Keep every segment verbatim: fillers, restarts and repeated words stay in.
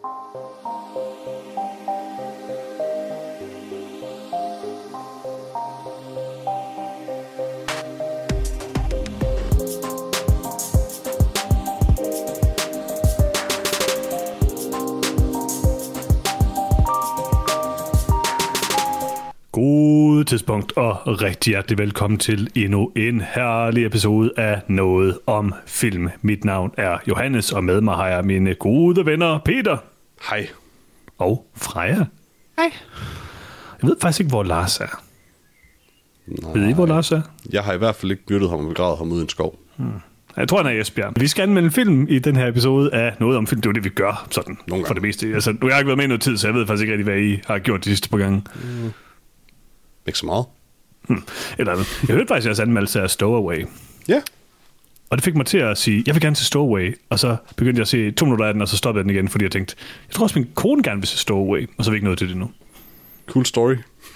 God tidspunkt og rigtig hjertelig velkommen til endnu en herlig episode af Noget om Film. Mit navn er Johannes, og med mig har jeg mine gode venner Peter. Hej. Og Freja. Hej. Jeg ved faktisk ikke, hvor Lars er. Nej. Ved I, hvor Lars er? Jeg har i hvert fald ikke myrdet ham og begravet ham ude i en skov. Hmm. Jeg tror, han er i Esbjerg. Vi skal anmelde en film i den her episode af Noget om Film. Det er jo det, vi gør sådan for det meste. Altså, nu har jeg ikke været med i noget tid, så jeg ved faktisk ikke rigtig, hvad I har gjort de sidste par gange. Mm. Ikke så meget. Hmm. Eller andet. Jeg hørte faktisk jeres anmeldelse af Stowaway. Ja. Og det fik mig til at sige, jeg vil gerne se Stowaway. Og så begyndte jeg at se to minutter af den, og så stoppede jeg den igen, fordi jeg tænkte, jeg tror også, min kone gerne vil se Stowaway. Og så er vi ikke noget til det nu. Cool story.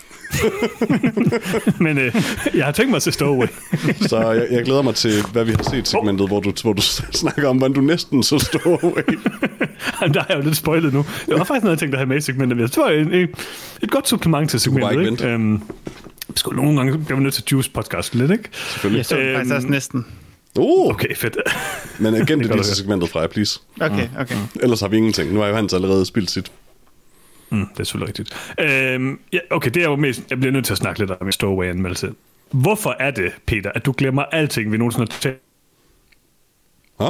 Men øh, jeg har tænkt mig at se Stowaway. Så jeg, jeg glæder mig til, hvad vi har set segmentet, oh. hvor, du, hvor du snakker om, hvordan du næsten så Stowaway. Jamen, der er jeg jo lidt spoilet nu. Det var faktisk noget, jeg tænkte at have med i segmentet. Det var en, en, et godt supplement til segmentet. Du ikke øhm, skulle nogle gange bliver vi nødt til Juice podcast lidt, ikke? Selvfølgelig. Jeg så øhm, faktisk også næsten. Uh. Okay, fedt. Men igen, det er til segmentet fra jer, please. Okay, okay. Mm. Ellers har vi ingenting. Nu har Johannes allerede spildt sit. Mm, det er selvfølgelig rigtigt. Øhm, ja, okay, det er jo mest, jeg bliver nødt til at snakke lidt om Stowaway-anmeldelse. Hvorfor er det, Peter, at du glemmer alting, vi nogensinde har talt? Hæ?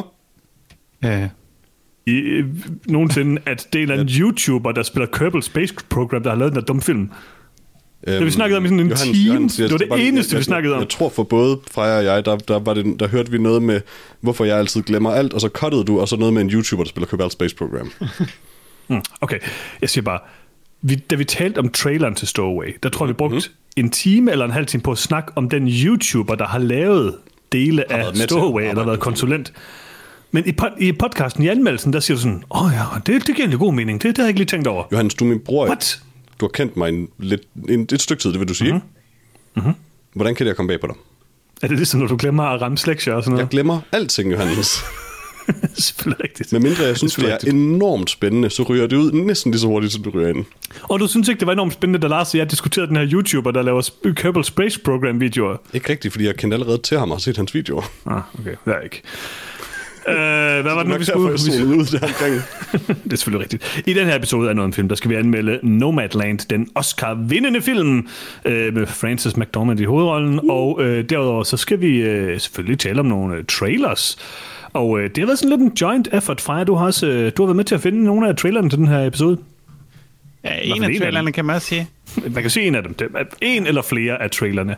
Ja. I, øh, nogensinde, at det er en eller anden YouTuber, der spiller Kerbal Space Program, der har lavet den der dumme film. Øhm, det vi snakkede om i sådan en Johannes, time. Johannes, jeg, det var det bare, eneste, jeg, vi snakkede jeg, om. Jeg tror for både Freja og jeg, der, der, var det, der hørte vi noget med, hvorfor jeg altid glemmer alt, og så cuttede du, og så noget med en YouTuber, der spiller Kerbal Space Program. mm, okay, jeg siger bare, vi, da vi talte om traileren til Stowaway, der tror jeg, vi brugte mm-hmm. en time eller en halv time på at snakke om den YouTuber, der har lavet dele har af Stowaway, eller været konsulent. Men i, pod- i podcasten, i anmeldelsen, der siger du sådan, åh oh ja, det, det giver egentlig god mening, det, det har jeg ikke lige tænkt over. Johannes, du er min bror. What? Du har kendt mig en, lidt, en, et stykke tid, det vil du sige, mm-hmm. ikke? Mm-hmm. Hvordan kan det komme bag på dig? Er det ligesom, når du glemmer at ramme slægtsjer og sådan noget? Jeg glemmer alting, Johannes. Selvfølgelig rigtigt. Men mindre jeg synes, det er, det er enormt spændende, så ryger det ud næsten lige så hurtigt, som du ryger ind. Og du synes ikke, det var enormt spændende, da Lars og jeg diskuterede den her YouTuber, der laver Kerbal Space Program-videoer? Ikke rigtigt, fordi jeg kendte allerede til ham og har set hans videoer. Ah, okay. Det er ikke. Uh, hvad var det nu, vi skulle? Ud det, det er selvfølgelig rigtigt. I den her episode af Noget om Film, der skal vi anmelde Nomadland, den Oscar-vindende film uh, med Frances McDormand i hovedrollen. Uh. Og uh, derudover så skal vi uh, selvfølgelig tale om nogle uh, trailers. Og uh, det har været sådan lidt en joint effort, Freja. Du har også uh, du har været med til at finde nogle af trailerne til den her episode. Ja, en af trailerne kan man også sige. Man kan se en af dem. En eller flere af trailerne.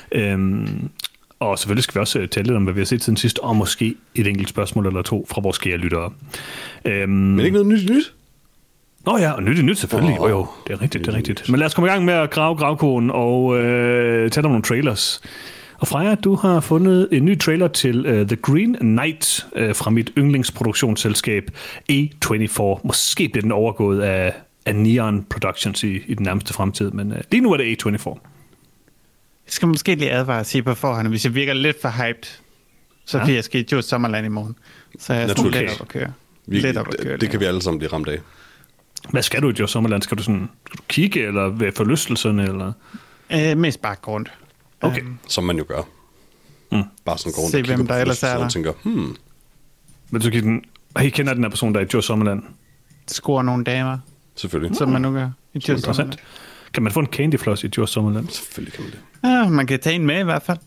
Um, Og selvfølgelig skal vi også tale lidt om, hvad vi har set siden sidst, og måske et enkelt spørgsmål eller to fra vores kære lyttere. Øhm, Men ikke noget nyt nyt? Nå ja, og nyt er nyt selvfølgelig. Oh, jo, jo, det er rigtigt, det er rigtigt. Men lad os komme i gang med at grave gravkogen og øh, tage nogle trailers. Og Freja, du har fundet en ny trailer til uh, The Green Knight uh, fra mit yndlingsproduktionsselskab A fireogtyve. Måske bliver den overgået af, af Neon Productions i, i den nærmeste fremtid, men uh, lige nu er det A fireogtyve. Jeg skal måske lige advare at sige på forhånd, hvis jeg virker lidt for hyped, så bliver ja. jeg skal i Djursland Sommerland i morgen. Så jeg er sådan lidt op at køre. Vi, lidt op at køre det, det kan vi alle sammen blive ramt af. Hvad skal du i Djursland Sommerland? Skal du, sådan, skal du kigge, eller ved forlystelserne, eller? Øh, mest bare rundt. Okay. Um, Som man jo gør. Mm. Bare sådan går rundt se, og hvem der ellers er der. Og tænker, hmm. Men du kan den, I kender den her person, der er i Djursland Sommerland? Score nogle damer. Selvfølgelig. Som man nu gør i Djursland Sommerland. Kan man få en candyfloss i Djursland Sommerland? Selvfølgelig kan man det. Ja, man kan tage en med i hvert fald.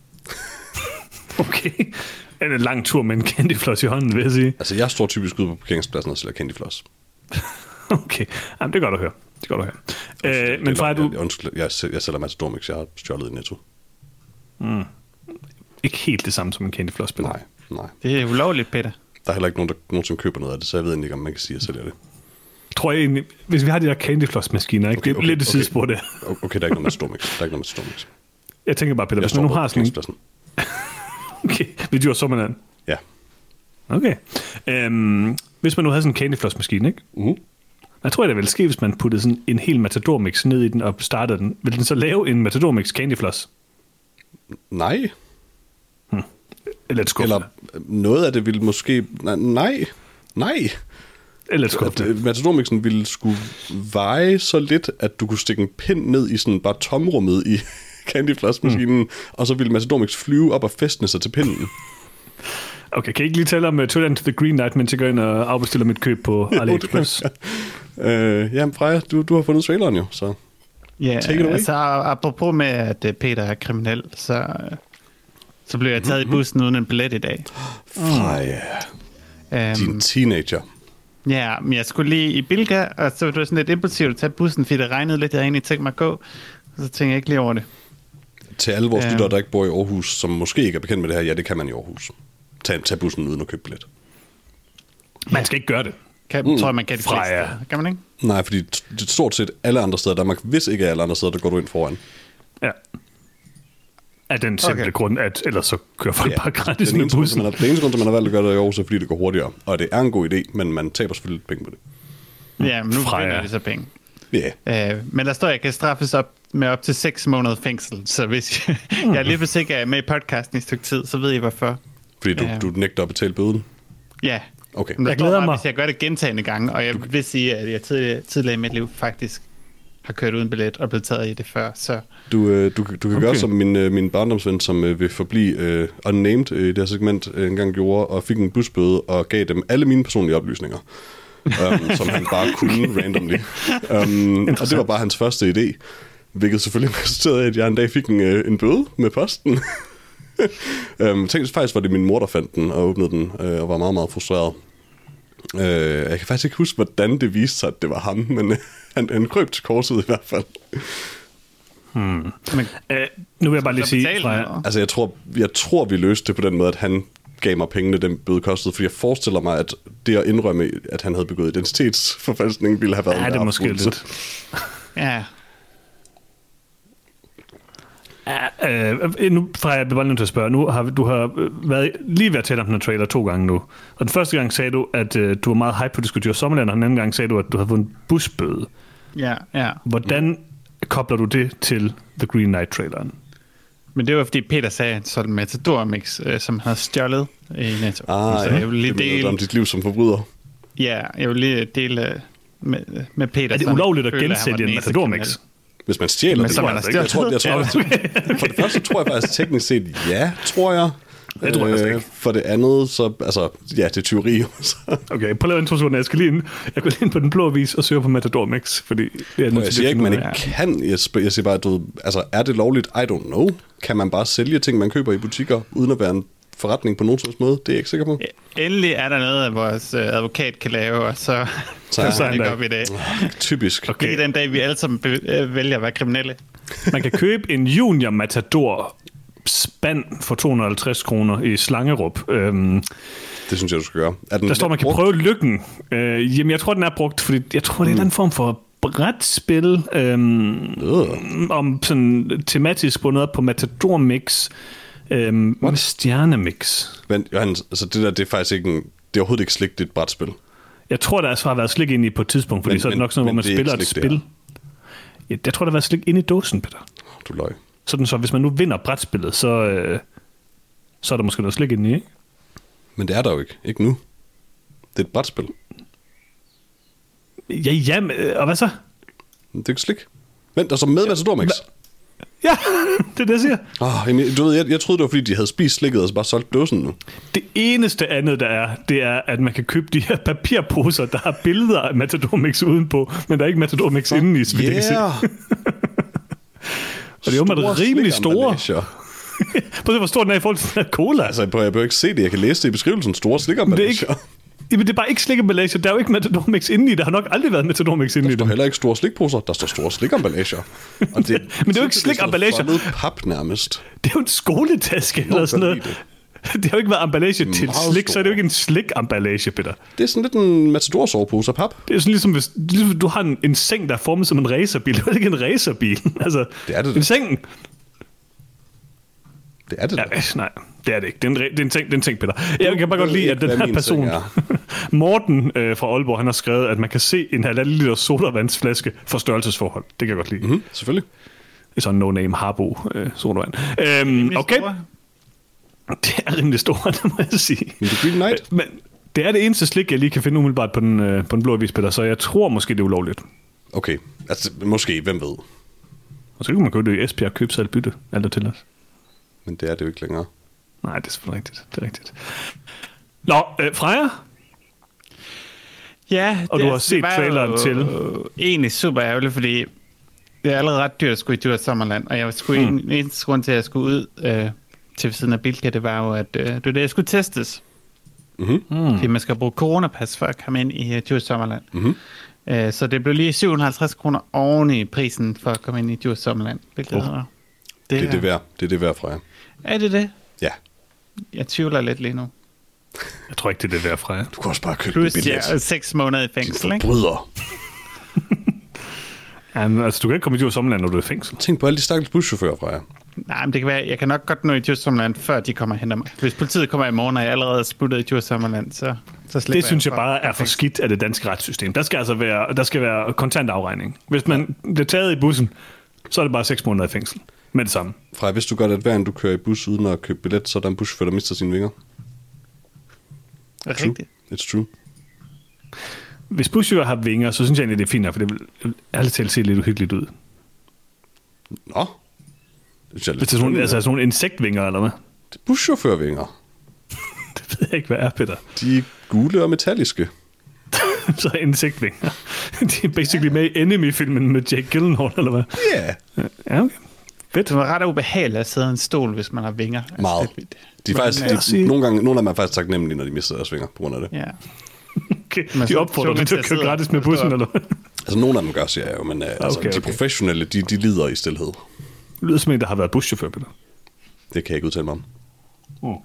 Okay. Er det en lang tur med en candyfloss i hånden, vil jeg sige? Altså, jeg står typisk ude på parkeringspladsen og sælger candyfloss. Okay. Jamen, det er godt at høre. Det er godt at høre. Øh, men Freja, du... Jeg, jeg, jeg, jeg sælger mig til Dormix. Jeg har stjålet i Netto. Mm. Ikke helt det samme som en candyfloss-spiller. Nej, nej. Det er ulovligt, Peter. Der er heller ikke nogen, der nogensinde køber noget af det, så jeg ved ikke, om man kan sige, at jeg sælger det. Tror jeg egentlig, hvis vi har de der candyfloss-maskiner, ikke? Okay, det er okay, lidt et okay. sidespor der. Okay, der er ikke noget med Stormix. Der er ikke noget med Stormix. Jeg tænker bare, Peter, hvis man nu har sådan en... Okay, vi dyrer Sommerland. Ja. Okay. Øhm, hvis man nu havde sådan en candyfloss-maskine, ikke? Uh-huh. Jeg tror, det ville ske, hvis man puttede sådan en hel Matador-mix ned i den og startede den. Vil den så lave en Matador-mix candyfloss? Nej. Hmm. Eller, Eller noget af det ville måske... Nej. Nej. Eller skuffende. Matador-mixen ville skulle veje så lidt, at du kunne stikke en pind ned i sådan bare tomrummet i Candy Floss-maskinen, mm. og så ville Matador-mix flyve op og fæstne sig til pinden. Okay, kan I ikke lige tale om uh, Turn into the Green Knight, mens jeg går ind og afbestiller mit køb på AliExpress? øh, jamen, Freja, du, du har fundet traileren jo, så ja, take it away. Altså apropos med, at Peter er kriminel, så, så blev jeg taget mm-hmm. i bussen uden en billet i dag. Freja, um, din teenager. Ja, men jeg skulle lige i Bilka, og så var det sådan lidt impulsivt at tage bussen, fordi det regnede lidt, jeg egentlig tænkte mig at gå, og så tænkte jeg ikke lige over det. Til alle vores lyttere, der ikke bor i Aarhus, som måske ikke er bekendt med det her, ja, det kan man i Aarhus. Tag, tag bussen uden at købe billet. Man skal ikke gøre det. Kan, mm. Tror jeg, man kan de fleste steder. Kan man ikke? Nej, fordi t- stort set alle andre steder, Danmark, hvis ikke alle andre steder, der går du ind foran. Ja. Af den simple okay. grund, at ellers så kører folk ja. bare gratis med eneste, bussen. Man har, det eneste grund, at man har valgt at gøre det i Aarhus, er fordi det går hurtigere. Og det er en god idé, men man taber selvfølgelig penge på det. Ja, men nu finder de så penge. Ja. Yeah. Øh, men der står, at jeg kan straffes op med op til seks måneder fængsel. Så hvis jeg, mm. jeg er lige for sikker med i podcasten i et stykke tid, så ved I hvorfor. Fordi du, uh, du nægter at betale bøden? Ja. Okay. Men der jeg glæder mig. Hvis jeg gør det gentagne gange, og jeg du... vil sige, at jeg tidligere, tidligere i mit liv faktisk har kørt uden billet og blevet taget i det før. Så. Du, øh, du, du kan okay. gøre som min, øh, min barndomsven, som øh, vil forblive øh, unnamed øh, i det her segment, øh, engang gjorde, og fik en busbøde og gav dem alle mine personlige oplysninger. um, som han bare kunne randomly. Um, og det var bare hans første idé, hvilket selvfølgelig resulterede i, at jeg en dag fik en, en bøde med posten. um, tænkte faktisk, var det min mor, der fandt den og åbnede den, uh, og var meget, meget frustreret. Uh, jeg kan faktisk ikke huske, hvordan det viste sig, at det var ham, men uh, han, han krøb til korset i hvert fald. Hmm. Men, uh, nu vil jeg bare lige sige... Fra... Altså, jeg tror, jeg tror, vi løste det på den måde, at han gav mig pengene, den bøde kostede, fordi jeg forestiller mig, at det at indrømme, at han havde begået identitetsforfalskning, ville have været ja, en det er måske lidt. Ja. Ja, øh, nu fra jeg bliver bare nødt til at spørge, nu har du har været lige ved at tælle om den her trailer to gange nu, og den første gang sagde du, at øh, du var meget hype på at diskutere Sommerland, og den anden gang sagde du, at du havde fået en busbøde. Ja, ja. Hvordan kobler du det til The Green Knight-traileren? Men det var fordi Peter sagde, at han solgte Matador Mix, øh, som havde stjålet i Netto. Ah, så ja. Jeg vil lige det dele... om dit liv som forbryder. Ja, jeg vil lige dele med, med Peter. Er det ulovligt at gensælge en Matador Mix? Hvis man stjæler men det, så man altså ikke. Jeg tror, jeg tror, jeg, for det første tror jeg faktisk teknisk set, ja, tror jeg. Det tror jeg øh, ikke. For det andet, så, altså, ja, det er tyveri. Okay, prøv at lave introduktionen. Jeg skal lige ind, jeg går lige ind på den blå avis og søger på Matador Mix, fordi det er jeg siger ikke, man ikke kan. Jeg, jeg siger bare, du, altså, er det lovligt? I don't know. Kan man bare sælge ting, man køber i butikker, uden at være en forretning på nogen slags måde? Det er jeg ikke sikker på. Endelig er der noget, vores advokat kan lave, og så, så, så er det op i dag. Typisk. Okay. Det er den dag, vi alle sammen vælger at være kriminelle. Man kan købe en Junior Matador spand for to hundrede og halvtreds kroner i Slangerup. Øhm, det synes jeg, du skal gøre. Er den der står, man kan brugt? Prøve lykken. Øh, jamen, jeg tror, den er brugt, fordi jeg tror, det er en form for brætspil øhm, øh. om sådan tematisk bundet op på Matador Mix øhm, med stjernemix. Men Johan, altså det der, det er faktisk ikke en, det er overhovedet ikke slik, det er et brætspil. Jeg tror, der har været slik ind i på et tidspunkt, fordi men, så er det nok sådan, hvor man spiller et spil. Ja, jeg tror, der har været slik ind i dåsen, Peter. Du løg. Sådan så, hvis man nu vinder brætspillet, så, øh, så er der måske noget slik ind i, ikke? Men det er der jo ikke. Ikke nu. Det er et brætspil. Ja, ja, og hvad så? Det er ikke slik. Vent, der er så med Matador Mix. Ja, det er det, jeg siger. Oh, jamen, du ved, jeg, jeg troede, det var, fordi de havde spist slikket og så bare solgt dåsen nu. Det eneste andet, der er, det er, at man kan købe de her papirposer, der har billeder af Matador Mix udenpå, men der er ikke Matador Mix oh, inde i, så yeah. Og det er jo meget rimelig store. Prøv at se, hvor stor den er i forhold til den her cola. Altså, jeg behøver ikke se det. Jeg kan læse det i beskrivelsen. Store slikamballager. Jamen, det er bare ikke slikemballager. Der er jo ikke Matador Mix inde i. Der har nok aldrig været Matador Mix inde i. Der står heller ikke store slikposer. Der står store slikamballager. Og det, men det er jo ikke slikamballager. Det er pap nærmest. Det er jo en skoletaske eller sådan noget. Det. det har jo ikke været emballage til slik, stor. Så er det jo ikke en slik-emballage, Peter. Det er sådan lidt en Matador-sovepose af pap. Det er sådan ligesom, hvis ligesom, du har en, en seng, der er formet som en racerbil. Det er ikke en racerbil. Altså, det er det. En seng. Det er det. Ja, nej, det er det ikke. Det er en, det er en, ting, det er en ting, Peter. Jeg kan bare godt lide, at den her person, Morten øh, fra Aalborg, han har skrevet, at man kan se en halvanden liter sodavandsflaske for størrelsesforhold. Det kan jeg godt lide. Mm-hmm, selvfølgelig. Det er sådan en no-name Harbo øh, sodavand. Øhm, okay. Store. Det er rimelig stort, det må jeg sige. The Green Knight. Men Det er det eneste slik, jeg lige kan finde umiddelbart på den, øh, på den blå avis, Peter, så jeg tror måske, det er ulovligt. Okay, altså måske, hvem ved? Og så kan man købe det i Esbjerg, købe sig et bytte, alt der til os. Men det er det jo ikke længere. Nej, det er selvfølgelig rigtigt. Det er rigtigt. Nå, øh, Freja? Ja, og det, du har set traileren til. Øh, egentlig super ærgerligt, fordi det er allerede ret dyrt at skulle i Djurs Sommerland, og jeg skulle mm. en eneste grund til, at jeg skulle ud øh, til siden af Bilka, det var jo, at øh, det var det, jeg skulle testes. Mm-hmm. Fordi man skal bruge coronapas for at komme ind i uh, Djurs Sommerland. Mm-hmm. Uh, så det blev lige syv hundrede og halvtreds kroner oven i prisen for at komme ind i Djurs Sommerland. Hvilket oh. det, det er det værd. Det er det værd, Freja. Er det det? Ja. Jeg tvivler lidt lige nu. Jeg tror ikke, det er det værd, Freja. Du kan også bare købe Plus, en billet. Ja, seks måneder i fængsel, ikke? Bryder. Ja, altså, du kan ikke komme i Djurs Sommerland, når du er i fængsel. Tænk på alle de stakkels buschauffører, Freja. Nej, men det kan være, jeg kan nok godt nå i Djurs Sommerland, før de kommer og henter mig. Hvis politiet kommer i morgen, og jeg allerede er sputtet i Djurs Sommerland, så, så slipper Det synes jeg, jeg bare er for skidt af det danske retssystem. Der skal altså være, der skal være kontant afregning. Hvis man bliver taget i bussen, så er det bare seks måneder i fængsel. Med det samme. Freja, hvis du godt, at hver end du kører i bus uden at købe billet, så er der en buschauffør, der mister sine vinger. Det er rigtigt. It's true. Hvis buschauffører har vinger, så synes jeg egentlig, det er fint, for det vil ærligt talt se lidt uhyggeligt ud. Nå. Det er Hvis det er sådan, altså sådan nogle insektvinger, eller hvad? Det er buschaufførvinger. Det ved jeg ikke, hvad er, Peter. De er gule og metalliske. Så er insektvinger. De er basically med i Enemy-filmen med Jake Gyllenhaal, eller hvad? Ja. Yeah. Ja, okay. Fedt. Det er ret ubehageligt at sidde i en stol, hvis man har vinger. Meget. Altså, det, de er faktisk, de, nogle, gange, nogle af dem er faktisk taknemmelige, når de mister deres vinger på grund af det. Ja. Okay. De opfordrer dig til at køre gratis med bussen, eller hvad? Altså, nogle af dem gør, siger jeg jo, men okay, altså, okay. de professionelle, de, de lider i stilhed. Det lyder som en, der har været buschauffør, Peter. Det kan jeg ikke udtale mig om. Oh.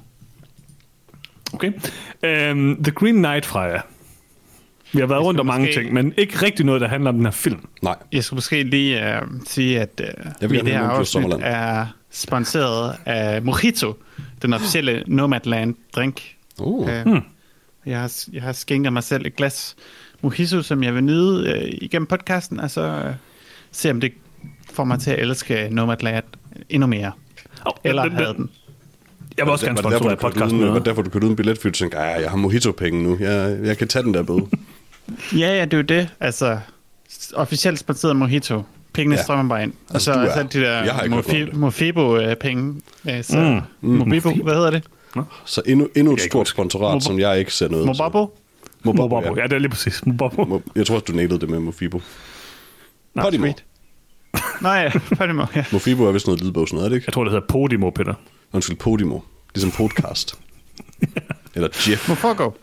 Okay. Um, The Green Knight, Freja. Vi har været rundt om mange måske... ting, men ikke rigtig noget, der handler om den her film. Nej. Jeg skulle måske lige uh, sige, at uh, vi det her afsnit er sponsoreret af Mojito, den officielle Nomadland-drink. Oh. Uh, hmm. jeg, har, jeg har skænket mig selv et glas Mojito, som jeg vil nyde uh, igennem podcasten, og så uh, se, om det får mig til at elske Nomadland endnu mere. Oh, Eller den, havde den. Jeg vil også gerne sponsorere podcasten. Det var derfor, du kørte uden billet, fordi du tænkte, jeg har Mojito-penge nu. Jeg, jeg kan tage den der bøde. ja, ja, det er jo det. Altså, officielt sponsoreret Mojito. Pengene ja. strømmer bare ind. Og altså, så er altså, de der Mofibo-penge. Så mm. Mobibo, hvad hedder det? No. Så endnu, endnu et stort sponsorat, Mob- som jeg ikke ser noget Mobabo? Mobabo, ja. ja, det er lige præcis. Mobabo. Jeg tror også, du nailede det med Mofibo. Nå, Podimo. Nej, ja, Podimo, ja. Mofibo er vist noget lydbogs, noget er det ikke? Jeg tror, det hedder Podimo, Peter. Undskyld, Podimo. Ligesom podcast. Eller Jeff. Mofogo.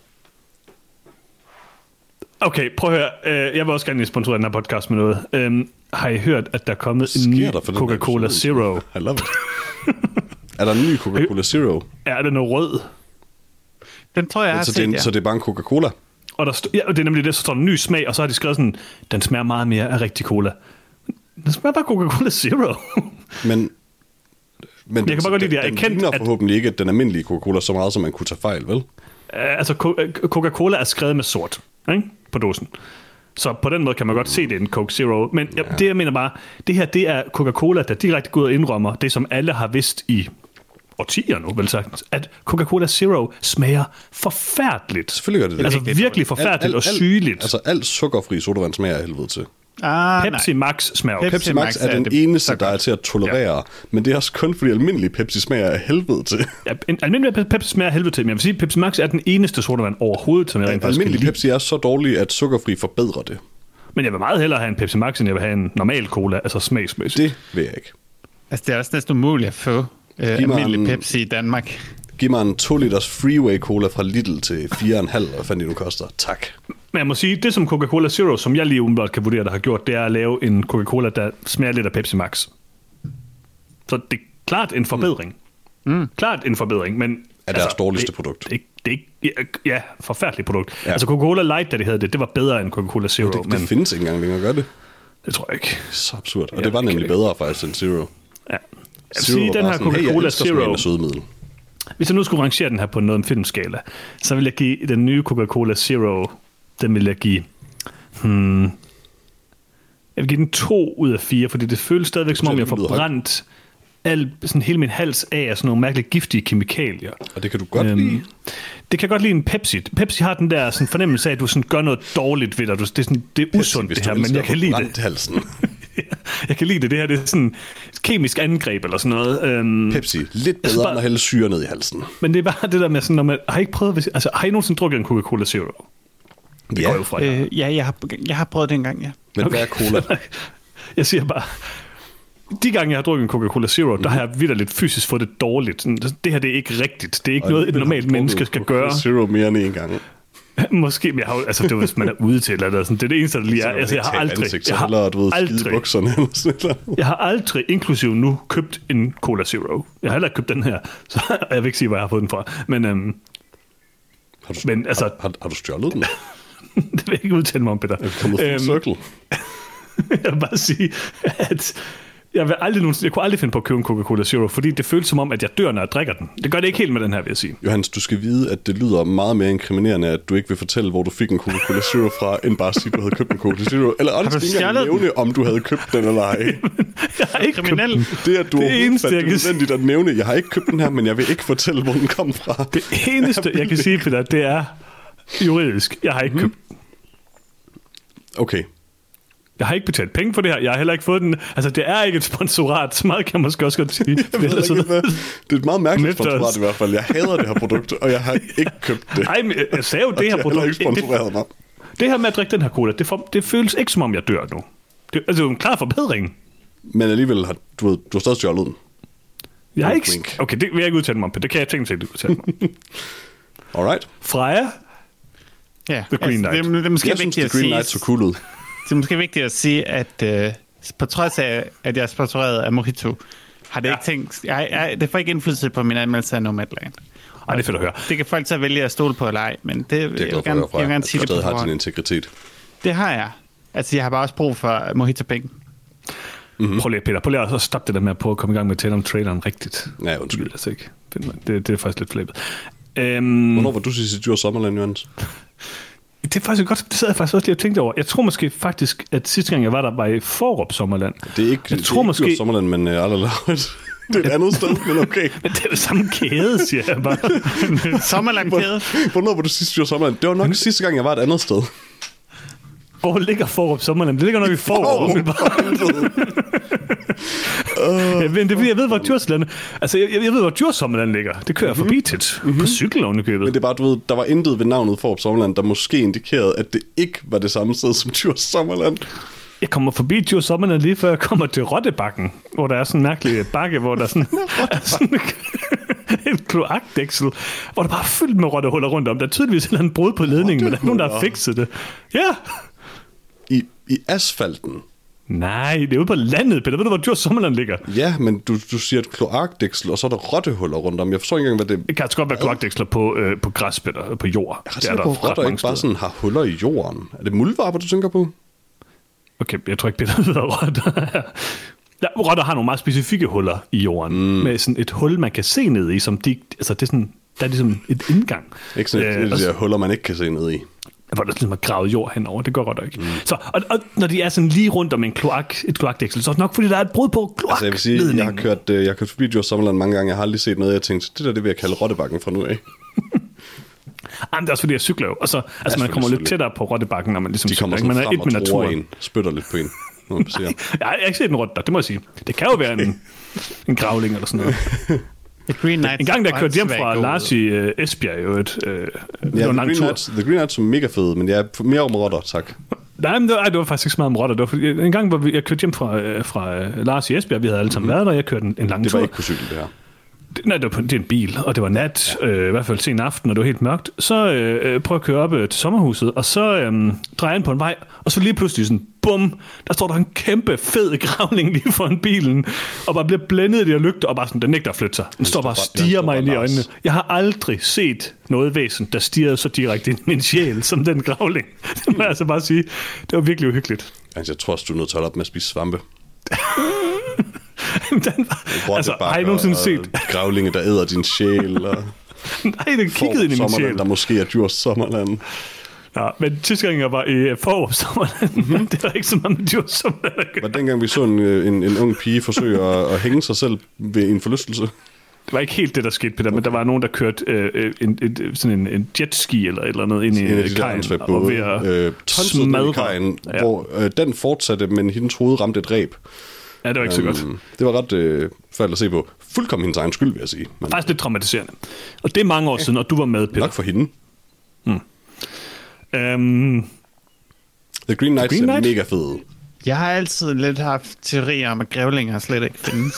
Okay, prøv at høre. Jeg vil også gerne sponsorere den her podcast med noget. Um, har I hørt, at der er kommet en ny Coca-Cola Zero? I love it. Er der en ny Coca-Cola Zero? Er det noget rød? Den tror jeg, jeg har så set, det, ja. Så det er bare en Coca-Cola? Og der st- ja, det er nemlig det, så står der en ny smag, og så har de skrevet sådan, den smager meget mere af rigtig cola. Den smager bare Coca-Cola Zero. Men... Men jeg kan bare godt lide, at jeg den ligner at... forhåbentlig ikke den almindelige Coca-Cola så meget, som man kunne tage fejl, vel? Uh, altså, Coca-Cola er skrevet med sort, ikke? På dåsen. Så på den måde kan man godt se, det er en Coke Zero. Men ja. det, jeg mener bare, det her, det er Coca-Cola, der direkte går og indrømmer det, som alle har vidst i årtier nu, vel sagt, at Coca-Cola Zero smager forfærdeligt. Selvfølgelig gør det det. Altså virkelig, virkelig forfærdeligt al, al, og sygeligt. Altså alt sukkerfri sodavand smager af helvede til. Ah, Pepsi nej. Max smager. Pepsi, Pepsi Max, Max er, er den det, eneste, der er til at tolerere, ja. Men det er også kun fordi almindelig Pepsi smager af helvede til. Ja, en almindelig Pepsi smager af helvede til, men jeg vil sige, at Pepsi Max er den eneste sodavand overhovedet, som jeg rent faktisk kan lide. Almindelig Pepsi er så dårlig, at sukkerfri forbedrer det. Men jeg vil meget hellere have en Pepsi Max, end jeg vil have en normal cola, altså smagsmæssigt. Det vil jeg ikke. Altså, det er også næsten umuligt at få øh, almindelig en, Pepsi i Danmark. Giv mig en to liters Freeway Cola fra Lidl til fire komma fem, hvad fanden det nu koster. Tak. Men jeg må sige, det som Coca-Cola Zero, som jeg lige umiddelbart kan vurdere, der har gjort, det er at lave en Coca-Cola, der smager lidt af Pepsi Max. Så det er klart en forbedring. Mm. Klart en forbedring, men... Er deres altså, dårligste det, produkt. Det, det, det, ja, forfærdeligt produkt. Ja. Altså Coca-Cola Light, da de havde det, det var bedre end Coca-Cola Zero. Det, det men findes ikke engang længere, gør det? Det tror jeg ikke. Så absurd. Og ja, det var nemlig bedre faktisk end Zero. Ja. Jeg vil sige, den her Coca-Cola Zero... Hvis jeg nu skulle rangere den her på noget om filmskala, så vil jeg give den nye Coca-Cola Zero, den vil jeg give... Hmm, jeg vil give den to ud af fire, fordi det føles stadigvæk, som om jeg får brændt al, sådan hele min hals af af sådan nogle mærkelige giftige kemikalier. Og det kan du godt øhm, lide? Det kan godt lide en Pepsi. Pepsi har den der sådan fornemmelse af, at du sådan gør noget dårligt ved dig. Det er, sådan, det er Pepsi, usundt det her, men jeg kan lide det. Halsen. Jeg kan lide det. Det her det er sådan et kemisk angreb eller sådan noget. Øhm, Pepsi. Lidt bedre bare, end at hælde syre ned i halsen. Men det er bare det der med sådan, når man har ikke prøvet, altså har I nogensinde drukket en Coca-Cola Zero? Det ja. går jo fra jer. Øh, ja, jeg har, jeg har prøvet det en gang, ja. Men okay. Hvad er cola? Jeg siger bare, de gange, jeg har drukket en Coca-Cola Zero, mm. der har jeg vitterligt fysisk fået det dårligt. Det her, det er ikke rigtigt. Det er ikke og noget, et normalt menneske skal gøre. Zero mere end en gang. Måske, men jeg har, altså det er hvis man er ude til eller sådan. Det er det eneste, der lige er. Altså, jeg har aldrig, ansigt, jeg har hellere, du ved, aldrig, bukserne, jeg har aldrig, inklusive nu, købt en Cola Zero. Jeg har heller ikke købt den her, så jeg vil ikke sige, hvor jeg har fået den fra. Men, øhm, har, du, men altså, har, har, har du stjålet den? Det vil jeg ikke udtale mig om, Peter. Er du kommet øhm, circle? Jeg vil bare sige, at jeg, vil aldrig nogen, jeg kunne aldrig finde på at købe en Coca-Cola Zero, fordi det føles som om, at jeg dør, når jeg drikker den. Det gør det ikke helt med den her, vil jeg sige. Johannes, du skal vide, at det lyder meget mere inkriminerende, at du ikke vil fortælle, hvor du fik en Coca-Cola Zero fra, end bare at sige, at du havde købt en Coca-Cola Zero. Eller også ikke engang nævne, om du havde købt den eller ej. Jeg har ikke kriminel. Købt den. Det, at du det eneste, jeg kan sige, at nævne, jeg har ikke købt den her, men jeg vil ikke fortælle, hvor den kom fra. Det eneste, jeg kan sige, Peter, det er juridisk. Jeg har ikke købt den. Okay. Jeg har ikke betalt penge for det her. Jeg har heller ikke fået den. Altså, det er ikke et sponsorat. Så meget kan man måske også godt sige. Det er, ikke, det er et meget mærkeligt sponsorat i hvert fald. Jeg hader det her produkt, og jeg har ikke købt det. Nej, men jeg sagde jo, det her produkt... Ikke sponsoreret mig. Det, det her med at drikke den her cola, det, for, det føles ikke som om, jeg dør nu. Det, altså, det er jo en klar forbedring. Men alligevel har du, du har stadig stjålet den. Jeg har ikke... Okay, det vil jeg ikke udtale mig om. Det kan jeg tænke sig, at udtale mig om. Alright. Freja. Ja, The Green altså, Knight. Det, det er måske jeg synes, The Green Knight så cool ud. Det er måske vigtigt at sige, at øh, på trods af, at jeg er sponsoreret af Mojito, har det ja. ikke tænkt... Jeg, jeg, det får ikke indflydelse på min anmeldelse af Nomadland. Ej, det er fedt at høre. Det kan folk så vælge at stole på eller ej, men det, det jeg, jeg vil gerne, jeg vil gerne sige det på forhånd. Har din integritet. Det har jeg. Altså, jeg har bare også brug for Mojito-penge. Mm-hmm. Prøv lige, Peter. Prøv lige at stoppe det der med at prøve at komme i gang med at tale om traileren rigtigt. Ja, undskyld. Det, altså ikke. Det, det er faktisk lidt flippet. Um, Hvornår var du sidst i Djurs Sommerland, Johannes? Det er faktisk godt, det sad jeg faktisk også lige og tænkte over. Jeg tror måske faktisk, at sidste gang jeg var der, var i Fårup Sommerland. Det er ikke, jeg det tror er måske... ikke Djurs Sommerland, men uh, aldrig lavet. Det er et andet sted, men okay. Men det er jo samme kæde, siger jeg bare. Sommerland-kæde. Hvornår var du sidst i Djurs Sommerland? Det var nok sidste gang, jeg var et andet sted. Hvor ligger Fårup Sommerland? Det ligger nok i Fårup. Uh, jeg, ved, det er fordi, jeg ved, hvor Djursland... Altså, jeg, jeg ved, hvor Djurs Sommerland ligger. Det kører mm-hmm. forbi tit. Mm-hmm. På cykel ovenikøbet. Men det er bare, du ved, der var intet ved navnet Fårup Sommerland, der måske indikerede, at det ikke var det samme sted som Djurs Sommerland. Jeg kommer forbi Djurs Sommerland lige før jeg kommer til Rottebakken, hvor der er sådan en mærkelig bakke, hvor der er sådan, er sådan et kloakdæksel, hvor der bare er fyldt med rottehuller rundt om. Der er tydeligvis et eller andet brud på ledningen, men der er nogen, der har fikset det. Ja. I, i asfalten? Nej, det er ude på landet, Peter. Ved du, hvor Djurs Sommerland ligger? Ja, men du, du siger et kloakdæksel, og så er der rottehuller rundt om. Jeg forstår ikke engang, hvad det... Det kan altså godt være kloakdæksler på, øh, på græs, Peter, på jord. Jeg er på, rotter ikke bare sådan har huller i jorden. Er det muldvarper, du tænker på? Okay, jeg tror ikke, Peter ved, hvad rotter er. Ja, rotter har nogle meget specifikke huller i jorden, mm. med sådan et hul, man kan se ned i, som de, altså det er sådan, der er ligesom et indgang. Ikke sådan et, øh, et, et huller, man ikke kan se ned i. Hvor der ligesom er gravet jord henover, det går rotter ikke. Mm. Så, og, og når de er sådan lige rundt om en kloak, et kloakdæksel, så er det nok, fordi der er et brud på kloak. Altså jeg vil sige, jeg har kørt, jeg har kørt forbi Djurs Sommerland mange gange, jeg har aldrig set noget, jeg tænkte, det der, det vil jeg kalde Rottebakken fra nu af. Jamen, det er også fordi, jeg cykler jo. Og så, altså, man kommer lidt tættere på Rottebakken, når man ligesom de cykler. De kommer man sådan er frem og tror en, spytter lidt på en. Når man jeg har ikke set en rotte der, det må jeg sige. Det kan jo være en, en gravling eller sådan noget. Green Knight. En gang, der kørte hjem fra Lars i uh, Esbjerg, jo et, uh, ja, det var en lang tur. Nights, The Green Knight er mega fed, men jeg er mere om rotter, tak. Nej, men det var, ej, det var faktisk ikke så meget om rotter. Det var, fordi, en gang, hvor vi, jeg kørte hjem fra, uh, fra uh, Lars i Esbjerg, vi havde alle sammen mm-hmm. været der, og jeg kørte en, en lang tur. Det var tur. Ikke på cykel, det her. Det, nej, det var, på, det er en bil, og det var nat, ja. øh, i hvert fald sen aften, og det var helt mørkt. Så øh, prøv at køre op øh, til sommerhuset, og så øh, drejer jeg ind på en vej, og så lige pludselig sådan, bum, der står der en kæmpe fed gravling lige foran bilen, og bare bliver blændet i de her lygter, og bare sådan, den nægter at flytte sig. Den står bare og stiger mig ind i øjnene. Jeg har aldrig set noget væsen, der stirrede så direkte ind i min sjæl, som den gravling. Det må jeg altså bare sige. Det var virkelig uhyggeligt. Altså, jeg tror også, du er nødt til at holde op med at spise svampe. Den var, altså, har I nogensinde set gravlinge, der æder din sjæl og nej, den kiggede ind i min sjæl. Der måske er Djurs Sommerland. Ja, men sidste gang jeg var i forår, mm-hmm. det var ikke så meget med dyrsum. Var dengang, vi så en, en, en ung pige forsøge at, at hænge sig selv ved en forlystelse? Det var ikke helt det, der skete, Peter, okay. Men der var nogen, der kørte øh, en, en, sådan en, en jetski eller et eller andet ind i kajen. Og ved at øh, smadre kajen, ja. Hvor øh, den fortsatte, men hendes hoved ramte et ræb. Ja, det var ikke um, så godt. Det var ret øh, færdigt at se på. Fuldkommen hendes egen skyld, vil jeg sige. Men... Faktisk lidt traumatiserende. Og det er mange år ja. siden, og du var med, Peter. Nok for hende. Hmm. Um, The Green Knight er mega fed. Jeg har altid lidt haft teorier om, at grævlinger slet ikke findes.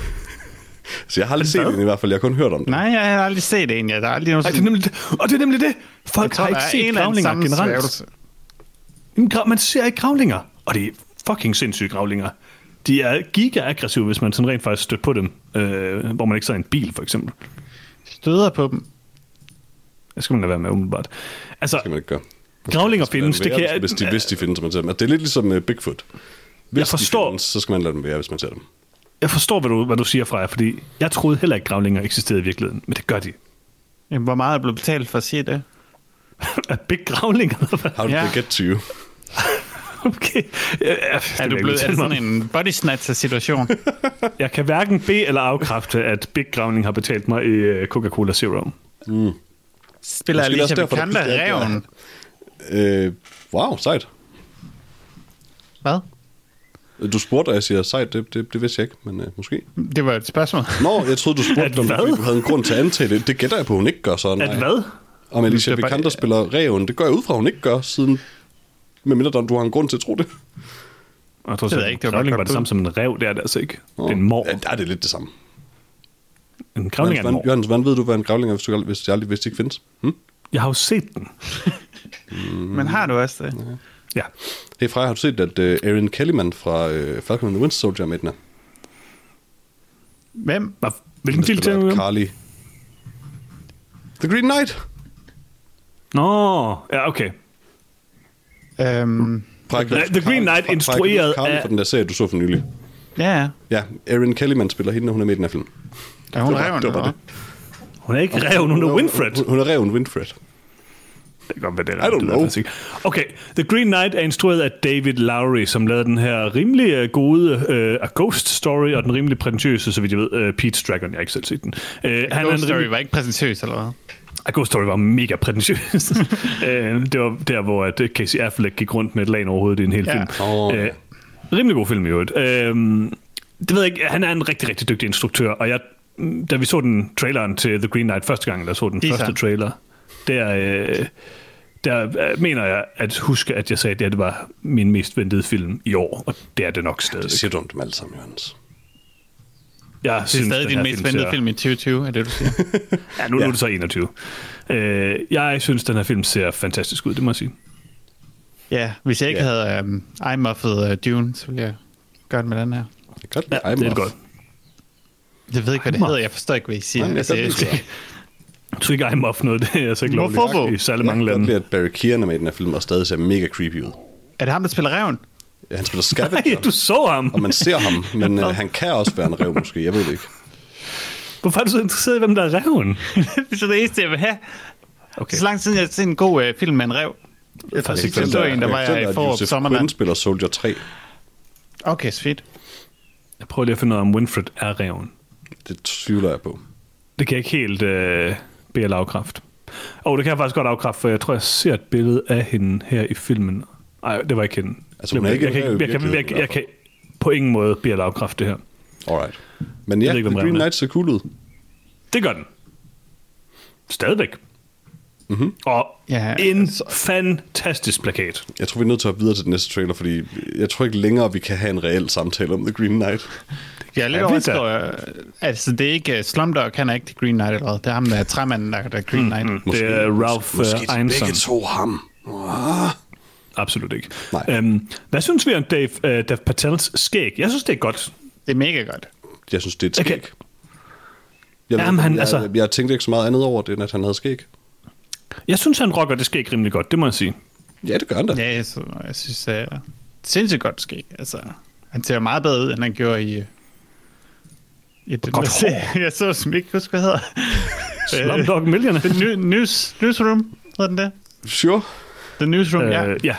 Så jeg har aldrig set den i hvert fald, jeg har kun hørt om det. Nej, jeg har aldrig set en. Jeg har aldrig Ej, det er nemlig det. Og det er nemlig det. Folk tror, har ikke set grævlinger generelt. Gra- man ser ikke grævlinger. Og det er fucking sindssyge grævlinger. De er giga-aggressive, hvis man sådan rent faktisk støtter på dem. Øh, hvor man ikke sidder i en bil, for eksempel. Støder på dem? Det skal man da være med umiddelbart. Altså, det skal man ikke gøre. Grævlinger findes. Det kan jeg, hvis, de, hvis de findes, man ser dem. Det er lidt ligesom uh, Bigfoot. Hvis jeg forstår, de findes, så skal man lade dem være, hvis man ser dem. Jeg forstår, hvad du, hvad du siger, Freja, fordi jeg troede heller ikke, grævlinger eksisterede i virkeligheden, men det gør de. Jamen, hvor meget er blevet betalt for at sige det? At big grævlinger? How did they get to you? Okay. Ja, er du blevet sådan en body snatcher-situation? Jeg kan hverken bede eller afkræfte, at big grævling har betalt mig i Coca-Cola Zero. Mm. Spiller Alicia Vikander ræven? Øh, wow, sejt. Hvad? Du spurgte, og jeg siger sejt, det, det, det vidste jeg ikke, men uh, måske. Det var et spørgsmål. Nå, jeg troede, du spurgte, om du havde en grund til at antage det. Det gætter jeg på, hun ikke gør sådan. At hvad? Om Alicia Vikander bare... spiller ræven, det går jeg ud fra, hun ikke gør, siden... Med mindre, du har en grund til at tro det. Jeg tror, at grævling var det samme som en ræv, det er det altså ikke. Oh. Det er en mor. Ja, der er det lidt det samme. En grævling er en mor. Johannes, hvordan ved du, hvad en grævling er, hvis, du, hvis, det aldrig, hvis det ikke findes? Hm? Jeg har jo set den. mm. Men har du også det? Okay. Ja. Hey Freja, har du set, at uh, Erin Kellyman fra uh, Falcon and the Winter Soldier er med den her? Hvem? Hvilken til til den? Carly. The Green Knight. Nå, ja, okay. Um, The Green Knight instrueret af... fra den der serie, du så for nylig. Ja, ja. Ja, Erin Kellyman spiller hende, når hun er med i den her film. Er hun reven, eller Hun er ikke reven, hun er Winfred. Hun, hun er reven Winfred. Det kan godt være, det er I don't know. Okay, The Green Knight er instrueret af David Lowery, som lavede den her rimelig gode uh, A Ghost Story, og den rimelig prætentiøse, så vidt jeg ved, uh, Pete's Dragon. Jeg har ikke selv set den. Uh, A han Ghost Story rimelig... var ikke prætentiøs, eller hvad? A Ghost Story var mega prætentiøs. uh, det var der, hvor at Casey Affleck gik rundt med et lag over hovedet i en hel ja. film. Oh, uh, rimelig god film i øvrigt. Uh, det ved jeg ikke, han er en rigtig, rigtig dygtig instruktør, og jeg, da vi så den traileren til The Green Knight første gang, eller så den Isa. første trailer, der... Uh, Der mener jeg at huske, at jeg sagde, at det, at det var min mest ventede film i år, og det er det nok stadig. Det siger du om dem alle sammen, Johannes. Jeg det er synes, stadig din mest film ventede ser... film i tyve tyve, er det, du siger? ja, nu, ja. nu er det så enogtyve. Uh, jeg synes, den her film ser fantastisk ud, det må jeg sige. Ja, hvis jeg ikke ja. havde um, iMuffet uh, Dune, så ville jeg gøre det med den her. Det er godt, ja, det er godt. Jeg ved ikke, hvad det hedder. Jeg forstår ikke, hvad I siger. Nej, altså, jeg Jeg tror ikke, I'm off noget. Det er altså ikke lovligt i særlig mange lande. Jeg kan godt lide, at Barry Keoghan er med i den her film, og stadig ser mega creepy ud. Er det ham, der spiller ræven? Ja, han spiller Scavenger. Nej, du så ham. Og man ser ham, men uh, han kan også være en ræv måske. Jeg ved det ikke. Hvorfor er du så interesseret i, hvem der er ræven? Det er så det eneste, jeg vil have. Okay. Så lang tid, jeg har set en god uh, film med en ræv. Jeg har faktisk ikke forstået en, der var jeg i Forup Sommerland. Quinn spiller Soldier tre. Okay, fedt. Jeg prøver lige at finde ud af, om Winfred er ræven. Det tvivler jeg på. Det kan jeg ikke helt... Uh... B L afkræft. Og det kan jeg faktisk godt afkræfte, for jeg tror, jeg ser et billede af hende her i filmen. Nej, det var ikke hende. Altså, hun er ikke jeg, kan, jeg, kan, jeg, jeg kan på ingen måde B L afkræfte det her. Alright. Men ja, ikke, The Green Knight ser cool ud. Det gør den. Stadigvæk. Mm-hmm. Og ja, en altså. fantastisk plakat. Jeg tror, vi er nødt til at videre til den næste trailer, fordi jeg tror ikke længere, vi kan have en reel samtale om The Green Knight. Jeg er lidt overrasket. Altså, det er ikke Slumdog, han er ikke The Green Knight, eller hvad? Det er ham, der er træmanden, der er Green Knight. Mm, mm. Det er Ralph måske, Ineson. Måske begge to ham. Ah. Absolut ikke. Um, hvad synes vi om Dave, uh, Dave Patels skæg? Jeg synes, det er godt. Det er mega godt. Jeg synes, det er et skæg. Okay. Jeg, Jamen, han, jeg, altså, jeg, jeg tænkte ikke så meget andet over det, end at han havde skæg. Jeg synes, han rocker det skæg rimelig godt, det må jeg sige. Ja, det gør han da. Ja, jeg, jeg synes, det er sindssygt godt skæg. Altså, han ser meget bedre ud, end han gjorde i... i den godt hår. Jeg så som ikke huske, hvad hedder. Slumdog Millionaire. News, Newsroom, hedder den der? Sure. The Newsroom, øh, ja. Ja,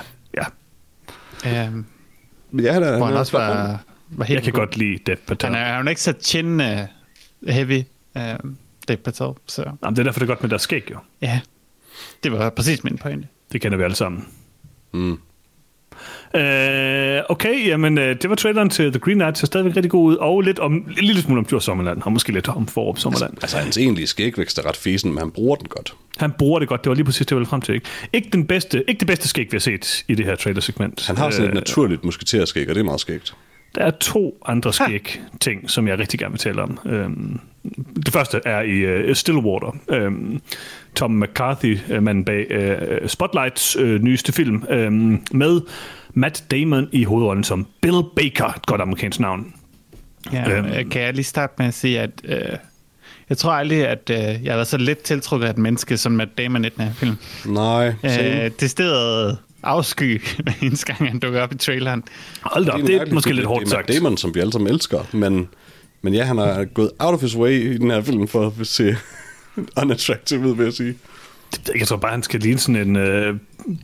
ja. Um, Ja, han er, hvor han er også var, var helt Jeg kan god. godt lide Dev Patel. Han er, han er ikke så chin-heavy, uh, Dev Patel, så Jamen, det er derfor, det er godt med deres skæg, jo. ja. Det var præcis min pointe. Det kender vi alle sammen. Mm. Øh, okay, jamen, øh, det var traileren til The Green Knight, så stadigvæk rigtig god ud, og lidt om, en lille smule om Djurs Sommerland, og måske lidt om Forup Sommerland. Altså, altså, hans egentlige skægvækst er ret fesen, men han bruger den godt. Han bruger det godt, det var lige præcis det, jeg ville frem til. Ikke, ikke, den bedste, ikke det bedste skæg, vi har set i det her trailer-segment. Han har sådan et Øh, naturligt musketerskæg, og det er meget skægt. Der er to andre skæg ting, som jeg rigtig gerne vil tale om. Øhm, det første er i uh, Stillwater. Øhm, Tom McCarthy, uh, manden bag uh, Spotlights uh, nyeste film, um, med Matt Damon i hovedrollen som Bill Baker, et godt amerikansk navn. Ja, Øhm. øhm. Kan jeg lige starte med at sige, at øh, jeg tror aldrig, at øh, jeg har været så lidt tiltrukket af et menneske som Matt Damon i den her film. Nej, Øh, det stedet afsky, hver eneste gang han dukker op i traileren. Hold da op, det er måske lidt hårdt sagt. sagt. Det er Matt Damon, som vi alle sammen elsker, men, men ja, han har gået out of his way i den her film for at se unattractive ud, vil jeg sige. Jeg tror bare, han skal ligne sådan en øh,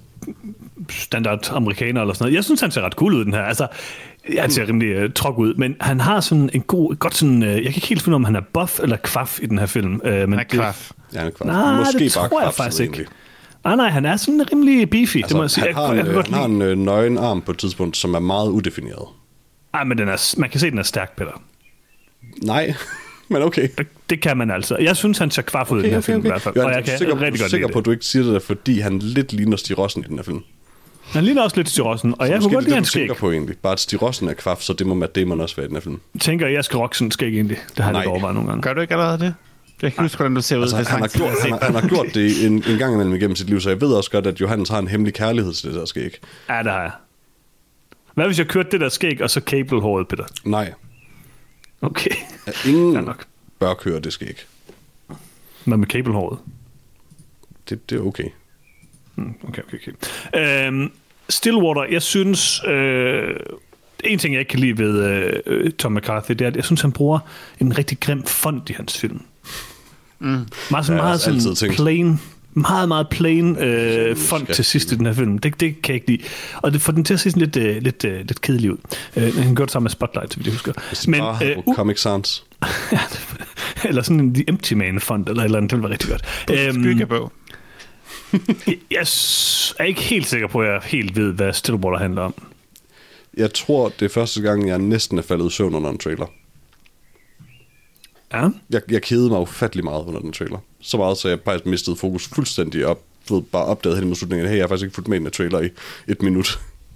standard amerikaner eller sådan noget. Jeg synes, han ser ret cool ud, den her. Altså, han ser rimelig øh, trok ud, men han har sådan en god, godt sådan, øh, jeg kan ikke helt finde ud af, om han er buff eller kvaf i den her film. Øh, men Han er kvaf. Ja, han er kvaf. Nej, Måske det bare tror jeg kvaf, faktisk sådan ikke. egentlig. Nej, nej, han er sådan rimelig beefy, altså, det må jeg sige. Han har, jeg, en, jeg, jeg øh, kan han godt har lide. en øh, nøgen arm på et tidspunkt, som er meget udefineret. Ej, men den er, man kan se, at den er stærk, Peter. Nej, men okay. Det, det kan man altså. Jeg synes, han ser kvaf ud i den her film i hvert fald. Jeg Og er jeg kan sikker, rigtig sikker, godt sikker lide på, at det. du ikke siger det der, fordi han lidt ligner Stig Rossen i den her film. Han ligner også lidt til Rossen, og Så jeg måske kunne godt det er lide det, hans du skæg. tænker på egentlig. Bare at Stig Rossen er kvaf, så det må Matt Damon også være i den her film. Tænker, jeg skal rocke sådan en skæg egentlig. Det har jeg Nej. lidt overvejet nogle gange. Gør du ikke allerede det? Jeg kan huske, hvordan du ser ud. Altså, hvis han, har lang tid gjort, jeg han, set har, han har gjort det en, en gang imellem igennem sit liv, så jeg ved også godt, at Johannes har en hemmelig kærlighed til det der skæg. Ja, det har jeg. Hvad hvis jeg kørte det der skæg, og så cable-håret, Peter? Nej, Okay. ingen Fair nok. bør køre det skæg. Hvad med cable-håret? Det, det er okay. Hmm, okay, okay, okay. Øhm, Stillwater, jeg synes... Øh, en ting, jeg ikke kan lide ved øh, Tom McCarthy, det er, at jeg synes, han bruger en rigtig grim font i hans film. Mm. Meget, sådan, Ja, meget altid sådan tænkt. plain... Meget, meget plain øh, font til sidst i den her film. Det, det kan jeg ikke lide. Og det får den til at se sådan lidt, øh, lidt, øh, lidt kedelig ud. Øh, han gør det sammen med Spotlight, så vidt jeg husker. Men, bare øh, uh, Comic Sans. eller sådan en The Empty Man font, eller et eller andet, det ville være rigtig godt. Øhm, Skyggebog. jeg, jeg s- er ikke helt sikker på, at jeg helt ved, hvad Stillwater handler om. Jeg tror, det er første gang, jeg næsten er faldet i søvn under en trailer. Ja. Jeg, jeg kedede mig ufattelig meget under den trailer. Så meget, så jeg faktisk mistede fokus fuldstændig op. Ved, bare opdagede hen i slutningen, at hey, jeg har faktisk ikke fulgt med i den her trailer i et minut.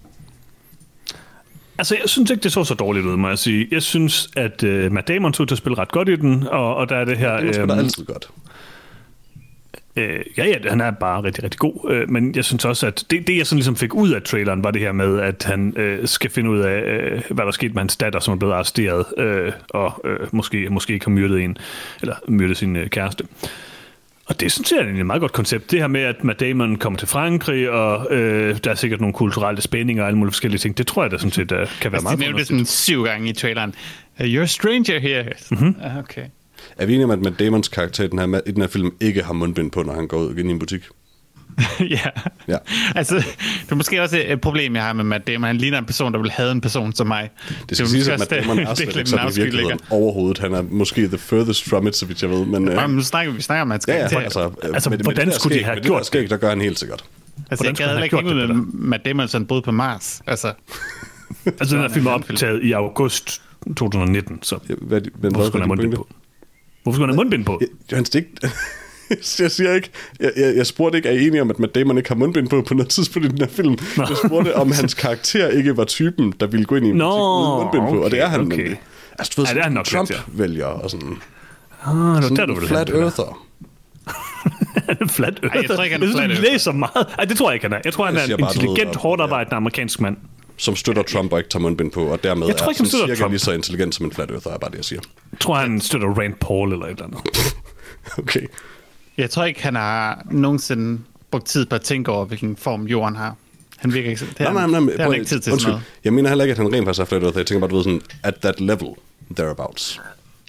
Altså, jeg synes ikke, det så så dårligt ud, må jeg sige. Jeg synes, at uh, Matt Damon tog til at spille ret godt i den, og, og der er det her... Det er øhm, da altid godt. Øh, ja, ja, han er bare rigtig, rigtig god. Øh, men jeg synes også, at det, det, jeg sådan ligesom fik ud af traileren, var det her med, at han øh, skal finde ud af, øh, hvad der skete med hans datter, som er blevet arresteret, øh, og øh, måske, måske ikke har myrdet en, eller myrdet sin øh, kæreste. Og det synes jeg er et meget godt koncept. Det her med, at Matt Damon kommer til Frankrig, og øh, der er sikkert nogle kulturelle spændinger og alle mulige forskellige ting. Det tror jeg da sådan set uh, kan være Altså, meget de nævnte det fornuftigt. sådan syv gange i traileren. Uh, you're a stranger here. Mm-hmm. Uh, okay. Er vi enige om, at Matt Damons karakter i den, her, i den her film ikke har mundbind på, når han går ud ind i en butik? ja. Ja. Altså, det er måske også et problem, jeg har med Matt Damon. Han ligner en person, der vil have en person som mig. Det skal siges, at Matt Damon er slet ikke sådan i virkeligheden overhovedet. Han er måske the furthest from it, så vidt jeg ved. Men, Ja, øh, nu snakker vi snakker om, at han skal ja, ja, til. altså, Altså, med, hvordan med det skulle de skæg, have med gjort det? Skæg, der gør han helt sikkert. Altså, Hvordan jeg skulle gad han heller have ikke gjort hænge det, ud med Matt Damon, sådan boede på Mars. Altså, Altså, den her film er optaget i august to tusind nitten, så Ja, hvad, men hvorfor skulle han have mundbind på? Hvorfor skulle han have mundbind på? Johannes, det er ikke... Jeg siger ikke, jeg, jeg, jeg spurgte ikke, er I enige om, at Matt Damon ikke har mundbind på på noget tidspunkt i den her film. Nå. Jeg spurgte, om hans karakter ikke var typen, der ville gå ind i en Nå, butik uden mundbind på, og det er han okay. nemlig. Altså, du ved, Ja, det er han nok Trump lidt, vælger og sådan, Ah, det var sådan der, du ville flat hen, Peter. earther. Flat Ej, jeg tror ikke, han er jeg synes, flat du earther. læser meget. Ej, det tror jeg ikke, han er. Jeg tror, han Jeg er siger en bare, du ved, intelligent, der- hårdt arbejdende amerikansk mand. Som støtter Trump og ikke tager mundbind på, og dermed Jeg tror er ikke, han sådan støtter cirka Trump. lige så intelligent som en flat earther, er bare det, jeg siger. Jeg tror, han støtter Rand Paul eller et eller andet. Okay. jeg tror ikke, han har nogensinde brugt tid på at tænke over, hvilken form jorden har. Han virker ikke... Det har, Nej, nej, nej, det har han ikke tid til sådan noget. Jeg mener heller ikke, at han rent faktisk er flat earther. Jeg tænker bare, du ved sådan, at that level, thereabouts.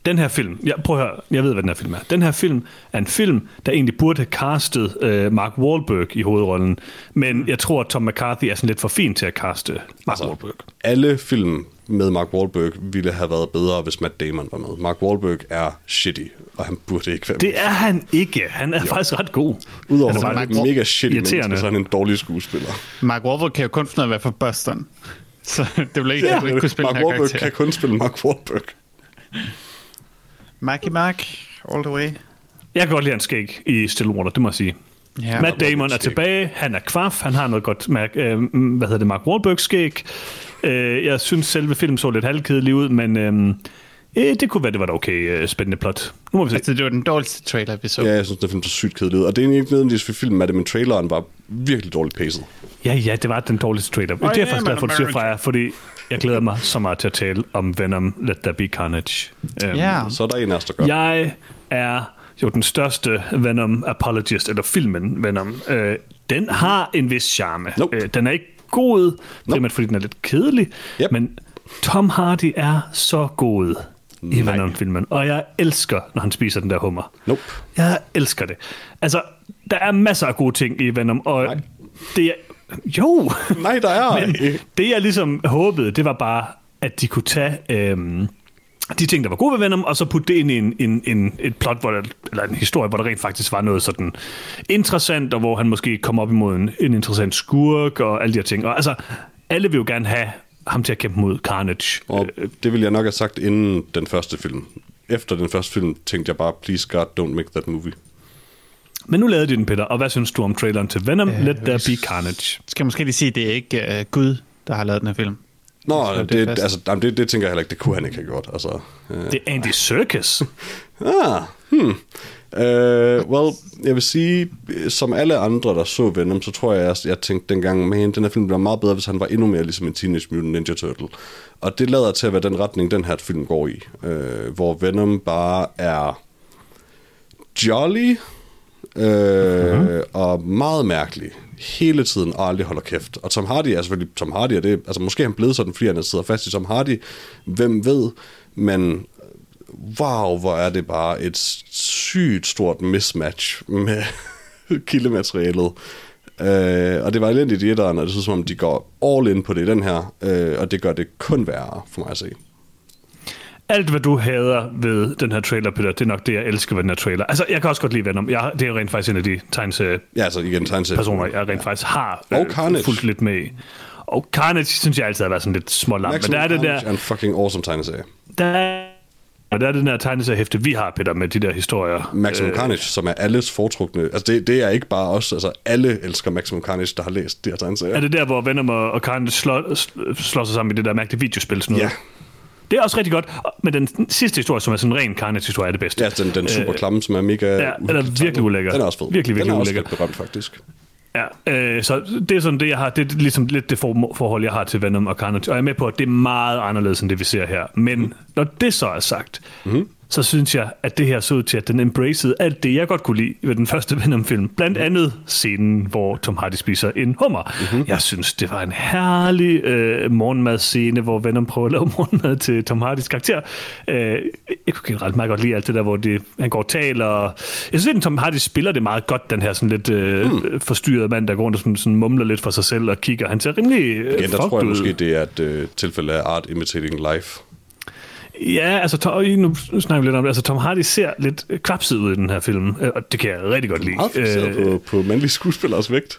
den her film, jeg, prøv at høre, jeg ved, hvad den her film er. Den her film er en film, der egentlig burde have castet øh, Mark Wahlberg i hovedrollen, men jeg tror, at Tom McCarthy er sådan lidt for fin til at caste Mark altså, Wahlberg. Alle film med Mark Wahlberg ville have været bedre, hvis Matt Damon var med. Mark Wahlberg er shitty, og han burde ikke være med. Det er han ikke. Han er jo. faktisk ret god. Udover at han er mega shitty, men så er han en dårlig skuespiller. Mark Wahlberg kan jo kun finde være fra Boston. Så det vil ikke, ja. ikke kunne spille Mark Wahlberg kan kun spille Mark Wahlberg. Marky Mark, all the way. Jeg kan godt lide hans skæg i Stillwater, det må jeg sige. Ja, Matt Damon er tilbage, han er kvaf, han har noget godt, Mark, øh, hvad hedder det, Mark Wahlberg skæg. Øh, jeg synes, selve filmen så lidt halvkedelig ud, men øh, det kunne være, det var et okay øh, spændende plot. Nu må vi se. Altså, det var den dårligste trailer, vi så. Ja, jeg synes, den film så sygt kedelig ud. Og det er ikke nødvendigvis for filmen, at det, men traileren var virkelig dårligt paced. Ja, ja, det var den dårligste trailer. Oh, det er yeah, faktisk derfor, du siger fra jer, fordi jeg glæder mig så meget til at tale om Venom, Let There Be Carnage. Ja. Um, yeah. Så er der en af os, der gør. Jeg er jo den største Venom-apologist, eller filmen Venom. Øh, den har en vis charme. Nope. Øh, den er ikke god, primært nope. fordi den er lidt kedelig, yep. men Tom Hardy er så god i Venom-filmen, og jeg elsker, når han spiser den der hummer. Nope. Jeg elsker det. Altså, der er masser af gode ting i Venom, og Nej. det er... Jo! Nej, der er... Men det, jeg ligesom håbede, det var bare, at de kunne tage... Øhm, de ting, der var gode ved Venom, og så putte det ind i en, en, en, et plot, hvor der, eller en historie, hvor der rent faktisk var noget sådan interessant, og hvor han måske kom op imod en, en interessant skurk, og alle de her ting. Og altså, alle vil jo gerne have ham til at kæmpe mod Carnage. Og det ville jeg nok have sagt inden den første film. Efter den første film tænkte jeg bare, please God, don't make that movie. Men nu lavede de den, Peter, og hvad synes du om traileren til Venom, uh, Let There Be Carnage? Skal jeg måske lige sige, at det er ikke uh, Gud, der har lavet den her film? Nå, det, det, altså, det, det tænker jeg heller ikke, det kunne han ikke have gjort. Altså, uh. Det er Andy Serkis. ah, hmm. Uh, well, jeg vil sige, som alle andre, der så Venom, så tror jeg, jeg, jeg tænkte dengang, man, den her film bliver meget bedre, hvis han var endnu mere ligesom en Teenage Mutant Ninja Turtle. Og det lader til at være den retning, den her film går i. Uh, hvor Venom bare er jolly, uh, uh-huh. og meget mærkelig hele tiden, og aldrig holder kæft. Og Tom Hardy er selvfølgelig Tom Hardy, og det, altså måske er han blevet sådan, fordi han sidder fast i Tom Hardy. Hvem ved, men wow, hvor er det bare et sygt stort mismatch med kildematerialet. Uh, og det var elendigt i etteren, og det synes som om, de går all in på det i den her, uh, og det gør det kun værre for mig at se. Alt, hvad du hader ved den her trailer, Peter, det er nok det, jeg elsker ved den her trailer. Altså, jeg kan også godt lide Venom. Jeg, det er jo rent faktisk en af de tegneserie ja, altså, igen, tegneserie personer, jeg rent ja. faktisk har øh, fulgt lidt med i. Og Carnage synes jeg altid har været sådan lidt smålam. Men der er det der... er en fucking awesome tegneserie. Der Og der er den her tegneseriehæfte, vi har, Peter, med de der historier. Maximum øh, Carnage, som er alles foretrukne. Altså, det, det er ikke bare os. Altså, alle elsker Maximum Carnage, der har læst de her tegneserier. Er det der, hvor Venom og Carnage slår, slår sig sammen i det der mærkelige videospil? Sådan noget? Ja. Det er også rigtig godt. Men den sidste historie, som er sådan en ren Carnage-historie, er det bedste. Ja, den, den super klamme, som er mega... Ja, den er virkelig ulækker. Den er også fed. Virkelig, virkelig den er ulækker. også berømt, faktisk. Ja, øh, så det er sådan det, jeg har. Det er ligesom lidt det forhold, jeg har til Venom og Carnage. Og jeg er med på, at det er meget anderledes, end det vi ser her. Men mm. når det så er sagt, mm. så synes jeg, at det her så ud til, at den embracede alt det, jeg godt kunne lide ved den første Venom-film. Blandt andet scenen, hvor Tom Hardy spiser en hummer. Mm-hmm. Jeg synes, det var en herlig øh, morgenmadscene, hvor Venom prøver at lave morgenmad til Tom Hardys karakter. Øh, jeg kunne generelt meget godt lide alt det der, hvor det, han går og taler. Jeg synes, at Tom Hardy spiller det meget godt, den her sådan lidt øh, mm. forstyrrede mand, der går rundt og sådan, sådan mumler lidt for sig selv og kigger. Han ser rimelig øh, igen, der tror jeg ud. Måske, det er et øh, tilfælde af art imitating life. Ja, altså Tom, nu snakker vi lidt om det. Altså Tom Hardy ser lidt kvapset ud i den her film, og det kan jeg rigtig godt lide. Meget øh, på, på mandlige skuespillers vægt.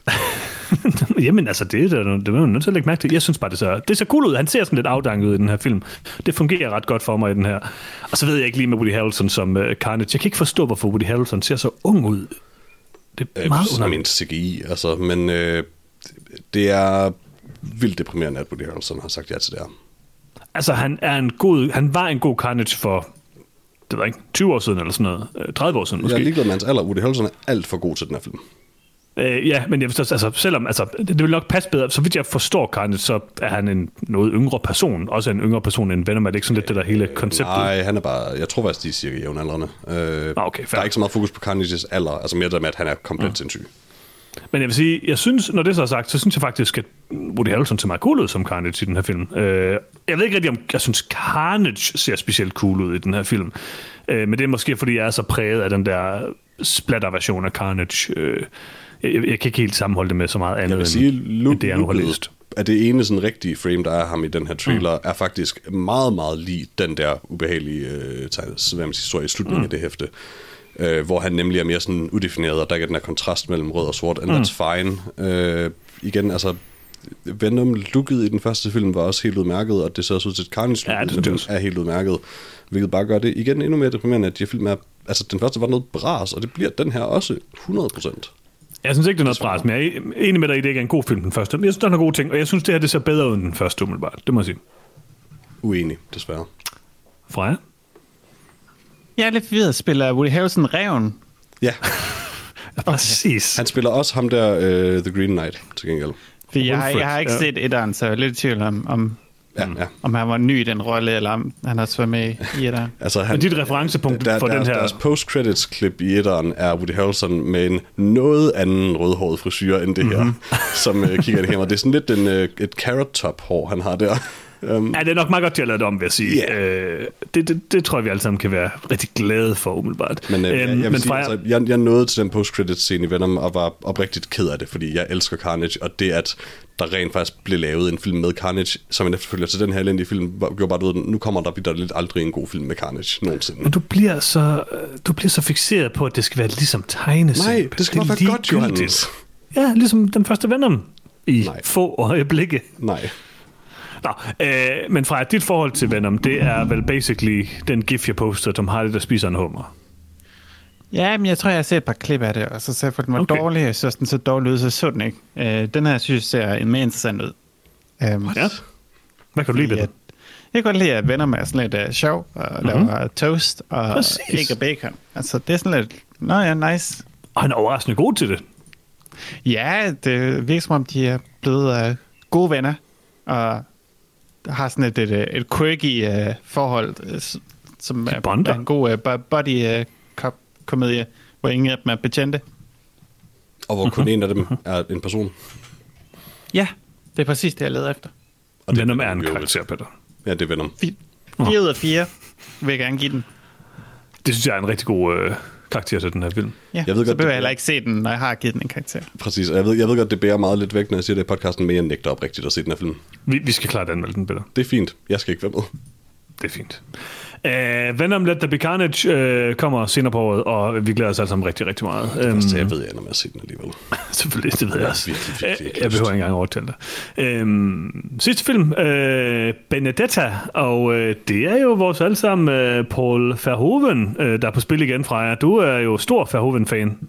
Jamen altså, det, det, det var jo nødt til at lægge mærke til. Jeg synes bare, det ser, det ser cool ud. Han ser sådan lidt afdanket ud i den her film. Det fungerer ret godt for mig i den her. Og så ved jeg ikke lige med Woody Harrelson som uh, Carnage. Jeg kan ikke forstå, hvorfor Woody Harrelson ser så ung ud. Det er øh, meget som en C G I, altså, men øh, det er vildt deprimerende, at Woody Harrelson har sagt ja til det her. Altså, han er en god, han var en god Carnage for, det var ikke, tyve år siden eller sådan noget, tredive år siden måske. Jeg er ligeglad med hans alder. Woody Harrelson er alt for god til den her film. Øh, ja, men jeg forstår, altså, selvom, altså, det vil nok passe bedre, så vidt jeg forstår Carnage, så er han en noget yngre person, også en yngre person end Venom, er det ikke sådan lidt det der hele konceptet? Nej, han er bare, jeg tror faktisk, de er cirka jævnaldrende. Øh, okay, der er ikke så meget fokus på Carnages alder, altså mere der med, at han er komplet mm. sindssyg. Men jeg vil sige, jeg synes, når det så er sagt, så synes jeg faktisk, at Woody Harrelson ser meget cool ud som Carnage i den her film. Øh, Jeg ved ikke rigtig, om jeg synes, Carnage ser specielt cool ud i den her film. Øh, men det er måske, fordi jeg er så præget af den der splatter-version af Carnage. Øh, jeg, jeg kan ikke helt sammenholde det med så meget andet, jeg vil sige, end, look, end det, jeg nu har læst. At det ene sådan rigtige frame, der er ham i den her trailer, mm. er faktisk meget, meget lige den der ubehagelige øh, hvad man siger, i slutningen mm. af det hæfte. Øh, hvor han nemlig er mere sådan udefineret, og der er den her kontrast mellem rød og sort, and mm. that's fine. Øh, igen, altså, Venom-looket i den første film var også helt udmærket, og det ser også ud til, at Carnage-looket ja, er helt udmærket, hvilket bare gør det igen endnu mere deprimerende, at de film er, altså den første var noget bras, og det bliver den her også hundrede procent. Jeg synes ikke, det er noget bras, men jeg er enig med dig i, det ikke er en god film, den første. Men jeg synes, der er nogle gode ting, og jeg synes, det her det ser bedre ud end den første, umiddelbart. Det må jeg sige. Uenig, desværre. Freja? Jeg er lidt forvirret. Spiller Woody Harrelson ræven? Ja. Okay. Præcis. Han spiller også ham der, uh, The Green Knight, til gengæld. For jeg, jeg har ikke ja. set etteren, så jeg er lidt i tvivl om, om, ja, ja. om han var ny i den rolle, eller om han har været med i etteren. Altså, han, dit referencepunkt der, for der, den her... Deres post-credits-klip i etteren er Woody Harrelson med en noget anden rødhåret frisyr end det her, mm-hmm. som uh, kigger i det her. Det er sådan lidt en, uh, et carrot-top-hår, han har der. Um, ja, det er nok meget godt til at lade det om, vil jeg sige. Yeah. Øh, det, det, det tror jeg, vi alle sammen kan være rigtig glade for, umiddelbart. Men, øh, jeg, jeg, men sige, fra... altså, jeg, jeg nåede til den post-credit-scene i Venom, og var oprigtigt ked af det, fordi jeg elsker Carnage, og det, at der rent faktisk blev lavet en film med Carnage, som en efterfølger til den her elendige film, gjorde bare, du ved, nu kommer der videre lidt aldrig en god film med Carnage nogensinde. Men du bliver så, du bliver så fikseret på, at det skal være ligesom tegneserie. Nej, det skal det bare være godt, Johannes. Ja, ligesom den første Venom i Nej. få øjeblikke. Nej. Nå, øh, men fra dit forhold til Venom, det er vel basically den gif, jeg postede, som har det, der spiser en hummer. Ja, men jeg tror, jeg har set et par klip af det, og så sagde jeg, at den var okay. dårlig, jeg synes, den så dårlig ud, så så den ikke. Øh, den her, synes jeg, ser mere interessant ud. Um, ja. Hvad kan du lide ved det? Jeg kan godt lide, at Venom er sådan lidt uh, sjov, og mm-hmm. laver toast, og Præcis. æg og bacon. Altså, det er sådan lidt, nå ja, nice. Og han er overraskende god til det. Ja, det virker som om, de er blevet uh, gode venner, og har sådan et, et, et quirky uh, forhold, uh, som er, er en god uh, buddy-komedie, uh, hvor ingen af dem er betjente. Og hvor kun en af dem er en person. Ja, det er præcis det, jeg leder efter. Og det Venom er en karakter, Peter. Ja, det er Venom. fire ud af fire vil jeg gerne give den. Det synes jeg er en rigtig god øh, karakter til den her film. Ja, jeg ved så godt, behøver jeg heller ikke se den, når jeg har givet den en karakter. Præcis, jeg ved, jeg ved godt, det bærer meget lidt væk, når jeg siger det i podcasten, men jeg nægter oprigtigt at se den her film. Vi, vi skal klart anmelde den, Peter. Det er fint. Jeg skal ikke være med. Det er fint. Uh, Venom Let There Be Carnage uh, kommer senere på året, og vi glæder os alle sammen rigtig, rigtig meget. Det um, første, jeg ved, jeg når jeg ser den alligevel. Selvfølgelig, det ved jeg også. Virkelig, virkelig, virkelig jeg behøver ikke engang overtale dig. Um, sidste film, uh, Benedetta, og uh, det er jo vores allesammen uh, Paul Verhoeven, uh, der er på spil igen fra jer. Du er jo stor Verhoeven-fan.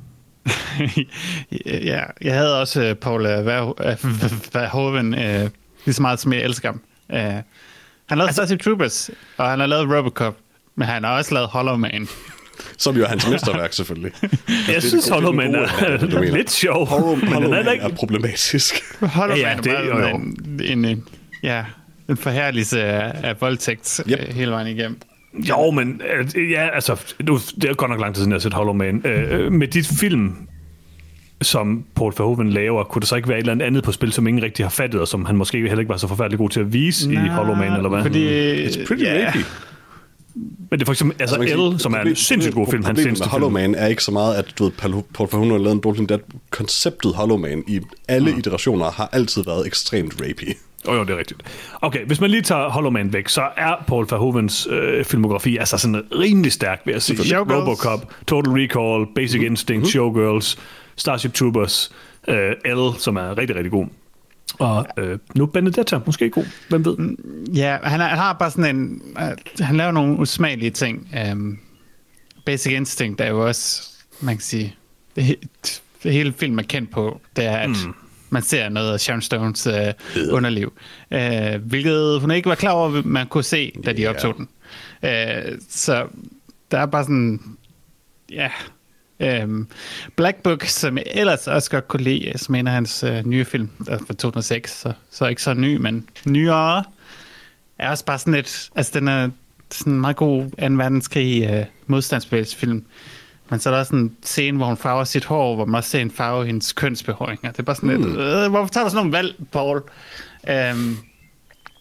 Ja, jeg havde også uh, Paul uh, Verhoeven uh, lige så meget, som jeg elsker ham. Uh, Han har lavet Starship Troopers, og han har lavet Robocop, men han har også lavet Hollow Man. Som jo er hans mesterværk, selvfølgelig. Jeg det, synes, det, Hollow Man er, er lidt sjov. Hollow, men Hollow Man er, ikke... er problematisk. Hollow ja, ja, Man er bare en, en, en, ja, en forhærdelse af, af voldtægt yep. hele vejen igennem. Jo, men ja, altså, nu, det er godt nok lang tid siden, jeg har set Hollow Man. Øh, med dit film, som Paul Verhoeven laver, kunne der så ikke være et eller andet på spil, som ingen rigtig har fattet, og som han måske heller ikke var så forfærdelig god til at vise Nå, i Hollow Man, eller hvad? Fordi... It's pretty yeah. rapey. Men det er for eksempel, altså, altså L, som er en sindssygt god film, hans sindssygt film. Hollow Man er ikke så meget, at du ved, Paul Verhoeven har lavet en dårlig film, det konceptet Hollow Man i alle mm. iterationer har altid været ekstremt rapey. Åh oh, jo, det er rigtigt. Okay, hvis man lige tager Hollow Man væk, så er Paul Verhoevens øh, filmografi altså sådan rimelig stærk, vil jeg sige. Robocop, Total Recall, Basic Instinct, mm-hmm. Showgirls, Starship Troopers, øh, L, som er rigtig, rigtig god. Og øh, nu Benedetta, måske god. Hvem ved? Ja, han, er, han har bare sådan en... Uh, han laver nogle usmagelige ting. Um, Basic Instinct er jo også, man kan sige... Det, det hele film er kendt på, det er, at mm. man ser noget af Sharon Stones uh, yeah. underliv. Uh, hvilket hun ikke var klar over, man kunne se, da de yeah. optog den. Uh, så der er bare sådan... Ja... Um, Black Book, som jeg ellers også godt kunne lide, som en af hans uh, nye film, der er fra to tusind og seks, så, så ikke så ny, men nyere, er også bare sådan et, altså den er sådan en meget god anden verdenskrig uh, modstandsbevægelsesfilm, men så er der også en scene, hvor hun farver sit hår, hvor man også ser en farve hendes kønsbehåring, det er bare sådan mm. lidt, øh, hvorfor tager du sådan nogle valg, Paul? Um,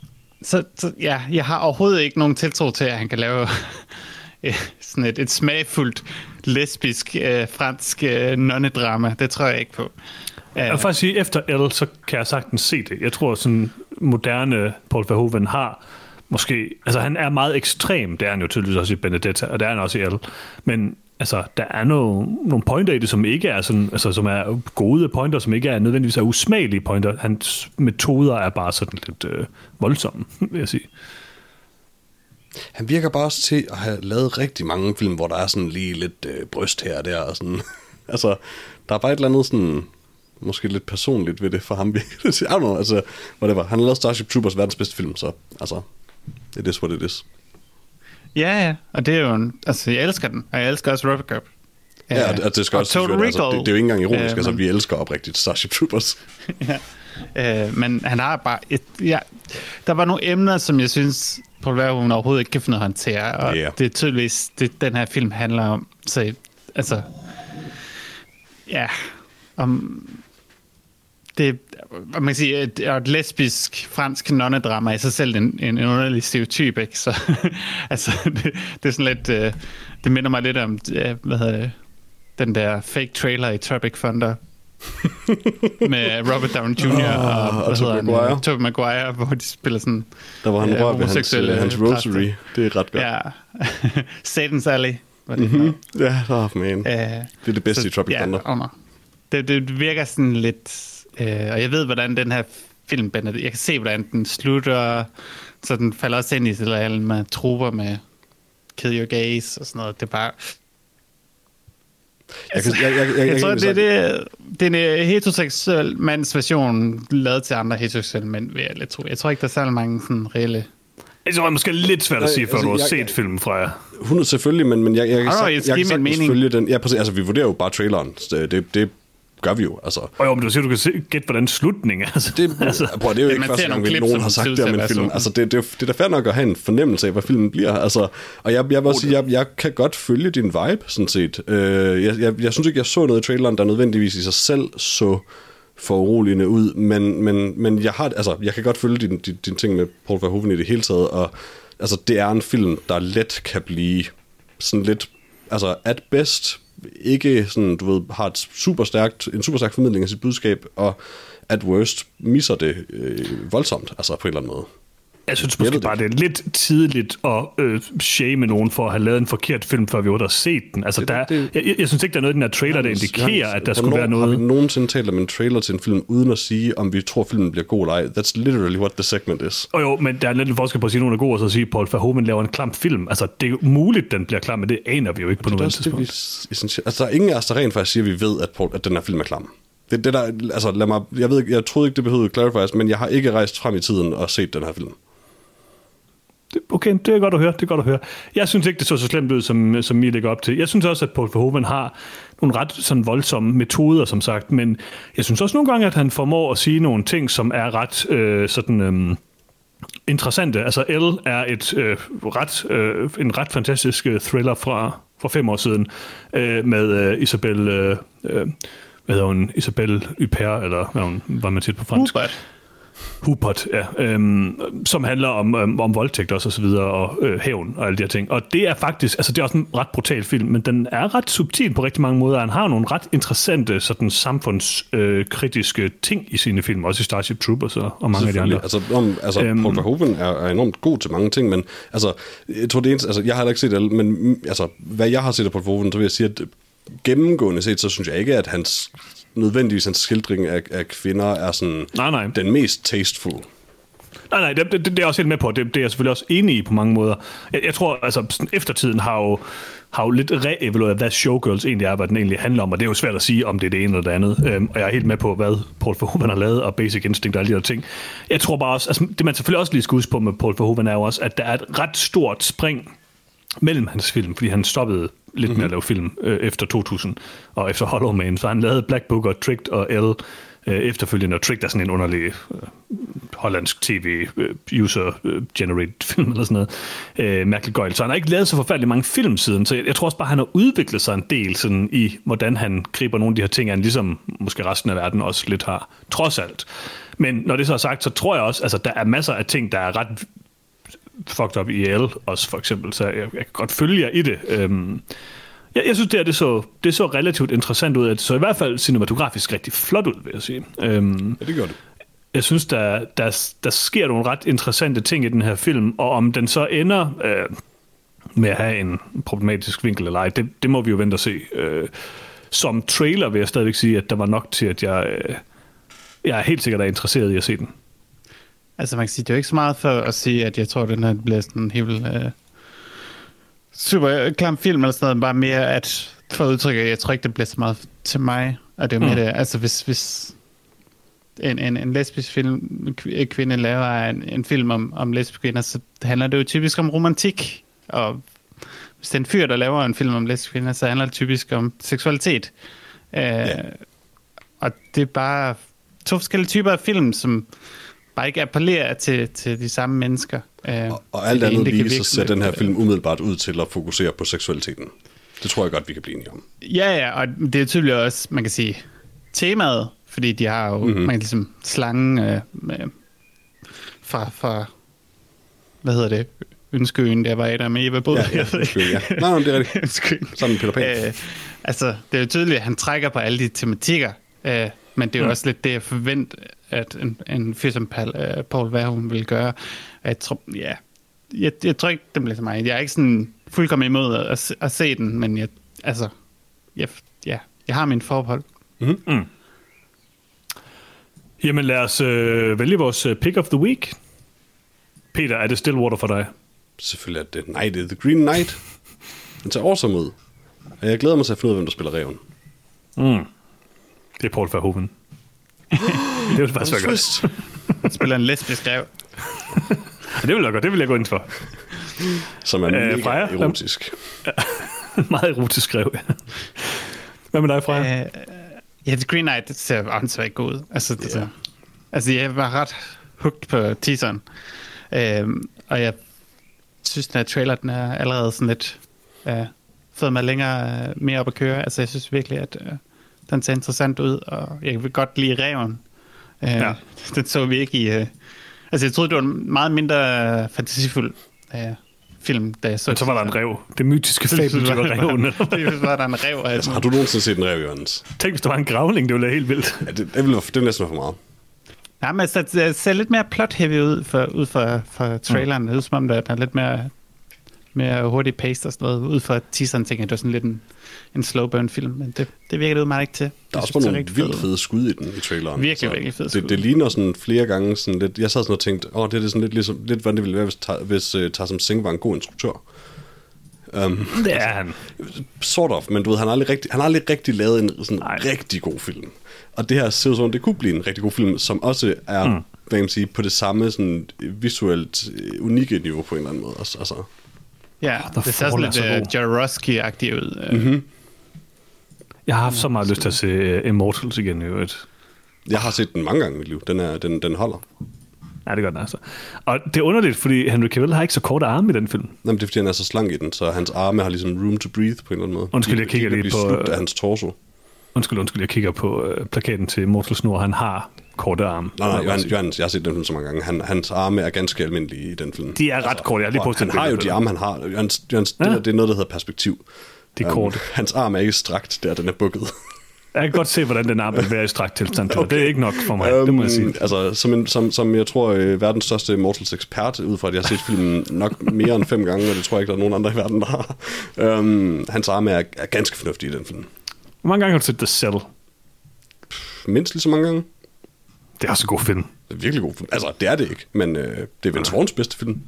så, så ja, jeg har overhovedet ikke nogen tiltro til, at han kan lave sådan et, et smagfuldt, lesbisk, øh, fransk øh, nonnedrama. Det tror jeg ikke på. Jeg vil faktisk sige, efter L, så kan jeg sagtens se det. Jeg tror, sådan moderne Paul Verhoeven har måske... Altså, han er meget ekstrem. Det er han jo tydeligvis også i Benedetta, og det er han også i L. Men altså, der er nogle, nogle pointer i det, som ikke er sådan... Altså, som er gode pointer, som ikke er nødvendigvis er usmagelige pointer. Hans metoder er bare sådan lidt øh, voldsomme, vil jeg sige. Han virker bare også til at have lavet rigtig mange film, hvor der er sådan lige lidt øh, bryst her og der. Og sådan. Altså, der er bare et eller andet sådan... Måske lidt personligt ved det for ham. I don't know, altså, whatever. Han har lavet Starship Troopers, verdens bedste film, så altså, it is what it is. Ja, ja, og det er jo en, altså, jeg elsker den, og jeg elsker også RoboCop. Ja, og det, skal også, Total altså, det, det er jo ikke engang ironisk, uh, altså, men, vi elsker oprigtigt Starship Troopers. ja, uh, men han har bare, et, ja, der var nogle emner, som jeg synes, Paul Verhoeven overhovedet ikke kan finde at håndtere, og yeah. det er tydeligvis, det den her film handler om, så altså, ja, om... Det, man kan sige, et, et lesbisk fransk nonnedrama er i sig selv en, en underlig stereotyp, ikke? Så altså, det, det er sådan lidt, uh, det minder mig lidt om, uh, hvad hedder det, den der fake trailer i Tropic Thunder med Robert Downey junior Oh, og, og Tobey Maguire. Tobey Maguire, hvor de spiller sådan... Der var han uh, rør ved hans, uh, hans rosary. Det er ret godt. Ja. Satan's Alley. Var det mm-hmm. Ja, oh, man. Uh, det er det bedste så, i Tropic ja, Thunder. Oh, no. det, det virker sådan lidt... Uh, og jeg ved, hvordan den her film... Jeg kan se, hvordan den slutter, så den falder også ind i sådan med trupper med Kill Your Gaze og sådan noget. Det er bare... Jeg, kan, jeg, jeg, jeg, jeg tror, det, det, det er en heteroseksuel mands version lavet til andre heteroseksuelle mænd, vil jeg lidt tro. Jeg tror ikke, der er særlig mange sådan reelle... Jeg tror, det er måske lidt svært at sige, før altså, du har jeg, set jeg, filmen fra jer. hundrede selvfølgelig, men, men jeg, jeg, jeg, jeg, jeg, jeg kan sagtens følge den. Ja, præcis, altså, vi vurderer jo bare traileren. Det, det gør vi jo, altså. Og jo, men du siger, du kan se, gætte, hvordan slutningen er. Altså. Det, altså, bror, det er jo ikke første gang, at nogen har sagt det om en film. Altså, det, det, det er da fair nok at have en fornemmelse af, hvad filmen bliver. Altså, og jeg, jeg vil også sige, jeg, jeg kan godt følge din vibe, sådan set. Uh, jeg, jeg, jeg synes ikke, jeg så noget i traileren, der nødvendigvis i sig selv så foruroligende ud, men, men, men jeg, har, altså, jeg kan godt følge din, din, din ting med Paul Verhoeven i det hele taget, og altså, det er en film, der let kan blive sådan lidt, altså at best ikke sådan, du ved, har et super stærkt, en super stærk formidling af sit budskab, og at worst misser det øh, voldsomt, altså på en eller anden måde. Jeg synes måske jeg bare, det er lidt tidligt at øh, shame nogen for at have lavet en forkert film, før vi har set den. Altså, det, der, det, jeg, jeg synes ikke, der er noget i den her trailer, der indikerer, at der skulle være noget... Har vi nogensinde talt om en trailer til en film, uden at sige, om vi tror, filmen bliver god eller ej? That's literally what the segment is. Og jo, men der er lidt forskel på at sige, at nogen er god, og så at sige, at Paul Verhoeven laver en klam film. Altså, det er jo muligt, den bliver klam, men det aner vi jo ikke på noget tidspunkt. Vi, altså, der er ingen af os, der rent faktisk siger, at vi ved, at, Paul, at den her film er klam. Det, det der, altså, lad mig, jeg, ved, jeg troede ikke, det behøvede clarifies, men jeg har ikke rejst frem i tiden og set den her film. Okay, det er godt at høre, det er godt at høre. Jeg synes ikke, det så så slemt ud, som, som I lægger op til. Jeg synes også, at Paul Verhoeven har nogle ret sådan voldsomme metoder, som sagt, men jeg synes også nogle gange, at han formår at sige nogle ting, som er ret øh, sådan... Øh, interessante. Altså, L er et øh, ret, øh, en ret fantastisk thriller fra, fra fem år siden, øh, med øh, Isabelle... Øh, øh, hvad hedder hun? Isabelle Huppert, eller hvad hun var man tit på fransk? Huppert. Huppert, ja. Øhm, som handler om, øhm, om voldtægt og så videre, og øh, hævn og alle de her ting. Og det er faktisk, altså det er også en ret brutal film, men den er ret subtil på rigtig mange måder. Han har nogle ret interessante sådan samfundskritiske øh, ting i sine film, også i Starship Troopers og, og mange af de andre. Altså, om, altså øhm, Paul Verhoeven er, er enormt god til mange ting, men altså, jeg tror det eneste, altså jeg har heller ikke set det, men altså, hvad jeg har set af Paul Verhoeven, så vil jeg sige, at gennemgående set, så synes jeg ikke, at hans nødvendigvis hans skildring af, af kvinder er sådan nej, nej. den mest tasteful. Nej, nej, det, det, det er jeg også helt med på. Det, det er jeg selvfølgelig også enig i på mange måder. Jeg, jeg tror, altså, eftertiden har jo, har jo lidt re-evalueret, hvad Showgirls egentlig er, hvad den egentlig handler om, og det er jo svært at sige, om det er det ene eller det andet. Øhm, og jeg er helt med på, hvad Paul Verhoeven har lavet, og Basic Instinct og alle de her ting. Jeg tror bare også, altså, det man selvfølgelig også lige skal huske på med Paul Verhoeven er jo også, at der er et ret stort spring mellem hans film, fordi han stoppede lidt mm-hmm. med at lave film øh, efter to tusind og efter Hollow Man, så han lavede Black Book og Tricked og L øh, efterfølgende, og Tricked er sådan en underlig øh, hollandsk tv-user-generated øh, film eller sådan noget, øh, mærkeligt gøjl. Så han har ikke lavet så forfærdeligt mange film siden, så jeg, jeg tror også bare, han har udviklet sig en del sådan, i, hvordan han griber nogle af de her ting, han ligesom måske resten af verden også lidt har, trods alt. Men når det så er sagt, så tror jeg også, altså der er masser af ting, der er ret fucked up ihjel også, for eksempel, så jeg, jeg kan godt følge jer i det. Øhm, jeg, jeg synes, det, her, det, så, det så relativt interessant ud, at det så i hvert fald cinematografisk rigtig flot ud, vil jeg sige. Øhm, ja, det gør det. Jeg synes, der, der, der sker nogle ret interessante ting i den her film, og om den så ender øh, med at have en problematisk vinkel eller ej, det, det må vi jo vente og se. Øh, som trailer vil jeg stadigvæk sige, at der var nok til, at jeg, øh, jeg er helt sikkert er interesseret i at se den. Altså man kan sige, det er jo ikke så meget for at sige, at jeg tror, at den her bliver sådan en helt øh, super klam film eller sådan noget, bare mere at for at udtrykke, at jeg tror ikke, det bliver så meget til mig, og det er jo mm. med det, altså hvis, hvis en, en, en lesbisk film, kvinde laver en, en film om, om lesbiske kvinder, så handler det jo typisk om romantik, og hvis det er en fyr, der laver en film om lesbiske kvinder, så handler det typisk om seksualitet. Øh, ja. Og det er bare to forskellige typer af film, som bare ikke appellerer til, til de samme mennesker. Øh, og, og alt andet lige, så ser den her film umiddelbart ud til at fokusere på seksualiteten. Det tror jeg godt, vi kan blive enige om. Ja, ja, og det er tydeligt også, man kan sige, temaet, fordi de har jo, mm-hmm. man kan ligesom slangen øh, med, fra, fra, hvad hedder det, Ønskeøen, der var et af med Eva Bod. Ja, ja, Ønskeøen, ja. Nej, nej, det er rigtigt. Sammen Peter Pan. Øh, altså, det er jo tydeligt, at han trækker på alle de tematikker, øh, men det er jo mm. også lidt det, jeg forventer, at en, en fyr som Paul, uh, Paul Verhoeven vil gøre. Jeg tror, ja, jeg, jeg tror ikke, det bliver så meget. Jeg er ikke sådan fuldkommen imod at, at se den, men jeg, altså, jeg, ja, jeg har min forbehold. Mm-hmm. Mm. Jamen lad os øh, vælge vores pick of the week. Peter, er det Stillwater for dig? Selvfølgelig er det Night, The Green Knight. Den tager awesome ud. Og jeg glæder mig til at finde ud af, hvem der spiller ræven. Mm. Det er Paul Verhoeven. Det er jo bare så godt. Han spiller en lesbisk ræv. Det vil jeg godt, det vil jeg gå ind for. Som er mega Freja, erotisk. Meget erotisk ræv, ja. Hvad med dig, Freja? Uh, ja, The Green Knight, det ser åndssvagt godt ud. Altså, det, yeah. altså, jeg var ret hooked på teaseren. Uh, og jeg synes, den her trailer, den er allerede sådan lidt uh, fået mig længere uh, mere op at køre. Altså, jeg synes virkelig, at uh, den ser interessant ud, og jeg vil godt lide ræven. Uh, ja. Den så vi ikke i... Uh, altså, jeg troede, det var en meget mindre fantasifuld uh, film, da jeg så... Men så var der en rev. Det mytiske fabel, det var reven. Det var der en rev. Altså, har du nogensinde set en rev, Jørgens? Tænk, hvis der var en gravling, det ville være helt vildt. Ja, det, det ville det næsten for meget. Ja, men altså, det ser lidt mere plot-heavy ud for, ud fra, fra traileren. Mm. Det er som om, der er lidt mere, mere hurtig pace og sådan noget. Ud fra teaseren tænker jeg, det var sådan lidt en, en slow burn film, men det, det virker det ud meget ikke til. Der er også bare nogle vildt fede skud i den i traileren. Virkelig, virkelig fede skud. Det, det ligner sådan flere gange sådan lidt... Jeg sad sådan og tænkte, åh, det er sådan lidt, ligesom, lidt hvordan det ville være, hvis, hvis uh, Tarsem Singh var en god instruktør. Um, det er han. Sort of, men du ved, han har aldrig rigtig, han har aldrig rigtig lavet en sådan rigtig god film. Og det her ser ud som, det kunne blive en rigtig god film, som også er, mm. hvad kan man sige, på det samme sådan visuelt unikke niveau på en eller anden måde. Altså. Ja, oh, det ser sådan lidt uh, Jodorowsky-agtigt ud. Mm-hmm. Jeg har haft så meget lyst til at se uh, Immortals igen i øvrigt. Jeg har set den mange gange i mit liv. Den, er, den, den holder. Ja, det gør den altså. Og det er underligt, fordi Henry Cavill har ikke så korte arme i den film. Nej, men det er, fordi han er så slank i den, så hans arme har ligesom room to breathe på en eller anden måde. Undskyld, jeg kigger de, de lige på... slugt af hans torso. Undskyld, undskyld, jeg kigger på uh, plakaten til Immortals nu, og han har korte arme. Nej, nej, Johannes, Johannes, jeg har set den film så mange gange. Han, hans arme er ganske almindelige i den film. De er ret altså, korte, jeg har lige postet. Han har jo de arme, han har. Johannes, Johannes, ja. det, det er noget, der hedder perspektiv. De er korte. Um, hans arm er ikke strakt, der den er bukket. Jeg kan godt se, hvordan den arm vil være i strakt tilstand. Okay. Det er ikke nok for mig, um, det må jeg sige. Altså, som, en, som, som jeg tror, øh, verdens største Immortals ekspert, ud fra at jeg har set filmen nok mere end fem gange, og det tror jeg ikke, der er nogen andre i verden, der har. Um, hans arme er, er ganske fornuftig i den film. Hvor mange gange har du set The Cell? Mindst lige så mange gange. Det er også en god film. Det er virkelig god film. Altså, det er det ikke, men øh, det er Vince Vaughn's bedste film.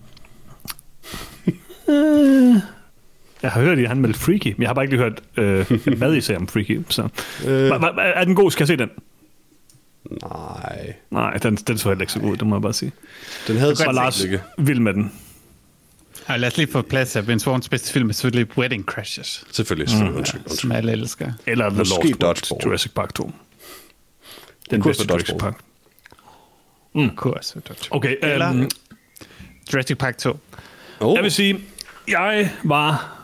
Jeg har hørt, at han meldte Freaky, men jeg har bare ikke lige hørt, øh, hvad I siger om Freaky. Så. Øh. Er den god? Skal jeg se den? Nej. Nej, den, den så heller ikke så god, det må jeg bare sige. Den havde så Lars vild med den. Ja, lad os lige få plads af Vince Vaughn's bedste film, er selvfølgelig Wedding Crashers. Selvfølgelig, selvfølgelig. Mm. Undskyld, undskyld. Som alle elsker. Eller The Lost World, Jurassic Park to. Den bedste Jurassic Park. Mm. Kurs Dodgeball. Okay, eller um, Jurassic Park to. Oh. Jeg vil sige, jeg var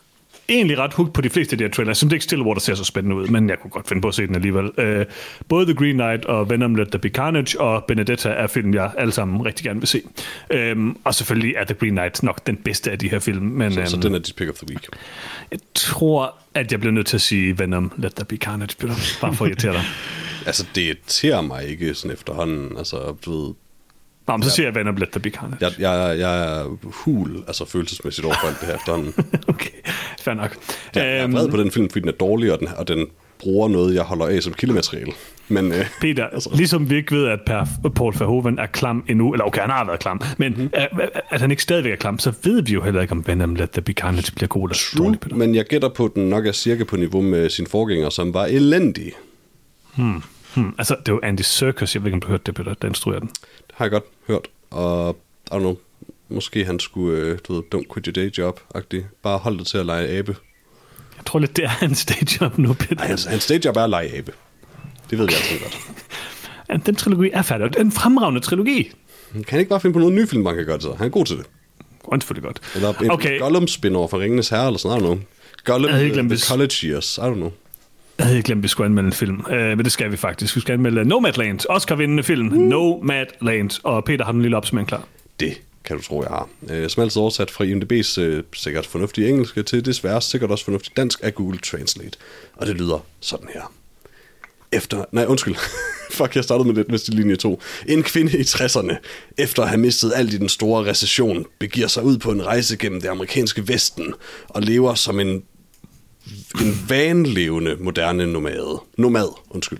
egentlig ret hooked på de fleste af de her trailers. Jeg synes ikke Stillwater ser så spændende ud, men jeg kunne godt finde på at se den alligevel. Uh, både The Green Knight og Venom Let There Be Carnage og Benedetta er film, jeg alle sammen rigtig gerne vil se. Um, og selvfølgelig er The Green Knight nok den bedste af de her film. Men, så, um, så den er dit pick of the week? Jeg tror, at jeg bliver nødt til at sige Venom Let There Be Carnage, Peter. Bare for at irritere dig. Altså, det irriterer mig ikke sådan efterhånden. Altså, du ved... Nå, men så siger jeg Venom Let There Be Carnage. Jeg, jeg, jeg er hul, altså følelsesmæssigt overfor alt det her efterhånden. Okay, fair nok. Jeg, jeg er vred på den film, fordi den er dårlig, og den, og den bruger noget, jeg holder af som kildemateriale. Men, øh, Peter, altså. Ligesom vi ikke ved, at per, Paul Verhoeven er klam endnu, eller okay, han har været klam, men mm-hmm. at, at han ikke stadigvæk er klam, så ved vi jo heller ikke, om Venom Let There Be Carnage bliver god eller dårlig, Peter. Men jeg gætter på, at den nok er cirka på niveau med sin forgænger, som var elendig. Hmm. Hmm. Altså, det var Andy Serkis, jeg ved ikke, om du hørte det, Peter, der instruerer den. Det har jeg godt hørt, og I don't know, måske han skulle, du ved, don't quit your day job-agtigt. Bare holde det til at lege abe. Jeg tror lidt, det er hans dayjob nu, Peter. Ej, hans, hans dayjob er at lege abe. Det ved vi altid godt. Ja, den trilogi er færdig. Det er en fremragende trilogi. Kan han ikke bare finde på nogle nye film, man kan gøre det så? Han er god til det. Det er selvfølgelig godt. Eller en okay. Gollum-spin-over for Ringenes Herre, eller sådan noget. Gollum, the, the hvis... College Years, I don't know. Jeg havde glemt, at vi skulle anmelde en film, uh, men det skal vi faktisk. Vi skal anmelde Nomadland, Oscar-vindende film, uh. Nomadland, og Peter har den lille opsummering klar. Det kan du tro, jeg har. Uh, som altid oversat fra I M D B's uh, sikkert fornuftige engelske til desværre sikkert også fornuftigt dansk af Google Translate. Og det lyder sådan her. Efter... Nej, undskyld. Fuck, jeg startede med det næste linje to. En kvinde i tresserne, efter at have mistet alt i den store recession, begiver sig ud på en rejse gennem det amerikanske vesten og lever som en en vanlevende moderne nomade. Nomad, undskyld.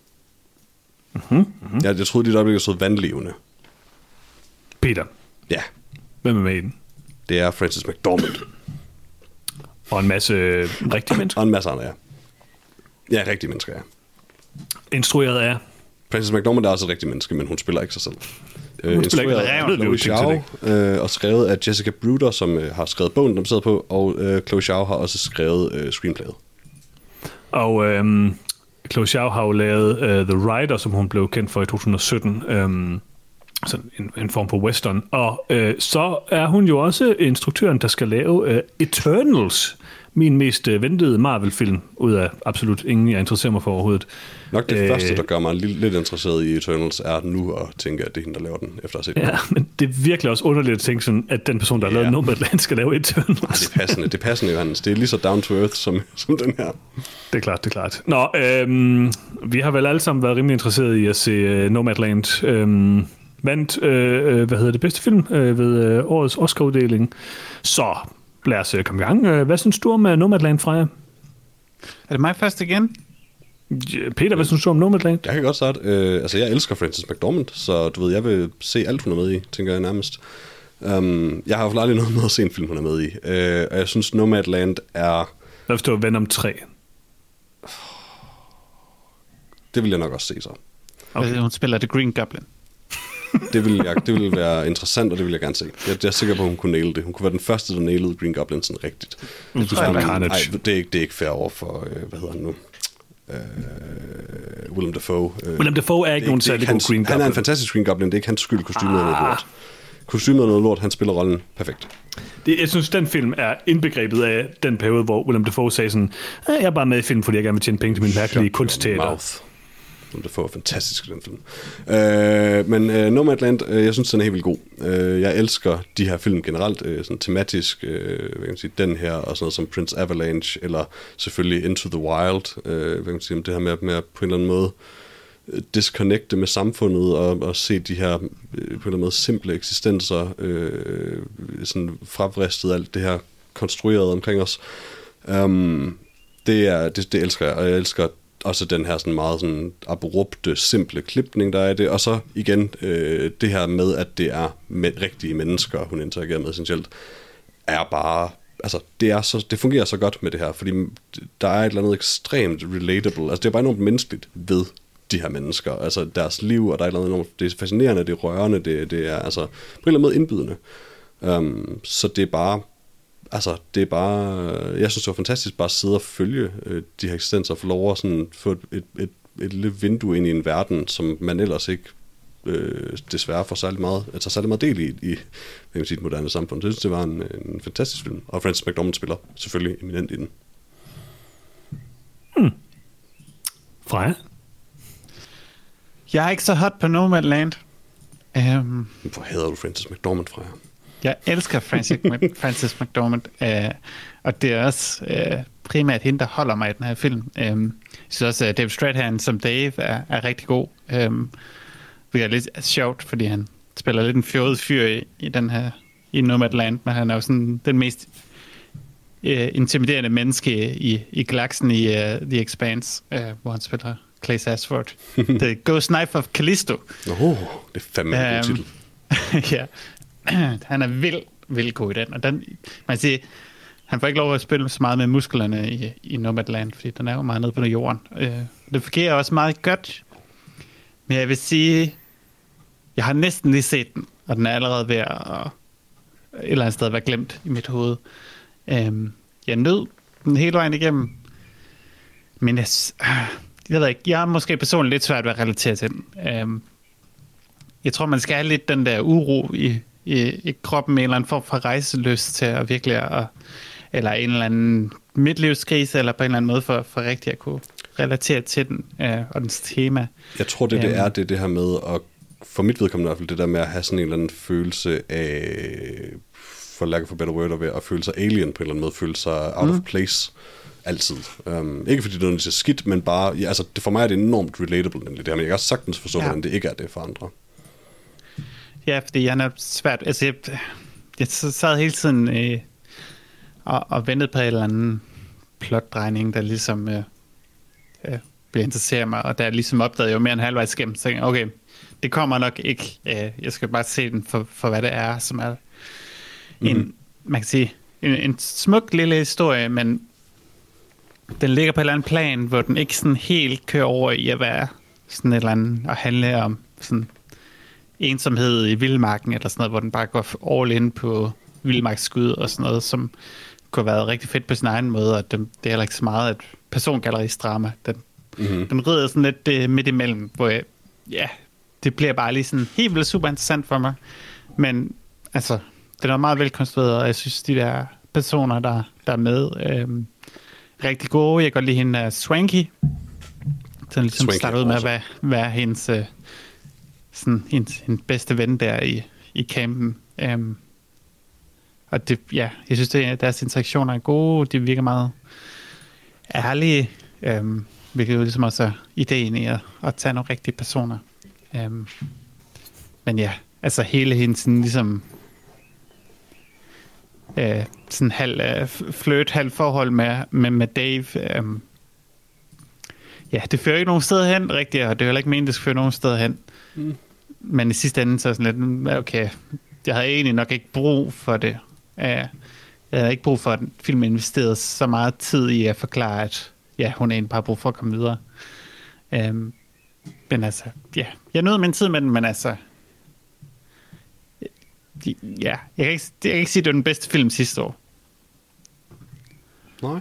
Mm-hmm, mm-hmm. Jeg, jeg troede lige, der blev så vandlevende. Peter. Ja. Hvem er med i den? Det er Frances McDormand. Og en masse rigtige mennesker. Og en masse andre, ja. Ja, rigtige mennesker, ja. Instrueret af? Frances McDormand er også et rigtigt menneske, men hun spiller ikke sig selv. Hun uh, spiller ikke af Chloe Zhao, uh, og skrevet af Jessica Bruder, som uh, har skrevet bogen, der sidder på, og uh, Chloe Zhao har også skrevet uh, screenplayet. Og um, Chloe Zhao har jo lavet uh, The Rider, som hun blev kendt for i to tusind og sytten, um, sådan en, en form for western. Og uh, så er hun jo også instruktøren, der skal lave uh, Eternals, min mest uh, ventede Marvel-film, ud af absolut ingen, jeg interesserer mig for overhovedet. Nok det Æh, første, der gør mig lidt, lidt interesseret i Eternals, er nu at tænke, at det er hende, der laver den, efter at have set ja, den. Men det er virkelig også underligt at tænke sådan, at den person, der har ja. lavet Nomadland, skal lave Eternals. Nej, det er passende, det er passende, Johannes. Det er lige så down to earth, som, som den her. Det er klart, det er klart. Nå, øhm, vi har vel alle sammen været rimelig interesserede i at se uh, Nomadland. Øhm, vandt, øh, hvad hedder det, bedste film øh, ved øh, årets Oscar-uddeling. Så lad os komme i gang. Hvad synes du om uh, Nomadland, Freja? Er det mig først igen? Peter, hvad synes du om Nomadland? Jeg kan godt starte. Øh, altså, jeg elsker Frances McDormand, så du ved, jeg vil se alt, hun er med i, tænker jeg nærmest. Um, jeg har jo aldrig noget med at se en film, hun er med i. Uh, og jeg synes, Nomadland er... Hvad hvis det var Venom tre? Det vil jeg nok også se så. Okay. Hun spiller The Green Goblin. det, vil jeg, det vil være interessant, og det vil jeg gerne se. Jeg, jeg er sikker på, at hun kunne naile det. Hun kunne være den første, der nailede Green Goblin sådan rigtigt. Mm, det, jeg, nej, det, er ikke, det er ikke fair over for, øh, hvad hedder han nu? Uh, Willem Dafoe. Uh, Willem Dafoe er ikke nogen særlig god Green Goblin. Han er en fantastisk Green Goblin. Det er ikke hans skyld, kostymet ah. er noget lort. Kostymet er noget lort, han spiller rollen perfekt. Det, jeg synes, den film er indbegrebet af den periode, hvor Willem Dafoe sagde sådan, jeg er bare med i film, fordi jeg gerne vil tjene penge til min mærkelige kunstteater. Willem Dafoe er fantastisk i den film. Uh, men uh, Nomadland, uh, jeg synes, den er helt vildt god. Uh, jeg elsker de her film generelt, uh, sådan tematisk, uh, hvad kan man sige, den her, og sådan noget som Prince Avalanche, eller selvfølgelig Into the Wild, uh, hvad kan man sige, det her med, med på en eller anden måde disconnecte med samfundet, og, og se de her, uh, på en eller anden måde, simple eksistenser, uh, sådan frabristet alt det her konstrueret omkring os. Um, det, er, det, det elsker jeg, og jeg elsker også den her sådan meget sådan abrupte, simple klipning, der er det. Og så igen, øh, det her med, at det er med rigtige mennesker, hun interagerer med essentielt, er bare, altså det, er så, det fungerer så godt med det her, fordi der er et eller andet ekstremt relatable, altså det er bare enormt menneskeligt ved de her mennesker, altså deres liv, og der er et eller andet enormt, det er fascinerende, det er rørende, det, det er altså på en eller anden måde indbydende. Um, så det er bare, altså, det er bare... Jeg synes, det var fantastisk bare at sidde og følge øh, de her eksistenser og få lov at sådan, få et, et, et, et lille vindue ind i en verden, som man ellers ikke øh, desværre får særlig meget, altså særlig meget del i, i hvad sige, et moderne samfund. Så jeg synes, det var en, en fantastisk film. Og Frances McDormand spiller selvfølgelig eminent i den. Hmm. Freja? Jeg er ikke så hot på Nomadland. Um, Hvor hader du Frances McDormand, Freja? Jeg elsker Frances, Frances McDormand, uh, og det er også uh, primært hende, der holder mig i den her film. Um, jeg synes også, at David Strathairn som Dave er, er rigtig god. Um, det er lidt sjovt, fordi han spiller lidt en fjollet fyr i, i den her i Nomadland, men han er jo sådan den mest uh, intimiderende menneske i, i galaksen i uh, The Expanse, uh, hvor han spiller Clay Sassford. The Ghost Knife of Callisto. Åh, oh, det er fandme en god titel. Ja, han er vild, vild god i den. Og den, man siger, han får ikke lov at spille så meget med musklerne i, i Nomadland, fordi den er jo meget nede på jorden. Øh, det fungerer også meget godt. Men jeg vil sige, jeg har næsten lige set den, og den er allerede ved at et eller andet sted være glemt i mit hoved. Øh, jeg nød den hele vejen igennem. Men jeg, jeg ved ikke, jeg er måske personligt lidt svært ved at relatere til den. Øh, Jeg tror, man skal have lidt den der uro i, i, i kroppen med en eller anden form for rejselyst til at virkelig, at, eller en eller anden midtlivskrise, eller på en eller anden måde for, for rigtig at kunne relatere til den øh, og dens tema. Jeg tror, det, det er det, det her med, at, for mit vedkommende i hvert fald, det der med at have sådan en eller anden følelse af, for lack of better word, at føle sig alien på en eller anden måde, føle sig out mm. of place. Altid. Um, ikke fordi det er noget, der er skidt, men bare, ja, altså, det, for mig er det enormt relatable, nemlig det her, men jeg kan også sagtens forstå, ja. hvordan det ikke er det for andre. Ja, fordi han er svært, altså jeg, jeg sad hele tiden øh, og, og ventede på en eller anden plotdrejning, der ligesom øh, øh, blev interesseret mig, og der ligesom opdagede jo mere end halvvejs igennem, så tænkte jeg, okay, det kommer nok ikke, øh, jeg skal bare se den for, for hvad det er, som er en, mm-hmm. man kan sige, en, en smuk lille historie, men den ligger på et eller andet plan, hvor den ikke sådan helt kører over i at være sådan et eller andet, og handle om sådan ensomhed i vildmarken, eller sådan noget, hvor den bare går all in på vildmarksskud og sådan noget, som kunne have været rigtig fedt på sin egen måde, og det, det er heller ikke så meget et persongalleristrama. Den, mm-hmm. den rider sådan lidt uh, midt imellem, hvor jeg, ja, det bliver bare lige sådan helt vildt super interessant for mig, men altså, den er meget velkonstrueret, og jeg synes, de der personer, der, der er med, øhm, rigtig gode. Jeg kan godt lide hende uh, Swanky, så ligesom Swanky starter ud med at være, være hendes uh, sådan hendes, hendes bedste ven der i, i campen. Um, og det, ja, jeg synes, at deres interaktioner er gode. De virker meget ærlige, um, hvilket jo ligesom også er ideen i at, at tage nogle rigtige personer. Um, men ja, altså hele hendes sådan, ligesom uh, sådan halv uh, fløt, halv forhold med, med, med Dave. Um, ja, det fører ikke nogen steder hen rigtigt, og det er heller ikke meningen, det skal føre nogen steder hen. Mm. Men i sidste ende så er sådan lidt, okay, jeg havde egentlig nok ikke brug for det. Jeg havde ikke brug for, at filmen investerede så meget tid i at forklare, at ja, hun er egentlig bare brug for at komme videre. Um, men altså, ja, jeg nød min tid med den, men altså, ja, jeg kan ikke, jeg kan ikke sige, at det var den bedste film sidste år. Nej.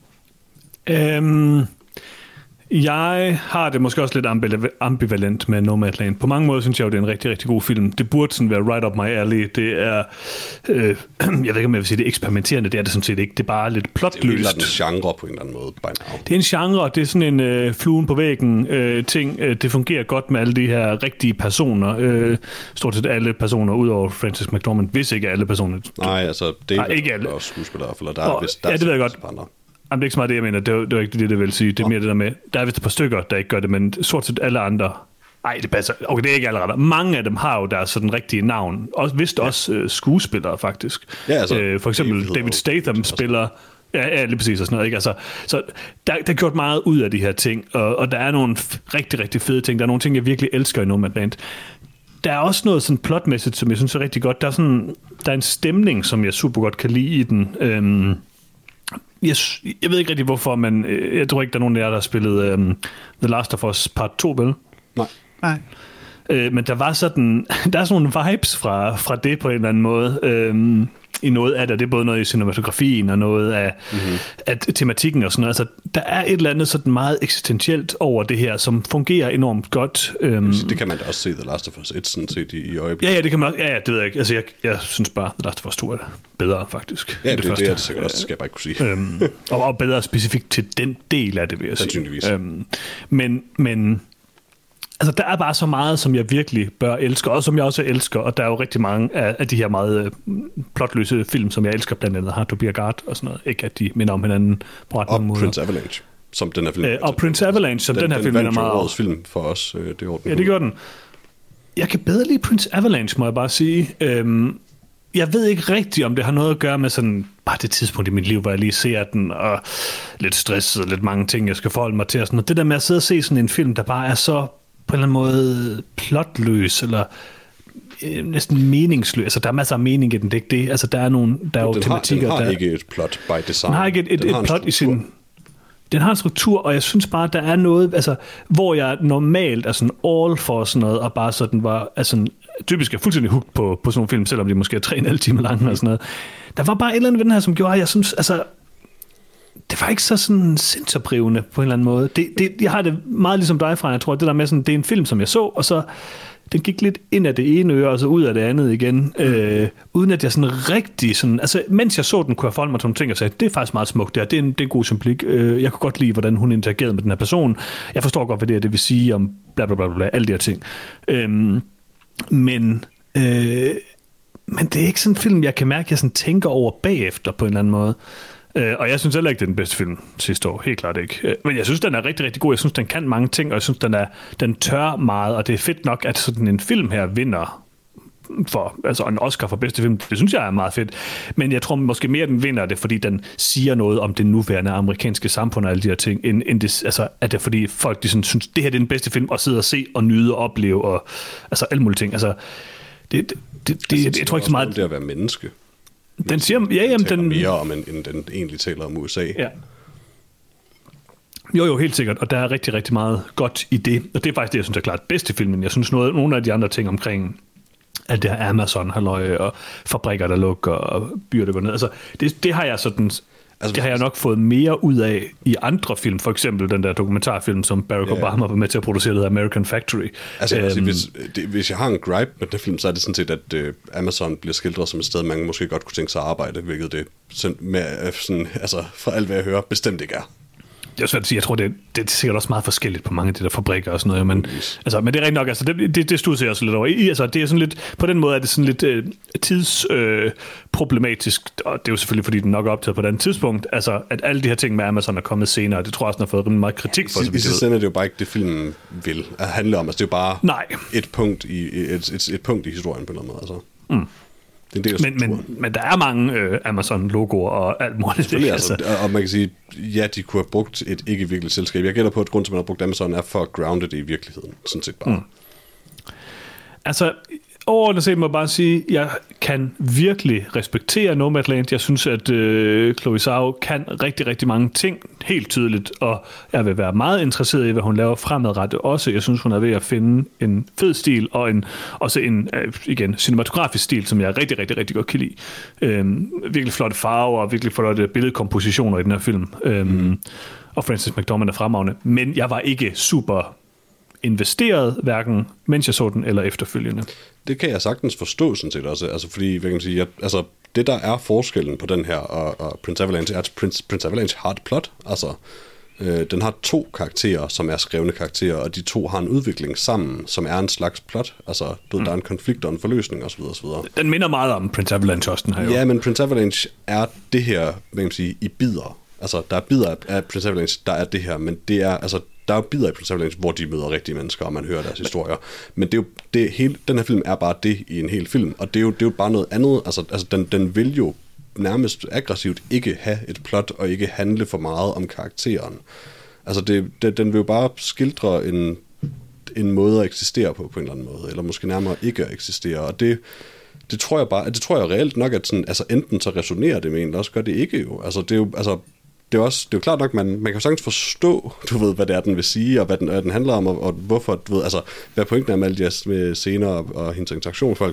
Øhm, jeg har det måske også lidt ambivalent med Nomadland. På mange måder synes jeg jo, det er en rigtig, rigtig god film. Det burde sådan være right up my alley. Det er, øh, jeg ved ikke, om jeg vil sige, det er eksperimenterende. Det er det sådan set ikke. Det er bare lidt plotløst. Det er jo en genre på en eller anden måde. By now. Det er en genre, det er sådan en øh, fluen på væggen øh, ting. Øh, det fungerer godt med alle de her rigtige personer. Øh, stort set alle personer, udover Frances McDormand. Hvis ikke alle personer. Nej, altså det er ikke alle. Også skuespillere, for der er og, vist, der ja, det ved jeg godt. Andre. Jamen, det er ikke så meget det, jeg mener. Det var, det var ikke det, det vil sige. Det er mere det der med, der er vist et par stykker, der ikke gør det, men stort set alle andre. Ej, det passer. Okay, det er ikke alle andre. Mange af dem har jo deres sådan rigtige navn. Og vist ja. også uh, skuespillere, faktisk. Ja, altså, øh, for eksempel David Statham spiller... Ja, ja, lige præcis og sådan noget, ikke? Altså, så der, der er gjort meget ud af de her ting, og, og der er nogle f- rigtig, rigtig fede ting. Der er nogle ting, jeg virkelig elsker i Nomadland. Der er også noget sådan plotmæssigt, som jeg synes er rigtig godt. Der er, sådan, der er en stemning, som jeg super godt kan lide i den. Øhm, Jeg, jeg ved ikke rigtig hvorfor, men jeg tror ikke, der er nogen af jer, der har spillet um, The Last of Us part to, vel? Nej. Nej. Øh, men der var sådan, der er sådan nogle vibes fra, fra det på en eller anden måde. Øhm, i noget af det. Det er både noget i cinematografien og noget af, mm-hmm. af tematikken og sådan noget. Altså, der er et eller andet sådan meget eksistentielt over det her, som fungerer enormt godt. Øhm, det kan man da også se The Last of Us et sådan set i, i øjeblikket. Ja, ja, det kan man også. Ja, ja, det ved jeg ikke. Altså, jeg, jeg synes bare, The Last of Us to er bedre, faktisk. Ja, det, det, det, første. det er det sikkert også, det skal jeg bare ikke kunne sige. øhm, og, og bedre specifikt til den del af det, vil jeg sige. Øhm, men, men altså, der er bare så meget, som jeg virkelig bør elske, og som jeg også elsker, og der er jo rigtig mange af, af de her meget øh, plotløse film, som jeg elsker, blandt andet Hard to Be a Guard og sådan noget. Ikke at de minder om hinanden på ret mange måder. Og Prince Avalanche, som den her film. Øh, og Prince Avalanche, som den, den her den film minder meget om. Den film for os, øh, det år. Ja, det gør den. Jeg kan bedre lide Prince Avalanche, må jeg bare sige. Øhm, jeg ved ikke rigtigt, om det har noget at gøre med sådan, bare det tidspunkt i mit liv, hvor jeg lige ser den, og lidt stresset, lidt mange ting, jeg skal forholde mig til. Og sådan. Og det der med at sidde og se sådan en film, der bare er så på en eller anden måde plotløs, eller øh, næsten meningsløs. Altså, der er masser af mening i den, det er ikke det. Altså, der er nogle, der er jo den tematikker, har, den har der... ikke et plot by design. Den har ikke et, et, et plot i sin... Den har en struktur, og jeg synes bare, der er noget, altså, hvor jeg normalt er sådan all for sådan noget, og bare sådan var, altså, typisk er fuldstændig hooked på, på sådan nogle film, selvom de måske er tre og en halv time lange og sådan noget. Der var bare et eller andet ved den her, som gjorde, at jeg synes, altså, det var ikke så sådan sindsoprivende på en eller anden måde. Det, det, jeg har det meget ligesom dig, fra, jeg tror, det der med sådan, det er en film, som jeg så, og så den gik lidt ind af det ene øre, og så ud af det andet igen, øh, uden at jeg sådan rigtig sådan, altså mens jeg så den, kunne jeg forholde mig til nogle ting og sagde, det er faktisk meget smukt der, det er en, det er en god symbolik, øh, jeg kunne godt lide, hvordan hun interagerede med den her person, jeg forstår godt, hvad det er, det vil sige om bla bla bla bla, alle de her ting. Øhm, men, øh, men det er ikke sådan en film, jeg kan mærke, jeg sådan tænker over bagefter på en eller anden måde. Uh, og jeg synes heller ikke, det er den bedste film sidste år. Helt klart ikke. Uh, men jeg synes, den er rigtig, rigtig god. Jeg synes, den kan mange ting, og jeg synes, den, er, den tør meget. Og det er fedt nok, at sådan en film her vinder for altså en Oscar for bedste film. Det synes jeg er meget fedt. Men jeg tror måske mere, den vinder det, fordi den siger noget om det nuværende amerikanske samfund og alle de her ting, end, end det, altså, at det er fordi folk de sådan, synes, det her det er den bedste film, og sidder og se og nyde og opleve, og altså alle mulige ting. Altså, det, det, det, det, altså, jeg tror ikke så meget... Det at være menneske. Den siger, ja, jamen, den mere om, end, end den egentlig taler om U S A. Ja. Jo, jo, helt sikkert, og der er rigtig, rigtig meget godt i det, og det er faktisk det, jeg synes er klart bedste filmen. Jeg synes, noget, nogle af de andre ting omkring alt det her Amazon-halløj og fabrikker, der lukker, og byer, der går ned, altså, det, det har jeg sådan... Altså, det har jeg nok fået mere ud af i andre film, for eksempel den der dokumentarfilm, som Barack ja, ja. Obama var med til at producere, der hedder American Factory. Altså, um, altså hvis, det, hvis jeg har en gripe med den film, så er det sådan set, at uh, Amazon bliver skildret som et sted, man måske godt kunne tænke sig at arbejde, hvilket det sådan, med, sådan, altså, fra alt hvad jeg hører, bestemt ikke er. Det er svært at sige. Jeg tror, det, det er sikkert også meget forskelligt på mange af de der fabrikker og sådan noget. Men, altså, men det er rigtig nok, altså, det, det, det studser jeg også lidt over. I, altså, det er sådan lidt, på den måde er det sådan lidt øh, tidsproblematisk, øh, og det er jo selvfølgelig, fordi den nok er optaget på den tidspunkt, altså, at alle de her ting med Amazon er kommet senere, det tror jeg også, den har fået rimelig meget kritik for. I sidste sende er det jo bare ikke det, filmen vil at handle om. Altså, det er jo bare Nej. et punkt i, et, et, et punkt i historien på en eller anden måde. Altså. Mm. Men, men, men der er mange øh, Amazon-logoer og alt muligt. Altså, altså. Og man kan sige, ja, de kunne have brugt et ikke-virkeligt selskab. Jeg gætter på, at grund til, at man har brugt Amazon, er for grounded i virkeligheden. Sådan set bare. Mm. Altså, overordnet set må jeg bare sige, at jeg kan virkelig respektere Nomadland. Jeg synes, at øh, Chloe Zhao kan rigtig, rigtig mange ting helt tydeligt, og jeg vil være meget interesseret i, hvad hun laver fremadrettet også. Jeg synes, hun er ved at finde en fed stil, og en, også en, øh, igen, cinematografisk stil, som jeg rigtig, rigtig, rigtig godt kan lide. Øh, virkelig flotte farver, og virkelig flotte billedkompositioner i den her film. Øh, mm. Og Frances McDormand er fremragende. Men jeg var ikke super investeret, hverken mens jeg så den, eller efterfølgende. Det kan jeg sagtens forstå, sådan set også. Altså, fordi, hvad kan man sige, jeg, altså, det der er forskellen på den her og, og Prince Avalanche, er, at Prince, Prince Avalanche har et plot. Altså, øh, den har to karakterer, som er skrevne karakterer, og de to har en udvikling sammen, som er en slags plot. Altså, du, mm. der er en konflikt og en forløsning, osv. osv. Den minder meget om Prince Avalanche også, den her jo. Ja, men Prince Avalanche er det her, hvad kan man sige, i bidder. Altså, der er bidder af Prince Avalanche, der er det her, men det er, altså, der er jo bidder i Prince Avalanche, hvor de møder rigtige mennesker, og man hører deres historier. Men det er jo, det hele, den her film er bare det i en hel film, og det er jo, det er jo bare noget andet. Altså, altså den, den vil jo nærmest aggressivt ikke have et plot, og ikke handle for meget om karakteren. Altså, det, det, den vil jo bare skildre en, en måde at eksistere på, på en eller anden måde, eller måske nærmere ikke at eksistere, og det... Det tror jeg bare, det tror jeg reelt nok, at sådan, altså enten så resonerer det med en, eller også gør det ikke jo. Altså det er jo, altså, det er også, det er jo klart nok, man, man kan jo sagtens forstå, du ved, hvad det er, den vil sige, og hvad den, hvad den handler om, og, og hvorfor, du ved, altså, hvad pointen er med alle de her scener og, og hendes interaktion med folk.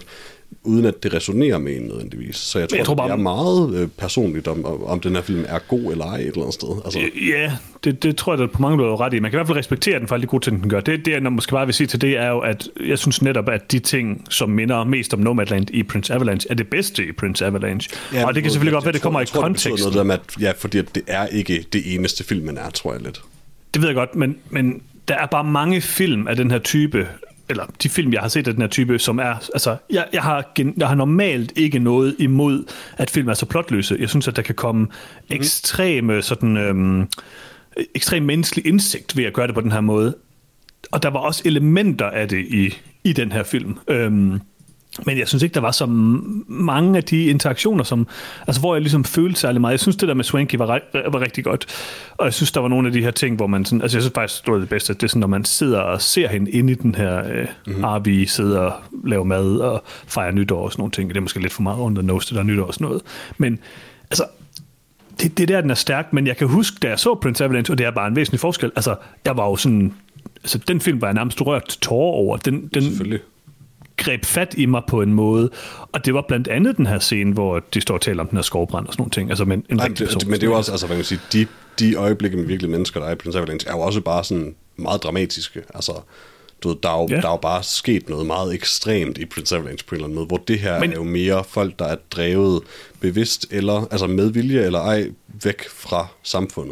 uden at det resonerer med en nødvendigvis. Så jeg tror, jeg tror bare, det er meget øh, personligt, om, om den her film er god eller ej et eller andet sted. Altså. Ja, det, det tror jeg, der på mange måder er ret i. Man kan i hvert fald respektere den for alle de gode ting, den gør. Det, det jeg måske bare vil sige til det, er jo, at jeg synes netop, at de ting, som minder mest om Nomadland i Prince Avalanche, er det bedste i Prince Avalanche. Ja, og det kan selvfølgelig godt være, at det kommer tror, i konteksten. Det noget der med, at, ja, fordi det er ikke det eneste filmen er, tror jeg lidt. Det ved jeg godt, men, men der er bare mange film af den her type, eller de film, jeg har set af den her type, som er, altså, jeg, jeg, har, jeg har normalt ikke noget imod, at film er så plotløse. Jeg synes, at der kan komme mm. ekstreme, sådan, øhm, ekstrem menneskelig indsigt ved at gøre det på den her måde. Og der var også elementer af det i, i den her film. Øhm, Men jeg synes ikke, der var så mange af de interaktioner, som, altså, hvor jeg ligesom følte særlig meget. Jeg synes, det der med Swanky var, var rigtig godt. Og jeg synes, der var nogle af de her ting, hvor man sådan, altså jeg synes faktisk, det var det bedste, det er sådan, når man sidder og ser hende inde i den her øh, mm-hmm. R V, sidder og laver mad og fejrer nytår og sådan nogle ting. Det er måske lidt for meget under nose, det der nytår og sådan noget. Men altså, det, det der, den er stærk, men jeg kan huske, da jeg så Prince Avalanche, og det er bare en væsentlig forskel. Altså, jeg var jo sådan, altså den film var jeg nærmest rørt til tårer over. Den, den, Selvfølgelig. greb fat i mig på en måde, og det var blandt andet den her scene, hvor de står og taler om den her skovbrand og sådan nogle ting. Altså, men, en Nej, det, person, men det er jo også, altså, hvad kan man sige, de, de øjeblikke med virkelige mennesker, der er i Prince Avalanche, er jo også bare sådan meget dramatiske. Altså, du ved, der er jo, ja. der er jo bare sket noget meget ekstremt i Prince Avalanche på en eller anden måde, hvor det her men, er jo mere folk, der er drevet bevidst, eller altså med vilje eller ej, væk fra samfundet.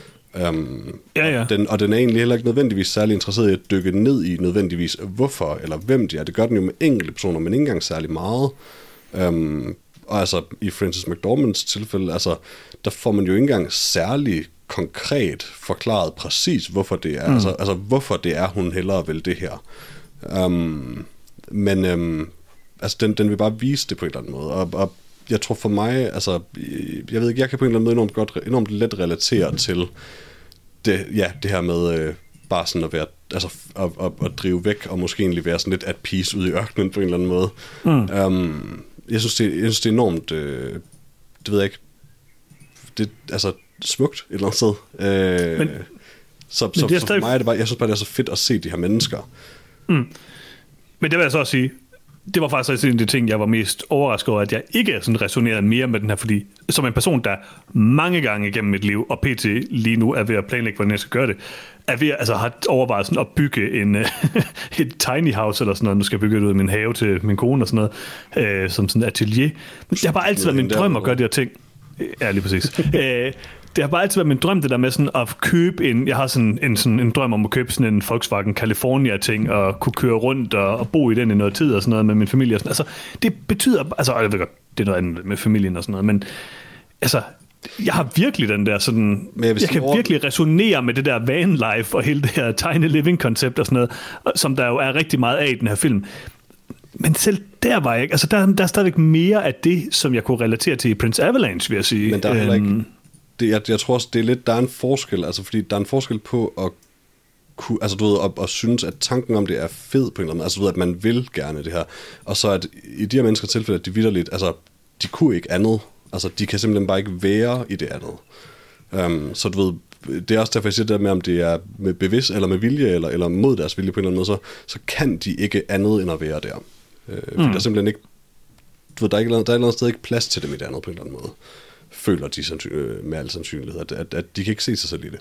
Um, ja, ja. Og, den, og den er egentlig heller ikke nødvendigvis særlig interesseret i at dykke ned i nødvendigvis hvorfor eller hvem de er. Det gør den jo med enkelte personer, men ikke engang særlig meget. Um, og altså i Frances McDormands tilfælde, altså der får man jo ikke engang særlig konkret forklaret præcis hvorfor det er. Mm. Altså, altså hvorfor det er hun hellere vil det her. Um, men um, altså den, den vil bare vise det på en eller anden måde. Og, og jeg tror for mig, altså jeg ved ikke, jeg kan på en eller anden måde enormt godt, enormt let relatere mm. til det, ja, det her med øh, bare sådan at være, altså at, at, at drive væk, og måske egentlig være sådan lidt at peace ude i ørkenen på en eller anden måde. Mm. Um, jeg, synes, det, jeg synes, det er enormt, øh, det ved jeg ikke, det altså smukt et eller andet sted. Øh, men, så så, så for mig er det bare, jeg synes bare, det er så fedt at se de her mennesker. Mm. Men det vil jeg så også sige, det var faktisk en af de ting, jeg var mest overrasket over, at jeg ikke sådan resonerede mere med den her, fordi som en person, der mange gange igennem mit liv, og pt. Lige nu er ved at planlægge, hvordan jeg skal gøre det, er ved at altså, have overvejet sådan at bygge en, et tiny house eller sådan noget. Nu skal jeg bygge det ud i min have til min kone og sådan noget, øh, som sådan et atelier. Men det har bare altid været min drøm at gøre de her ting. Ja, lige præcis. øh, Det har bare altid været min drøm, det der med sådan at købe en, jeg har sådan en, sådan en drøm om at købe sådan en Volkswagen California-ting, og kunne køre rundt og, og bo i den i noget tid og sådan noget med min familie og sådan. Altså, det betyder, altså, jeg ved godt, det er noget andet med familien og sådan noget, men altså, jeg har virkelig den der sådan, jeg, jeg kan over... virkelig resonere med det der vanlife og hele det her tiny living-koncept og sådan noget, som der jo er rigtig meget af i den her film. Men selv der var jeg ikke, altså der, der er stadigvæk mere af det, som jeg kunne relatere til i Prince Avalanche, vil jeg sige. Men der er heller ikke... Det, jeg, jeg tror også, det er lidt, der er en forskel, altså fordi der er en forskel på at kunne, altså du ved, at, at synes, at tanken om det er fed på en eller anden måde, altså du ved, at man vil gerne det her, og så at i de her mennesker tilfælde, at de vitterligt, altså de kunne ikke andet, altså de kan simpelthen bare ikke være i det andet. Um, så du ved, det er også derfor, jeg siger det der med, om det er med bevidst, eller med vilje, eller, eller mod deres vilje på en eller anden måde, så, så kan de ikke andet end at være der. Uh, mm. Der er simpelthen ikke, du ved, der er, ikke, der er et eller andet sted ikke plads til dem i det andet på en eller anden måde. Føler de med al sandsynlighed, at, at, at de kan ikke se sig selv i det.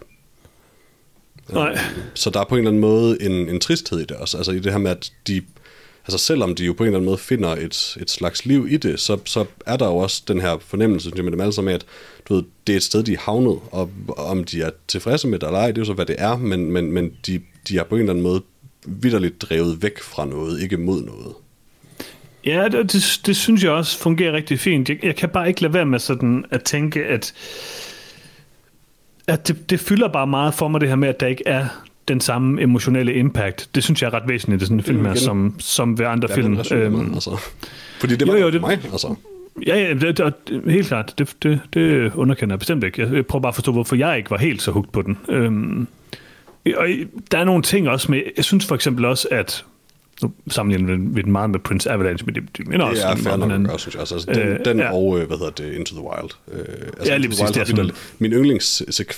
Nej. Så der er på en eller anden måde en, en tristhed i det også. Altså i det her med, at de, altså selvom de jo på en eller anden måde finder et, et slags liv i det, så, så er der jo også den her fornemmelse, med dem alle sammen, at du ved, det er et sted, de er havnet, og om de er tilfredse med det eller ej, det er jo så, hvad det er, men, men, men de, de er på en eller anden måde vitterligt drevet væk fra noget, ikke mod noget. Ja, det, det, det synes jeg også fungerer rigtig fint. Jeg, jeg kan bare ikke lade være med sådan at tænke, at, at det, det fylder bare meget for mig, det her med, at der ikke er den samme emotionelle impact. Det synes jeg er ret væsentligt, det sådan en film her, som, som ved andre film. Øhm, altså. Fordi det var jo, jo, det, mig, altså. Ja, ja det, det, helt klart. Det, det, det underkender jeg bestemt ikke. Jeg prøver bare at forstå, hvorfor jeg ikke var helt så hooked på den. Øhm, og der er nogle ting også med, jeg synes for eksempel også, at nu sammenligner vi den meget med Prince Avalanche, men det, det minder også... Ja, fair nok at gøre, synes jeg. Altså, den, øh, den ja. og, hvad hedder det, Into the Wild. Øh, altså, ja, lige præcis. Det er sådan... Min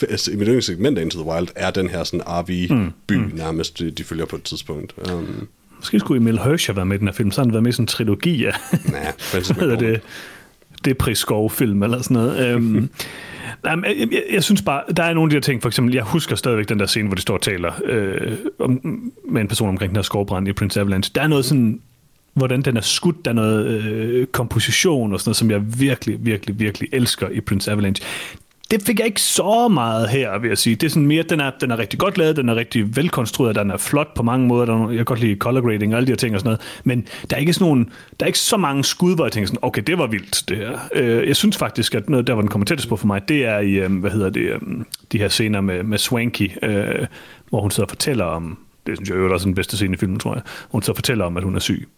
yndlingssegment af Into the Wild er den her sådan R V-by, mm. nærmest, de følger på et tidspunkt. Um, Måske skulle Emil Hirsch have været med i den her film, så har han været med i sådan en trilogi af... Nej, hvad er det? Det er Prisskov-film eller sådan noget. øhm, nej, jeg, jeg, jeg synes bare, der er nogle af de her ting, for eksempel, jeg husker stadigvæk den der scene, hvor de står og taler øh, om, med en person omkring den her skovbrand i Prince Avalanche. Der er noget sådan, hvordan den er skudt, der er noget øh, komposition og sådan noget, som jeg virkelig, virkelig, virkelig elsker i Prince Avalanche. Det fik jeg ikke så meget her, vil jeg sige. Det er sådan mere, den er, den er rigtig godt lavet, den er rigtig velkonstrueret, den er flot på mange måder, der er, jeg kan godt lide color grading og alle de her ting og sådan noget, men der er ikke sådan nogle, der er ikke så mange skud, hvor jeg tænker sådan, okay, det var vildt, det her. Jeg synes faktisk, at noget der, hvor den kommer tættest på for mig, det er i, hvad hedder det, de her scener med, med Swanky, hvor hun sidder og fortæller om, det synes jeg jo også er den bedste scene i filmen, tror jeg, hvor hun sidder og fortæller om, at hun er syg.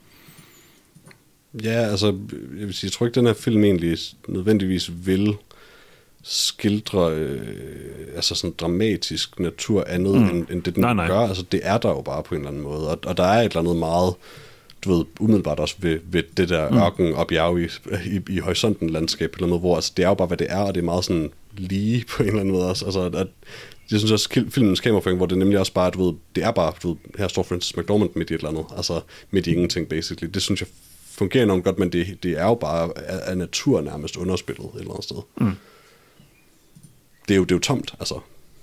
Ja, altså, jeg vil sige, jeg tror ikke, den her film egentlig nødvendigvis vil skildre øh, altså sådan dramatisk natur andet, mm. end, end det den nej, nej. gør. Altså det er der jo bare på en eller anden måde. Og, og der er et eller andet meget, du ved, umiddelbart også ved, ved det der mm. ørken og bjerge i, i, i horisonten landskab, eller noget, hvor altså, det er jo bare, hvad det er, og det er meget sådan lige på en eller anden måde også. Altså, at, jeg synes også, filmens kameraføring, hvor det nemlig også bare, du ved, det er bare, du ved, her står Frances McDormand midt i et eller andet, altså midt i ingenting, basically. Det synes jeg fungerer enormt godt, men det, det er jo bare af, af natur nærmest underspillet et eller andet sted. Mm. Det er jo, det er jo tomt, altså.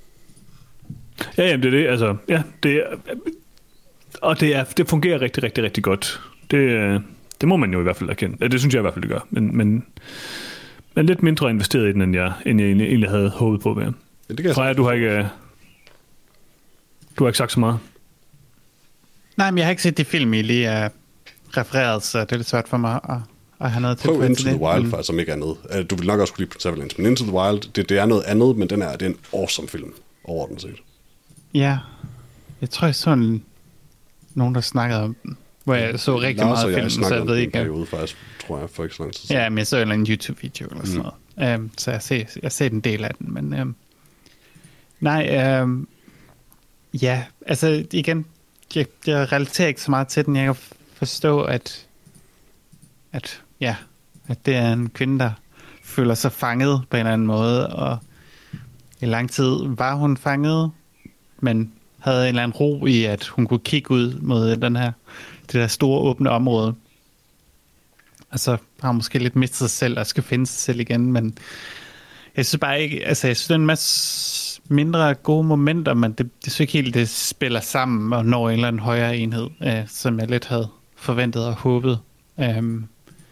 Ja, jamen, det er det, altså, ja, det er, og det, er, det fungerer rigtig, rigtig, rigtig godt. Det, det må man jo i hvert fald erkende. Ja, det synes jeg i hvert fald, det gør. Men, men, men lidt mindre investeret i den, end jeg, end jeg egentlig havde håbet på at være. Ja, det kan Freja, du har ikke, du har ikke sagt så meget. Nej, men jeg har ikke set de film, I lige er refereret, så det er lidt svært for mig at... og have noget til Prøv Into the Wild, faktisk, som ikke er andet. Du vil nok også kunne lide Prince Avalanche, men Into the Wild, det, det er noget andet, men den er, det er en awesome film, overordnet set. Ja, jeg tror, jeg så en, nogen, der snakkede om den, hvor jeg så rigtig Lars meget film, så jeg ved ikke... Lars og jeg faktisk, tror jeg, for ikke så lang tid siden. Ja, men jeg så en YouTube-video eller sådan mm. noget, um, så jeg ser, jeg ser en del af den, men... Um, nej, um, ja, altså igen, jeg, jeg relaterer ikke så meget til den. Jeg kan forstå, at... at ja, at det er en kvinde, der føler sig fanget på en eller anden måde, og i lang tid var hun fanget, men havde en eller anden ro i, at hun kunne kigge ud mod den her, det der store åbne område. Og så har hun måske lidt mistet sig selv og skal finde sig selv igen, men jeg synes bare ikke, altså jeg synes, det er en masse mindre gode momenter, men det, det synes ikke helt, det spiller sammen og når en eller anden højere enhed, øh, som jeg lidt havde forventet og håbet. Um,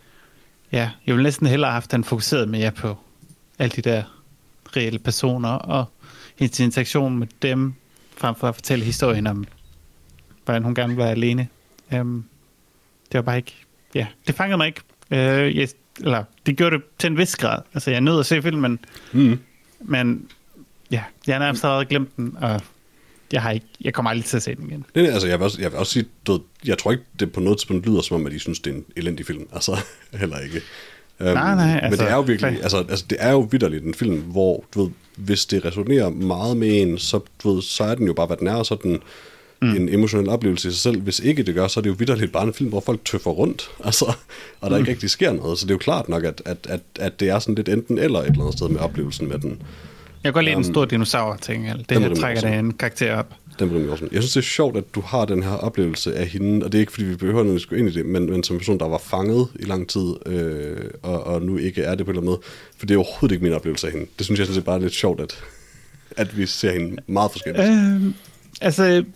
ja, jeg ville næsten hellere have haft den fokuseret mere på alle de der reelle personer og hendes interaktion med dem, frem for at fortælle historien om, hvordan hun gerne var alene. Um, det var bare ikke, ja, det fangede mig ikke. Uh, yes, eller det gjorde det til en vis grad. Altså, jeg nød at se filmen, mm. men ja, jeg har nærmest allerede glemt den, og jeg har ikke, jeg kommer aldrig til at se den igen. Nej, altså jeg vil også, jeg vil også sige, du, jeg tror ikke, det på noget tidspunkt lyder som om, at de synes, det er en elendig film. Altså, heller ikke. Um, nej, nej, altså, men det er jo virkelig, altså, altså det er jo vitterligt en film, hvor, du ved, hvis det resonerer meget med en, så, du ved, så er den jo bare, hvad den er, og så er den mm. en emotionel oplevelse i sig selv. Hvis ikke det gør, så er det jo vitterligt bare en film, hvor folk tøffer rundt, altså, og der mm. ikke rigtig sker noget. Så det er jo klart nok, at, at, at, at det er sådan lidt enten eller et eller andet sted med oplevelsen med den. Jeg kan godt lide um, en stor dinosaur-ting. Det her trækker der en karakter op. Den blev også. Jeg synes, det er sjovt, at du har den her oplevelse af hende, og det er ikke, fordi vi behøver noget, vi skal ind i det, men, men som en person, der var fanget i lang tid, øh, og, og nu ikke er det på en eller anden måde. For det er overhovedet ikke min oplevelse af hende. Det synes jeg synes, det er bare lidt sjovt, at, at vi ser hende meget forskelligt. Øh, altså,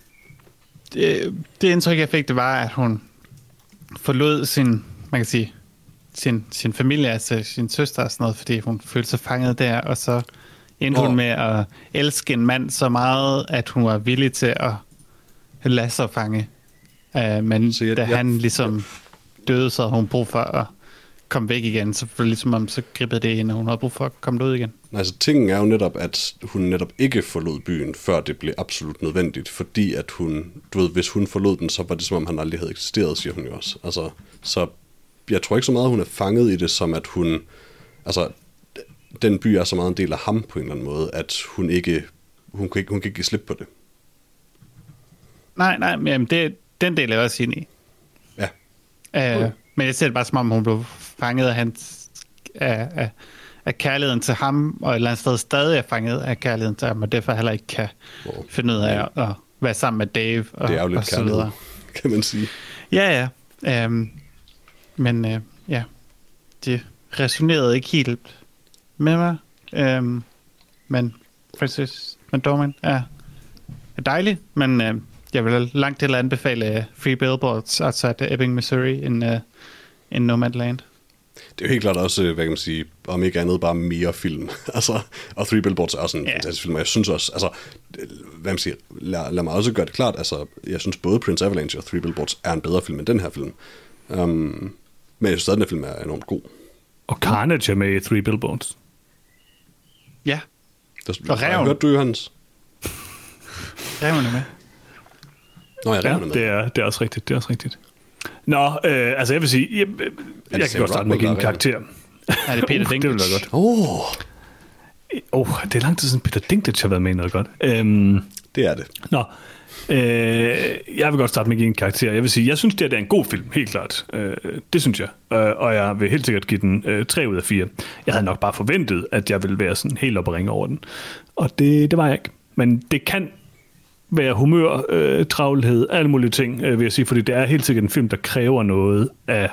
det, det indtryk, jeg fik, det var, at hun forlod sin, man kan sige, sin, sin familie, altså sin søster og sådan noget, fordi hun følte sig fanget der, og så endte hun med at elske en mand så meget, at hun var villig til at lade sig fange. Uh, men så jeg, da han jeg, ligesom jeg, døde, så havde hun brug for at komme væk igen. Så følte ligesom om, så grippede det ind, og hun havde brug for at komme ud igen. Nej, så tingen er jo netop, at hun netop ikke forlod byen, før det blev absolut nødvendigt. Fordi at hun, du ved, hvis hun forlod den, så var det som om, han aldrig havde eksisteret, siger hun jo også. Altså, så jeg tror ikke så meget, at hun er fanget i det, som at hun, altså, den by er så meget en del af ham på en eller anden måde, at hun ikke, hun kan ikke, hun kan ikke give slip på det. Nej, nej, men det, den del er jeg også enig i. Ja. Uh, okay. Men jeg ser det bare som om, hun blev fanget af, hans, af, af, af kærligheden til ham, og et eller andet sted stadig er fanget af kærligheden til ham, og derfor heller ikke kan wow. finde ud af at, at være sammen med Dave. Og, det er jo lidt kærlighed, kan man sige. Ja, ja. Um, men uh, ja, det resonerede ikke helt med mig. Um, men Frances McDormand er, er dejlig, men uh, jeg vil langt til at anbefale Three Billboards Outside Ebbing, Missouri end, uh, end Nomadland. Det er jo helt klart også, hvad kan man sige, om ikke andet bare mere film. altså, og Three Billboards er også en yeah. fantastisk film, og jeg synes også, altså, hvad man siger, lad, lad mig også gøre det klart, altså, jeg synes både Prince Avalanche og Three Billboards er en bedre film end den her film. Um, men jeg synes stadig, den her film er enormt god. Og Carnage er med i Three Billboards. Ja. Der, og Ræven. Hørte du, Johannes? Ræven er med. Nå, jeg ja, med. Det er, det er også rigtigt, det er også rigtigt. Nå, øh, altså jeg vil sige, jeg, jeg, jeg kan godt starte med at give en karakter. Ja, det er Peter uh, Dinklage. Det vil være godt. Åh, oh. oh, det er lang tid siden Peter Dinklage har været med i noget godt. Um, det er det. Nå, øh, jeg vil godt starte med at give en karakter. Jeg vil sige, jeg synes, det er en god film, helt klart. Uh, det synes jeg. Uh, og jeg vil helt sikkert give den uh, tre ud af fire. Jeg havde nok bare forventet, at jeg ville være sådan helt op og ringe over den. Og det, det var jeg ikke. Men det kan være humør, øh, travlhed, alle mulige ting, øh, vil jeg sige, fordi det er helt sikkert en film, der kræver noget af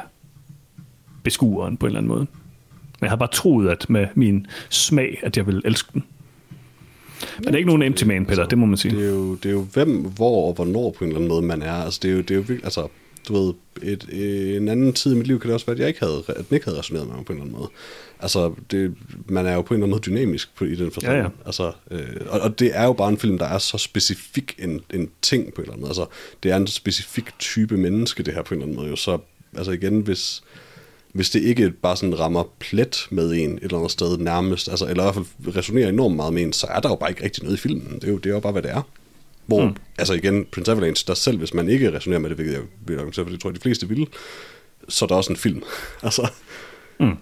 beskueren på en eller anden måde. Men jeg har bare troet, at med min smag, at jeg vil elske den. Men det er ikke nogen empty man, Peter, altså, det må man sige. Det er, jo, det er jo hvem, hvor og hvornår på en eller anden måde man er. Altså, det er jo, det er jo virkelig, altså, du ved, et, en anden tid i mit liv kan det også være, at jeg ikke havde, at den ikke havde resoneret med mig på en eller anden måde. Altså, det, man er jo på en eller anden måde dynamisk på, i den forstand. Ja, ja. Altså, øh, og, og det er jo bare en film, der er så specifik en, en ting på en eller anden måde. Altså, det er en specifik type menneske, det her på en eller anden måde. Jo. Så, altså igen, hvis, hvis det ikke bare sådan rammer plet med en et eller andet sted nærmest, altså, eller i hvert fald resonerer enormt meget med en, så er der jo bare ikke rigtig noget i filmen. Det er jo, det er jo bare, hvad det er. Hvor, mm. altså igen, Prince Avalanche, der selv, hvis man ikke resonerer med det, hvilket jeg vil argumentere for, det tror jeg, de fleste vil, så er der også en film. altså... Mm.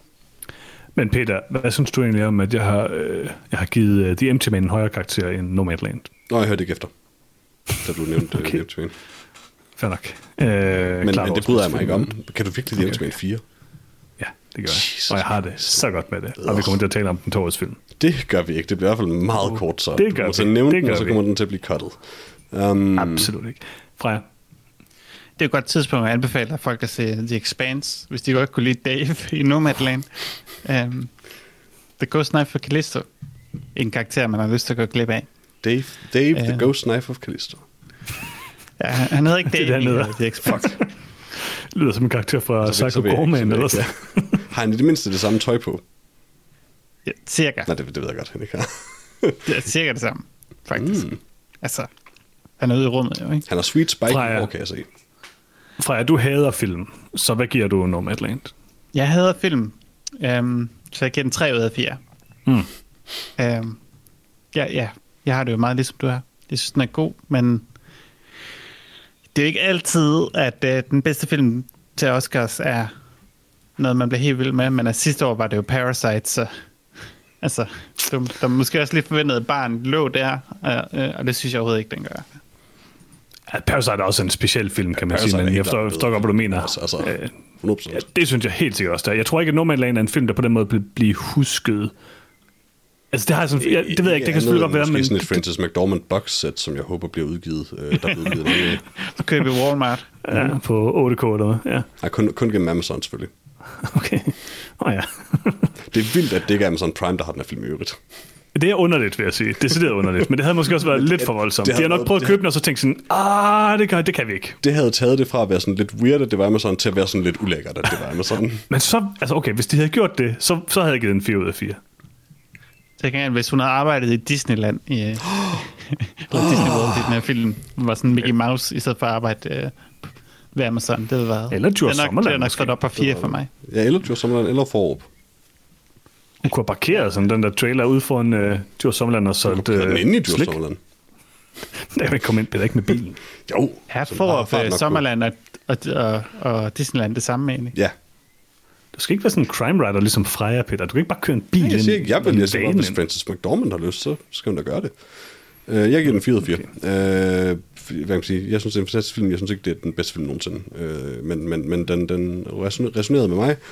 Men Peter, hvad synes du egentlig om, at jeg har, øh, jeg har givet uh, The Empty Man en højere karakter end Nomadland? Nå, jeg hørte ikke efter, da du nævnte okay. The Empty Man. Fair nok. Øh, men, men det bryder jeg mig ikke om. Kan du virkelig The Empty Man fire? Ja, det gør jeg. Jesus. Og jeg har det så godt med det. Og vi kommer til at tale om den toårsfilm. Det gør vi ikke. Det bliver i hvert fald meget oh, kort, så det gør du må nævne den, og så kommer den til at blive cuttet. Um, Absolut ikke. Freja? Det er et godt tidspunkt at anbefale at folk at se The Expanse, hvis de godt kunne lide Dave i Nomadland. Um, The Ghost Knife of Callisto. En karakter, man har lyst til at gå glip af. Dave, Dave uh, The Ghost Knife of Callisto. Ja, han hedder ikke Dave i The Expanse. Lyder som en karakter fra Psycho Gorman eller sådan. Har han i det mindste det samme tøj på? Ja, cirka. Nej, det, det ved jeg godt, han ikke har. Det er cirka det samme, faktisk. Mm. Altså, han er ude i rummet, jo, ikke? Han har sweet spike, hvor kan jeg se. Freja, du hader film, så hvad giver du Nomadland? Jeg hader film, um, så jeg giver den tre ud af fire. Mm. Um, ja, ja, jeg har det jo meget ligesom du har. Jeg synes, den er god, men det er ikke altid, at uh, den bedste film til Oscars er noget, man bliver helt vild med, men sidste år var det jo Parasite, så altså, der, der måske også lidt forventet, at barn lå der, og, og det synes jeg overhovedet ikke, den gør. Ja, Parasite er også en speciel film, kan man sige, men jeg forstår, forstår godt, hvad du mener. Altså, altså, hundrede procent. Ja, det synes jeg helt sikkert også. Der. Jeg tror ikke, at Nomadland er en film, der på den måde bliver husket. Altså, det har jeg sådan, jeg, det ved jeg ikke, det kan selvfølgelig godt være, men... sådan et Frances McDormand box-set, som jeg håber bliver udgivet. Øh, der bliver udgivet noget. Så køber vi Walmart. Ja, på otte K eller hvad? Ja. Ja, kun, kun gennem Amazon selvfølgelig. Okay. Åh oh, ja. Det er vildt, at det ikke er Amazon Prime, der har den her film i øvrigt. Det er underligt, vil jeg sige. Decideret underligt. Men det havde måske også været lidt for voldsomt. De har nok prøvet at købe den, og så tænkt sådan, ah, det kan, det kan vi ikke. Det havde taget det fra at være sådan lidt weird, at det var Amazon, til at være sådan lidt ulækkert, at det var Amazon. Men så, altså okay, hvis de havde gjort det, så, så havde jeg givet en fire ud af fire. Så kan jeg, hvis hun havde arbejdet i Disneyland, i, eller Disney World i den her film, var sådan Mickey Mouse, i stedet for at arbejde øh, ved Amazon, det havde været. Eller Djurs Sommerland. Det er nok stået op på fire for mig. Ja, eller Djurs Sommerland, eller Forup. Hun kunne have parkeret sådan den der trailer ud foran uh, Djurs Sommerland og solgt uh, den inde i Djurs Sommerland. Nej, men kom ind, Peter, ikke med bilen. Jo. Her får Sommerland og, og, og, og Disneyland det samme egentlig. Ja. Du skal ikke være sådan en crime writer ligesom Freja, Peter. Du kan ikke bare køre en bil. Nej, jeg siger ikke, jeg vil sige, hvis Frances McDormand har lyst, så skal hun da gøre det. Uh, jeg giver den fire ud af fire. Okay. Uh, hvad kan man sige? Jeg synes, det er en fantastisk film. Jeg synes ikke, det er den bedste film nogensinde. Uh, men men, men den, den resonerede med mig.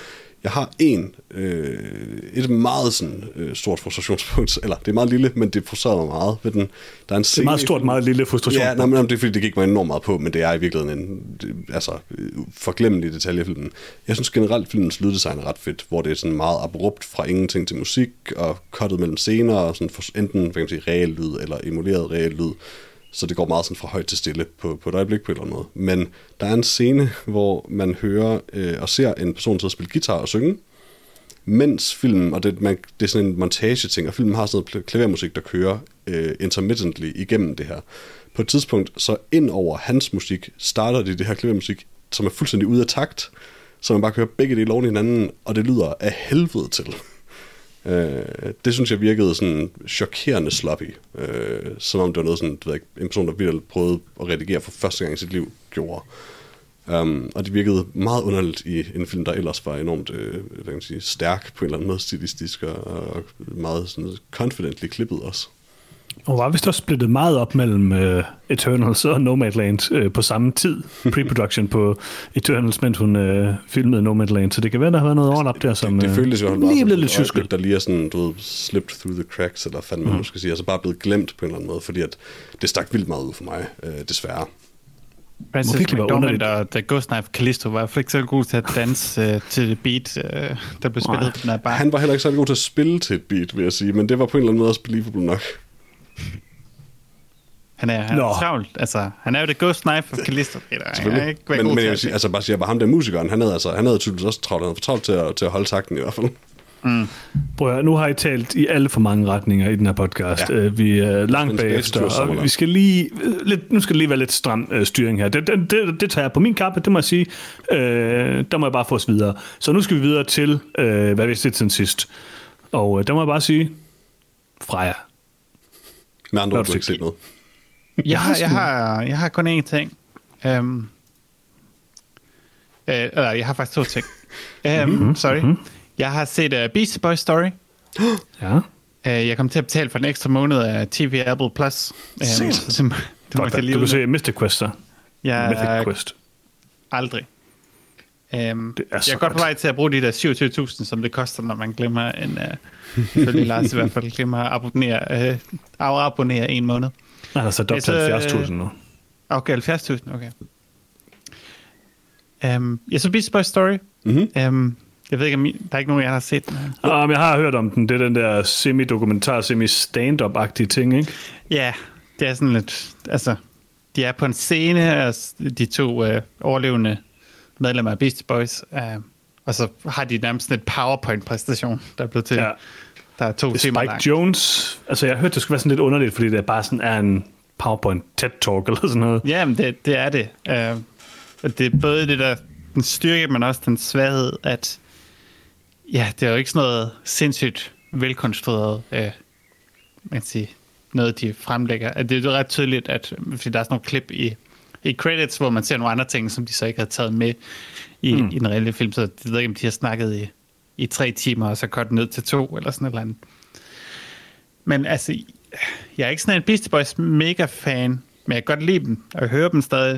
Jeg har en, øh, et meget sådan, øh, stort frustrationspunkt, eller det er meget lille, men det frustrerer mig meget ved den. Der er en scene, det er meget stort, meget lille frustrationspunkt. Ja, nej, men, det er fordi, det gik mig enormt meget på, men det er i virkeligheden en altså, forglemmelig detalje i filmen. Jeg synes generelt, filmens lyddesign er ret fedt, hvor det er sådan meget abrupt fra ingenting til musik, og cuttet mellem scener, og sådan for, enten hvad kan man sige, reel lyd, eller emuleret reel lyd. Så det går meget sådan fra højt til stille på, på et øjeblik på en eller anden måde. Men der er en scene, hvor man hører øh, og ser en person sidde og spille guitar og synge, mens filmen, og det, man, det er sådan en montage-ting, og filmen har sådan noget klavermusik, der kører øh, intermittently igennem det her. På et tidspunkt, så ind over hans musik, starter de det her klavermusik, som er fuldstændig ude af takt, så man bare kører begge dele oven i hinanden, og det lyder af helvede til. Øh, det synes jeg virkede sådan chokerende sloppy, øh, som om det var noget sådan, du ved ikke, en person, der virkelig prøvede at redigere for første gang i sit liv, gjorde. Um, og det virkede meget underligt i en film, der ellers var enormt øh, hvad kan man sige, stærk på en eller anden måde stilistisk, og, og meget sådan confidently klippet også. Og var vist også splittet meget op mellem uh, Eternals og Nomadland uh, på samme tid. Pre-production på Eternals, mens hun uh, filmede Nomadland. Så det kan være, der har været noget overlap der, som det, det føltes jo uh, lige blevet lidt tysket. Der lige er sådan, du ved, slipped through the cracks, eller fanden man mm. skal sige, altså bare blevet glemt på en eller anden måde, fordi at det stak vildt meget ud for mig, øh, desværre. Francis McDormand og The Ghost Knife Callisto var ikke så god til at danse uh, til det beat, uh, der blev spillet på den her bar. Han var heller ikke så god til at spille til et beat, vil jeg sige, men det var på en eller anden måde også believable nok. Han er, han er travlt, altså, han er jo The Ghost Knife of Callisto. Selvfølgelig, ikke men, men jeg vil sige, altså bare sige, at ham der musikeren, han havde, altså, han havde tydeligvis også travlt, han havde for travlt til at, til at holde takten i hvert fald. Mm. Prøv at, nu har I talt i alle for mange retninger i den her podcast. Ja. Uh, vi er langt bagefter, og vi skal lige, lidt, nu skal det lige være lidt stram uh, styring her. Det, det, det, det tager jeg på min kappe, det må jeg sige. Uh, der må jeg bare få os videre. Så nu skal vi videre til, uh, hvad vi set siden sidst. Og uh, der må jeg bare sige, Freja. Med andre ord, du ikke set noget. Jeg har, jeg, har, jeg har kun én ting. Um, uh, eller jeg har faktisk to ting. Um, mm-hmm. Sorry. Mm-hmm. Jeg har set uh, Beastie Boys Story. Ja. Uh, jeg kom til at betale for en ekstra måned af T V Apple Plus. Um, så det, det Godt, du kan se Mystic Quest så. Ja, Mythic Quest. Aldrig. Um, jeg er godt på vej til at bruge de der syvogtyve tusind, som det koster, når man glemmer en... Uh, selvfølgelig Lars i hvert fald glemmer at abonnere, uh, afabonnere en måned. Nej, altså dobbelt halvfjerds tusind nu. Okay, halvfjerds tusind, okay. Um, jeg så Beastie Boys Story. Mm-hmm. Um, jeg ved ikke, om I, der er ikke nogen, jeg har set den her. Ah, men jeg har hørt om den. Det er den der semi-dokumentar, semi-stand-up-agtige ting, ikke? Ja, det er sådan lidt... Altså, de er på en scene, og de to uh, overlevende medlemmer af Beastie Boys, uh, og så har de nærmest en PowerPoint-præstation, der er blevet til... Ja. Der er to timer Spike langt. Jones, altså jeg hørte, det skulle være sådan lidt underligt, fordi det bare sådan er en PowerPoint TED-talk eller sådan noget. Ja, men det, det er det. Uh, og det er både det der, den styrke, men også den svaghed, at ja, det er jo ikke sådan noget sindssygt velkonstrueret, uh, man kan sige, noget de fremlægger. At det er jo ret tydeligt, at fordi der er sådan nogle klip i, i credits, hvor man ser nogle andre ting, som de så ikke har taget med i, mm. i den reelle film, så jeg ved ikke, om de har snakket i i tre timer, og så kort ned til to, eller sådan et eller andet. Men altså, jeg er ikke sådan en Beastie Boys mega-fan, men jeg kan godt lide dem, og jeg hører dem stadig.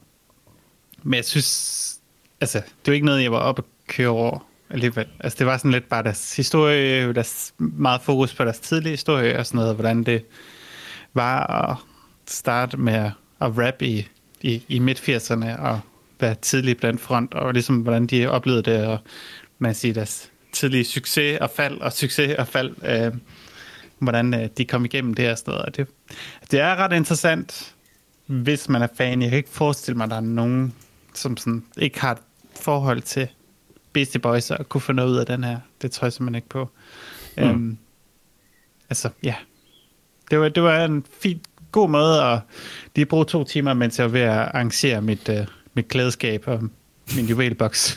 Men jeg synes, altså, det er jo ikke noget, jeg var oppe at køre over alligevel. Altså, det var sådan lidt bare deres historie, deres meget fokus på deres tidlige historie, og sådan noget, hvordan det var at starte med at, at rap i, i, i midt-firserne, og være tidlig blandt front, og ligesom, hvordan de oplevede det, og man siger deres tidlige succes og fald, og succes og fald, øh, hvordan øh, de kom igennem det her sted. Og det, det er ret interessant, hvis man er fan. Jeg kan ikke forestille mig, at der er nogen, som sådan ikke har et forhold til Beastie Boys, og kunne få noget ud af den her. Det tror jeg simpelthen ikke på. Mm. Øhm, altså, ja. Det var, det var en fin, god måde at lige bruge to timer, mens jeg var ved at arrangere mit, øh, mit klædeskab og min juvelboks.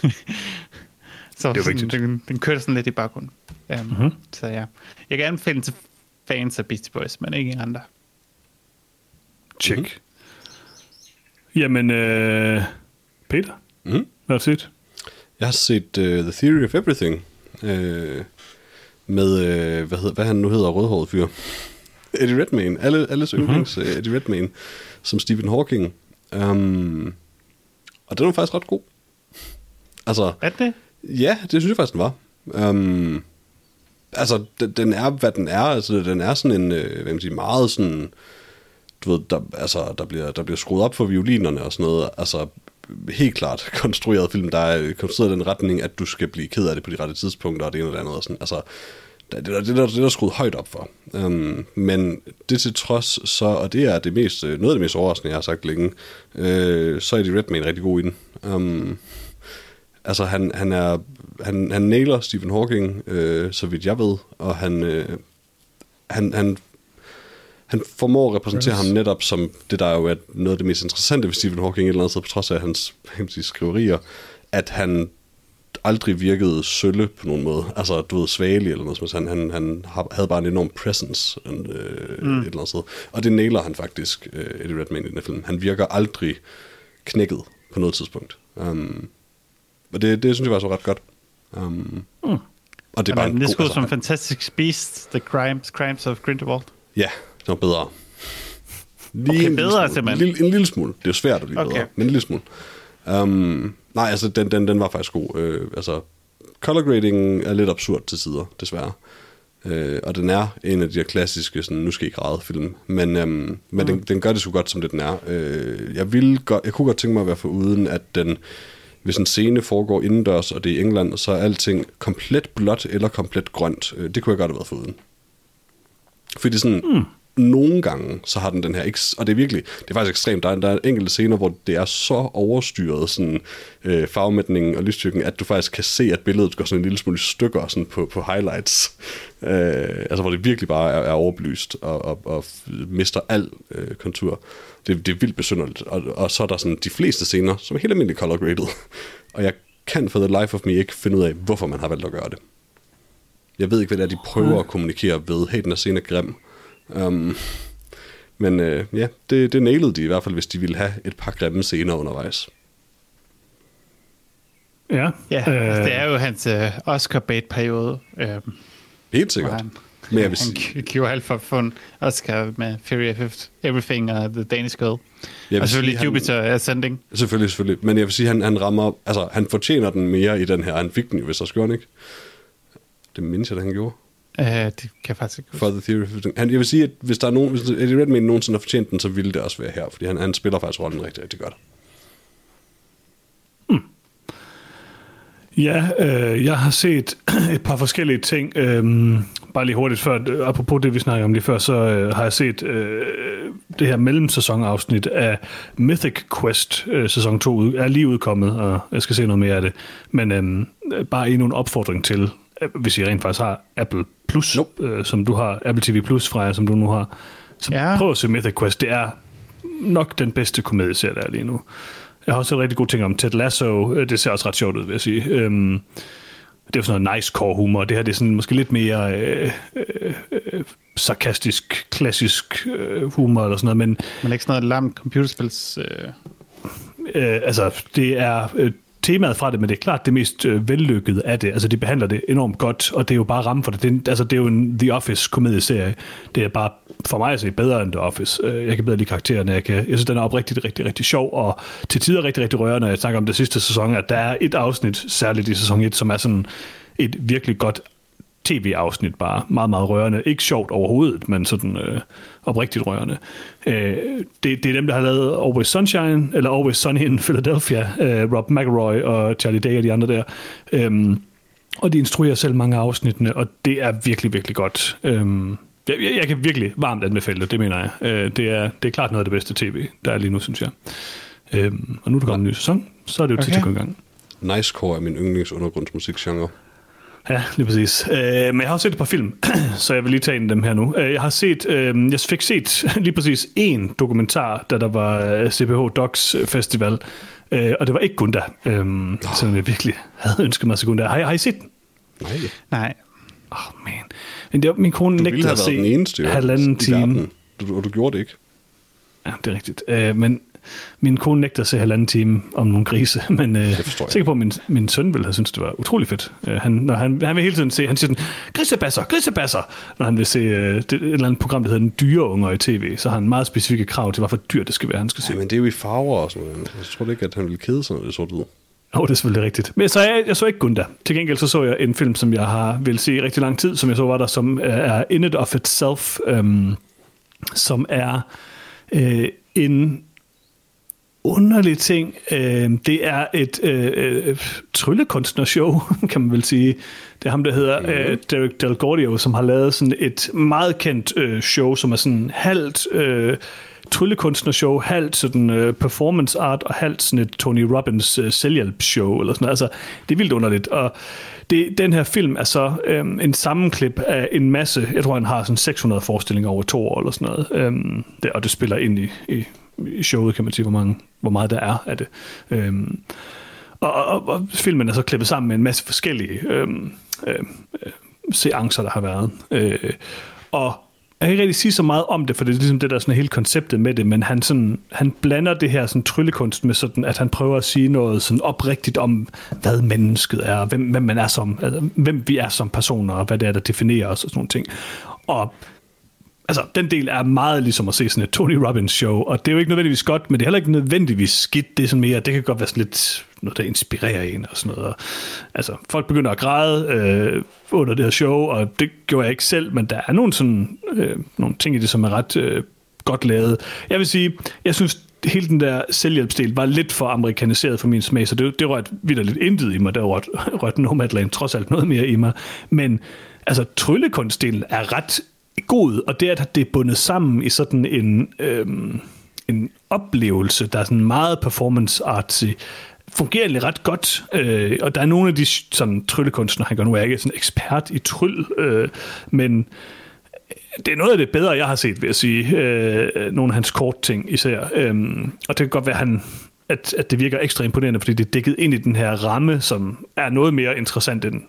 Så det sådan, den, den kørte sådan lidt i baggrunden. Um, mm-hmm. Så ja. Jeg kan anbefale den til fans af Beastie Boys, men ikke andre. Check. Mm-hmm. Jamen, øh, Peter, mm-hmm. hvad har du set? Jeg har set uh, The Theory of Everything uh, med, uh, hvad, hedder, hvad han nu hedder, rødhåret fyr. Eddie Redmayne. Alle, alles yndlings mm-hmm. uh, Eddie Redmayne som Stephen Hawking. Um, og den var faktisk ret god. Altså, er det? Ja, det synes jeg faktisk, den var. Um, altså, den, den er, hvad den er. Altså, den er sådan en, øh, hvad kan man sige, meget sådan, du ved, der, altså, der, bliver, der bliver skruet op for violinerne og sådan noget. Altså, helt klart konstrueret film, der er konstrueret i den retning, at du skal blive ked af det på de rette tidspunkter, og det ene og det andet. Og sådan. Altså, det, det, det, det, det er skruet højt op for. Um, men det til trods, så, og det er det mest, noget af det mest overraskende, jeg har sagt længe, øh, så er Eddie Redmayne rigtig god i den. Um, altså, han, han er, han, han nailer Stephen Hawking, øh, så vidt jeg ved, og han, øh, han, han Han formår at repræsentere yes. ham netop som det, der jo er noget af det mest interessante ved Stephen Hawking et eller andet sted, på trods af hans sige, skriverier, at han aldrig virkede sølle på nogen måde. Altså, du ved, svagelig eller noget. Han, han, han havde bare en enorm presence øh, mm. et eller andet sted. Og det nailer han faktisk, øh, Eddie Redmayne i den film. Han virker aldrig knækket på noget tidspunkt. Um, og det, det synes jeg var så ret godt. Um, mm. Og det er bare en god... Det er som Fantastic Beasts, The Crimes, Crimes of Grindelwald. Ja, det var bedre. Lige okay, bedre simpelthen. En, en lille smule. Det er jo svært at blive okay. bedre, men en lille smule. Um, nej, altså, den, den, den var faktisk god. Uh, altså, color grading er lidt absurd til sider, desværre. Uh, og den er en af de her klassiske, sådan, nu skal I græde film. Men, um, men mm. den, den gør det så godt, som det den er. Uh, jeg, ville godt, jeg kunne godt tænke mig at være foruden, at den, hvis en scene foregår indendørs, og det er i England, så er alting komplet blåt eller komplet grønt. Uh, det kunne jeg godt have været foruden. Fordi sådan... Mm. Nogle gange, så har den den her, og det er virkelig, det er faktisk ekstremt, der er, der er enkelte scener, hvor det er så overstyret, sådan øh, farvemætningen og lysstyrken, at du faktisk kan se, at billedet går sådan en lille smule i stykker sådan på, på highlights. Øh, altså, hvor det virkelig bare er, er overbelyst og, og, og mister al øh, kontur. Det, det er vildt besynderligt. Og, og så er der sådan de fleste scener, som er helt almindeligt color graded. Og jeg kan for the life of me ikke finde ud af, hvorfor man har valgt at gøre det. Jeg ved ikke, hvad det er, de prøver at kommunikere ved. Hey, den her scene er grim. Um, men øh, ja, det, det nailede de i hvert fald, hvis de ville have et par grimme scener undervejs. Ja, ja øh, det er jo hans øh, Oscar-bait-periode. Øh, Helt sikkert. Han, men jeg vil han sige... gjorde alt for at få en Oscar med Fury of Everything og The Danish Girl. Og selvfølgelig sige, Jupiter han, Ascending. Selvfølgelig, selvfølgelig. Men jeg vil sige, han, han rammer, altså han fortjener den mere i den her, han fik den jo, hvis der skøren ikke. Det mindes jeg, da han gjorde. Uh, det kan jeg faktisk ikke huske. For the Theory of Everything. Han, jeg vil sige, at hvis der er nogen, hvis Eddie Redmayne nogensinde har fortjent den, så ville det også være her, fordi han, han spiller faktisk rollen rigtig, rigtig godt. Hmm. Ja, øh, jeg har set et par forskellige ting. Øhm, bare lige hurtigt før, apropos det, vi snakker om lige før, så øh, har jeg set øh, det her mellemsæsonafsnit af Mythic Quest, øh, sæson to, er lige udkommet, og jeg skal se noget mere af det. Men øh, bare endnu en opfordring til, hvis I rent faktisk har Apple Plus, nope. øh, som du har, Apple T V Plus, Freja, som du nu har, så ja. Prøv at se Mythic Quest. Det er nok den bedste komedieserie, der er lige nu. Jeg har også set rigtig gode ting om Ted Lasso. Det ser også ret sjovt ud, vil jeg sige. Øhm, det er jo sådan noget nice core humor. Det her det er sådan måske lidt mere øh, øh, øh, sarkastisk, klassisk øh, humor eller sådan noget. Men, men ikke sådan noget lamt computerspils... Øh... Øh, altså, det er... Øh, temaet fra det, men det er klart det mest øh, vellykkede af det. Altså, de behandler det enormt godt, og det er jo bare ramme for det. Det er, altså, det er jo en The Office-komedieserie. Det er bare for mig at se bedre end The Office. Jeg kan bedre lide karaktererne. Jeg, kan, jeg synes, den er oprigtigt rigtig, rigtig sjov, og til tider rigtig, rigtig rørende. Jeg snakker om det sidste sæson, at der er et afsnit, særligt i sæson et, som er sådan et virkelig godt tv-afsnit bare. Meget, meget rørende. Ikke sjovt overhovedet, men sådan øh, oprigtigt rørende. Øh, det, det er dem, der har lavet Always Sunshine, eller Always Sunny in Philadelphia. Øh, Rob McElroy og Charlie Day og de andre der. Øh, og de instruerer selv mange af afsnittene, og det er virkelig, virkelig godt. Øh, jeg, jeg kan virkelig varmt anbefale det, det mener jeg. Øh, det, er, det er klart noget af det bedste tv, der er lige nu, synes jeg. Øh, og nu er der kommet en ny sæson, så er det jo okay. Tid til at gå i gang. Nice Core er min yndlingsundergrundsmusikgenre. Ja, lige præcis. Øh, men jeg har også set et par film, så jeg vil lige tage en af dem her nu. Jeg har set, øh, jeg fik set lige præcis én dokumentar, da der var C P H Docs Festival, øh, og det var ikke Gunda, øh, oh. selvom jeg virkelig havde ønsket mig til Gunda. Har, har I set den? Nej. Nej. Åh, oh, man. Men det var, min kone nægtede at se den eneste, halvanden time. Du, og du gjorde det ikke. Ja, det er rigtigt. Øh, men min kone nægter at se halvanden time om nogle grise, men øh, jeg er sikker på, at min, min søn ville have syntes, det var utrolig fedt. Øh, han, når han, han vil hele tiden se, han siger sådan, grisebasser, grisebasser, når han vil se øh, det, et eller andet program, der hedder Den Dyreunger i tv, så har han meget specifikke krav til, hvorfor dyr det skal være, han skal se. Ja, men det er jo i farver og sådan noget. Jeg tror ikke, at han ville kede sig, når det er sort-hvid. Åh, oh, det er selvfølgelig rigtigt. Men så jeg, jeg så ikke Gunda. Til gengæld så så jeg en film, som jeg har vil se i rigtig lang tid, som jeg så var der, som er In It of Itself, øhm, som er øh, en underlig ting. Øh, det er et øh, øh, tryllekunstnershow, kan man vel sige. Det er ham, der hedder øh, Derek Del Gordio, som har lavet sådan et meget kendt øh, show, som er sådan halvt øh, tryllekunstnershow, halvt sådan øh, performance art, og halvt sådan et Tony Robbins øh, selvhjælpsshow, eller sådan noget. Altså, det er vildt underligt. Og det, den her film er så øh, en sammenklip af en masse, jeg tror, han har sådan seks hundrede forestillinger over to år, eller sådan noget. Øh, det, og det spiller ind i, i, i showet, kan man sige, hvor, mange, hvor meget der er af det. Øh, og, og, og filmen er så klippet sammen med en masse forskellige øh, øh, seancer, der har været. Øh, og jeg kan ikke rigtig sige så meget om det, for det er ligesom det, der er sådan hele konceptet med det, men han, sådan, han blander det her sådan tryllekunst med sådan, at han prøver at sige noget sådan oprigtigt om, hvad mennesket er, hvem, hvem man er som, altså, hvem vi er som personer, og hvad det er, der definerer os og sådan nogle ting. Og altså, den del er meget ligesom at se sådan et Tony Robbins show, og det er jo ikke nødvendigvis godt, men det er heller ikke nødvendigvis skidt. Det er sådan mere, det kan godt være sådan lidt noget, der inspirerer en og sådan noget. Og, altså, folk begynder at græde øh, under det her show, og det gjorde jeg ikke selv, men der er nogle, sådan, øh, nogle ting i det, som er ret øh, godt lavet. Jeg vil sige, jeg synes, hele den der selvhjælpsdel var lidt for amerikaniseret for min smag, så det, det rørte vitterligt intet i mig. Der rørte, rørte Nomadland trods alt noget mere i mig. Men altså, tryllekunstdelen er ret god, og det er, at det er bundet sammen i sådan en, øhm, en oplevelse, der er sådan meget performance-artsy, fungerer egentlig ret godt, øh, og der er nogle af de sådan tryllekunstnere, han gør nu, er ikke sådan ekspert i tryl, øh, men det er noget af det bedre, jeg har set, vil jeg sige, øh, nogle af hans kort ting især, øh, og det kan godt være, han, at, at det virker ekstra imponerende, fordi det er dækket ind i den her ramme, som er noget mere interessant end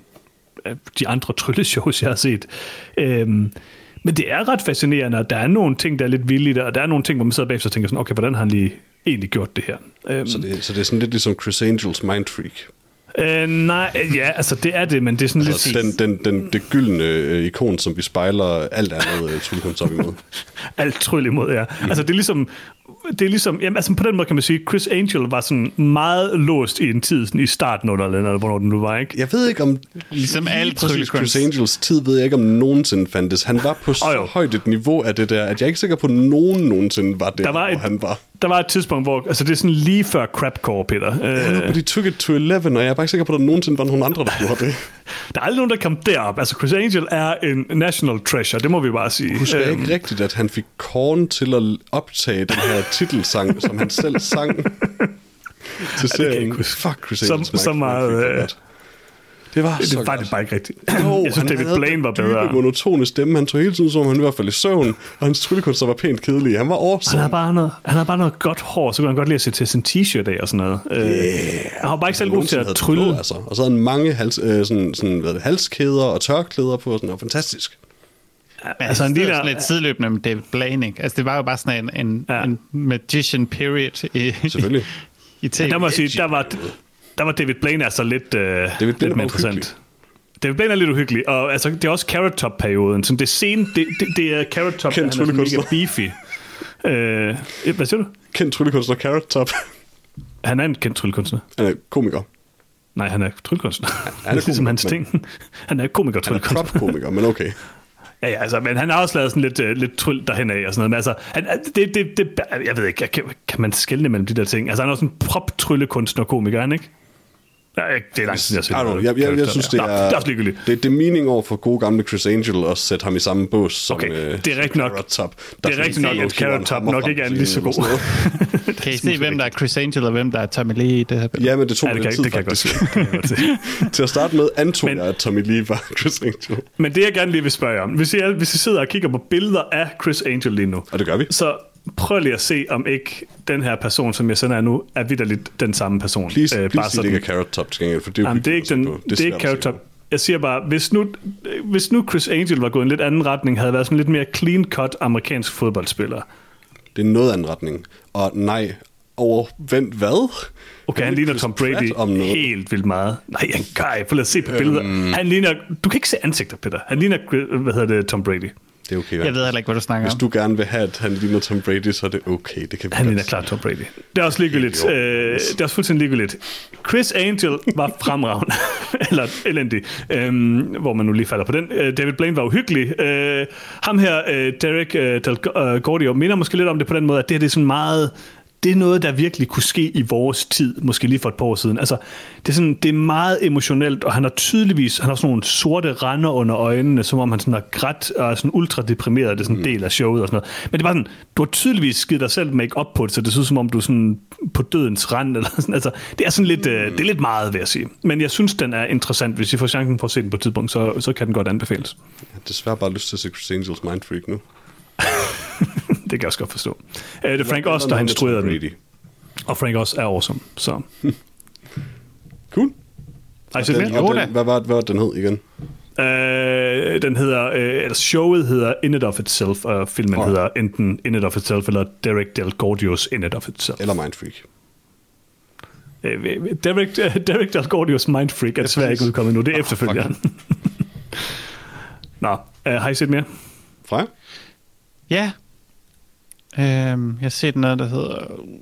de andre trylleshows, jeg har set. Øh, Men det er ret fascinerende, og der er nogle ting, der er lidt vilde, og der er nogle ting, hvor man sidder bagefter og tænker sådan, okay, hvordan har han lige egentlig gjort det her? Så det, så det er sådan lidt ligesom Chris Angels Mindfreak? Øh, nej, ja, altså det er det, men det er sådan altså, lidt... Den, den, den, det gyldne øh, ikon, som vi spejler alt andet øh, tryllekunst op imod. Alt tryl imod, ja. Mm. Altså det er ligesom... Det er ligesom, jamen, altså på den måde kan man sige, Chris Angel var sådan meget låst i en tid, sådan i starten under eller, eller hvornår den nu var, ikke? Jeg ved ikke om, ligesom alt Chris Angels tid ved jeg ikke om nogensinde fandtes. Han var på så oh, højt et niveau af det der, at jeg er ikke sikker på, at nogen nogensinde var der, der var hvor et, han var. Der var et tidspunkt, hvor, altså det er sådan lige før crapcore, Peter. Ja, uh, de took it to elleve, og jeg er bare ikke sikker på, at der nogensinde var nogen andre, der gjorde det. Der er aldrig nogen, der kom derop. Altså Chris Angel er en national treasure, det må vi bare sige. Husker jeg ikke rigtigt, at han fik Korn til at optage den her titelsang, som han selv sang til serien? Ja, fuck Chris Angels. Så, så meget... Øh, det var det så var godt. det bare ikke rigtigt. Oh, jeg synes, David Blaine var bedre. Han monotone stemme. Han tog hele tiden, som han i hvert fald i søvn, og hans tryllekunster var pænt kedelig. Han var awesome. Han havde bare noget, han havde bare noget godt hår, så kunne han godt lide at se til sin t-shirt af og sådan noget. Yeah. Han var bare ikke selv god til at trylle. Altså. Og så havde han mange hals, øh, sådan, sådan, hvad det, halskæder og tørklæder på. Sådan, og fantastisk. Ja, altså en lille sådan lidt sideløbende med David Blaine, ikke? Altså det var jo bare sådan en, en, ja. en magician period i, selvfølgelig. i, i T V. Ja, der må sige, der var, der var David Blaine altså lidt, uh, David lidt mere interessant. David Blaine er lidt uhyggelig, og altså, det er også Carrot Top-perioden. Så det, scene, det, det, det er Carrot Top, han er sådan mega beefy. Uh, hvad siger du? Kendt tryllekunstner Carrot Top. Han er en kendt tryllekunstner. Han er komiker. Nej, han er tryllekunstner. Han er, han er ligesom hans ting. Han er komiker tryllekunstner. Han er prop-komiker, men okay. Ja, ja, altså, men han har også lavet sådan lidt, uh, lidt tryl derhen af og sådan noget. Men altså, han, det, det, det, jeg ved ikke, kan, kan man skelne mellem de der ting? Altså, han er også en prop-tryllekunstner-komiker, han ikke? Ja, det er langt siden, jeg har set. Jeg, jeg, jeg synes, det er, Nå, det er også ligegyldigt. Det, det er mening over for gode gamle Chris Angel at sætte ham i samme bås som okay, øh, det er rigtigt nok. Top. Det er rigtigt nok, at Carrot Top nok ikke er lige så god. Kan I se, hvem der er Chris Angel, og hvem der er Tommy Lee i det her? Ja, men det tog ja, det lidt kan, tid, det faktisk. Kan Til at starte med antog jeg, at Tommy Lee var Chris Angel. Men det jeg gerne lige vil spørge om, hvis I, hvis I sidder og kigger på billeder af Chris Angel lige nu, og det gør vi, så prøv lige at se, om ikke den her person, som jeg sender er nu, er vitterligt den samme person. Please, øh, please det ikke er Carrot Top til gengæld, for det er jo Jamen, det er ikke, den, det det er ikke Carrot Top. Jeg siger bare, hvis nu, hvis nu Chris Angel var gået en lidt anden retning, havde været sådan lidt mere clean-cut amerikansk fodboldspiller. Det er noget anden retning. Og nej, over vent hvad? Okay, han ligner Tom Brady helt vildt meget. Nej, han kan. Prøv at se på billeder. Um, han ligner, du kan ikke se ansigter, Peter. Han ligner, hvad hedder det, Tom Brady. Det er okay. Jeg ved heller ikke, hvad du snakker Hvis om. du gerne vil have, at han ligner Tom Brady, så er det okay. Det kan vi Han godt ligner sige. klart Tom Brady. Det er også ligegyldigt. Øh, det er også fuldstændig ligegyldigt. Chris Angel var fremragende. Eller elendig. Øhm, hvor man nu lige falder på den. Øh, David Blaine var uhyggelig. Øh, ham her, øh, Derek øh, Delgaudio, minder måske lidt om det på den måde, at det her det er sådan meget... Det er noget, der virkelig kunne ske i vores tid, måske lige for et par år siden. Altså, det er, sådan, det er meget emotionelt, og han har tydeligvis han har sådan nogle sorte render under øjnene, som om han sådan er grædt og er sådan ultra deprimeret. Det er sådan en del af showet og sådan noget. Men det er bare sådan, du har tydeligvis skidt dig selv make op på det, så det ser ud som om, du er sådan på dødens rand. Eller sådan. Altså, det er sådan lidt, øh, det er lidt meget, vil jeg sige. Men jeg synes, den er interessant. Hvis I får chancen for at se den på et tidspunkt, så, så kan den godt anbefales. Jeg har desværre bare lyst til at se Chris Angels Mindfreak nu. Det kan jeg også godt forstå. Uh, det er Frank Oz, der har instrueret den. Og Frank Oz er awesome. Så. Cool. Har I set mere? Og den, hvad var hvad var den hed igen? Uh, den hedder, uh, eller showet hedder In It Of Itself, og filmen oh. hedder enten In It Of Itself, eller Derek Delgaudio's In It Of Itself. Eller Mindfreak. Uh, Derek, uh, Derek Delgaudio's Mindfreak er desværre ikke udkommet nu. Det er oh, efterfølgende. Nå, uh, har I set mere? Freja? Ja. Øhm, jeg har set noget, der hedder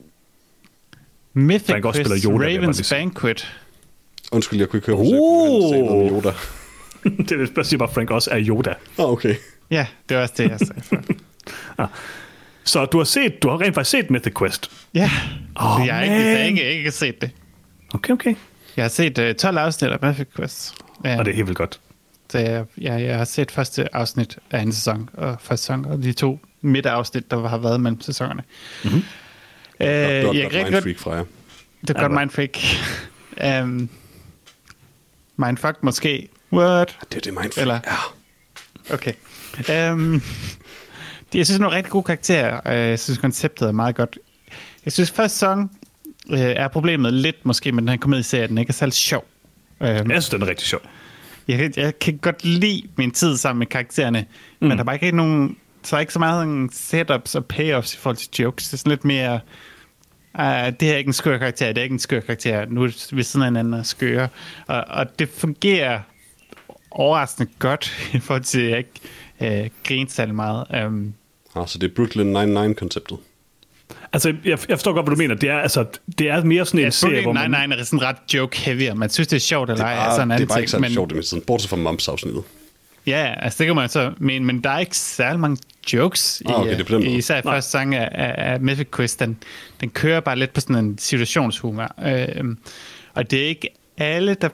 Mythic Quest Yoda, Raven's Banquet. Undskyld, jeg kunne ikke høre, oh. sagde noget med Yoda. Det er siger bare, Frank Oz er Yoda. Ah, okay. Ja, det var også det, jeg sagde før. ah. Så du har set, du har rent faktisk set Mythic Quest? Ja, oh, jeg har ikke, jeg har ikke, ikke set det. Okay, okay. Jeg har set uh, tolv afsnit af Mythic Quest. Um, og det er helt vildt godt. Så jeg, jeg, jeg har set første afsnit af en sæson, og første sæson, og de to midterafsnit, der har været mellem sæsonerne. Mm-hmm. Uh, det var jeg godt Mindfreak fra jer. Det er godt Mindfreak. um, Mindfuck måske. What? Det er det Mindfreak. Eller? Ja. Okay. Um, det, jeg synes, det er nogle rigtig gode karakterer. Uh, jeg synes, konceptet er meget godt. Jeg synes, første sæson uh, er problemet lidt måske med den her komedieserie, at den ikke er særlig sjov. Um, jeg synes, den er rigtig sjov. Jeg, jeg kan godt lide min tid sammen med karaktererne, mm. men der er bare ikke nogen, så er ikke så meget setups og payoffs i forhold til jokes. Det er sådan lidt mere, uh, det her er ikke en skør karakter, det er ikke en skør karakter, nu er det ved siden af hinanden og skøre. Og, og det fungerer overraskende godt i forhold til, at jeg ikke uh, griner særlig meget. Um, ah, så det er Brooklyn Nine-Nine-konceptet. Altså, jeg, jeg forstår godt, hvad du mener. Det er, altså, det er mere sådan en ja, serie, hvor man... Nej, nej, er sådan ret joke-heavy, og man synes, det er sjovt, eller ej. Det er bare, sådan det er bare ikke særlig men... sjovt, det med bortset fra Mums-afsnittet. Ja, altså det kan man så mene, men der er ikke særlig mange jokes ah, okay, i, i især første sang af, af, af Mythic Quest. Den, den kører bare lidt på sådan en situationshumor. Øhm, og det er ikke alle, der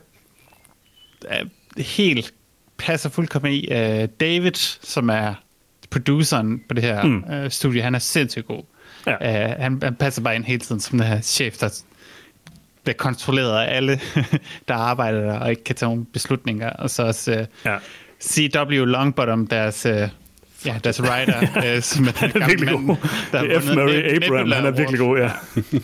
er helt passer fuldkommen i. Uh, David, som er produceren på det her mm. uh, studie, han er sindssygt god. Ja. Uh, han, han passer bare ind hele tiden som den her chef, der bliver kontrolleret af alle, der arbejder der, og ikke kan tage nogle beslutninger. Og så også uh, ja. C W Longbottom, deres, uh, ja, deres writer, uh, som er den gamle mand, der er F. Murray Abraham, han er virkelig god, ja.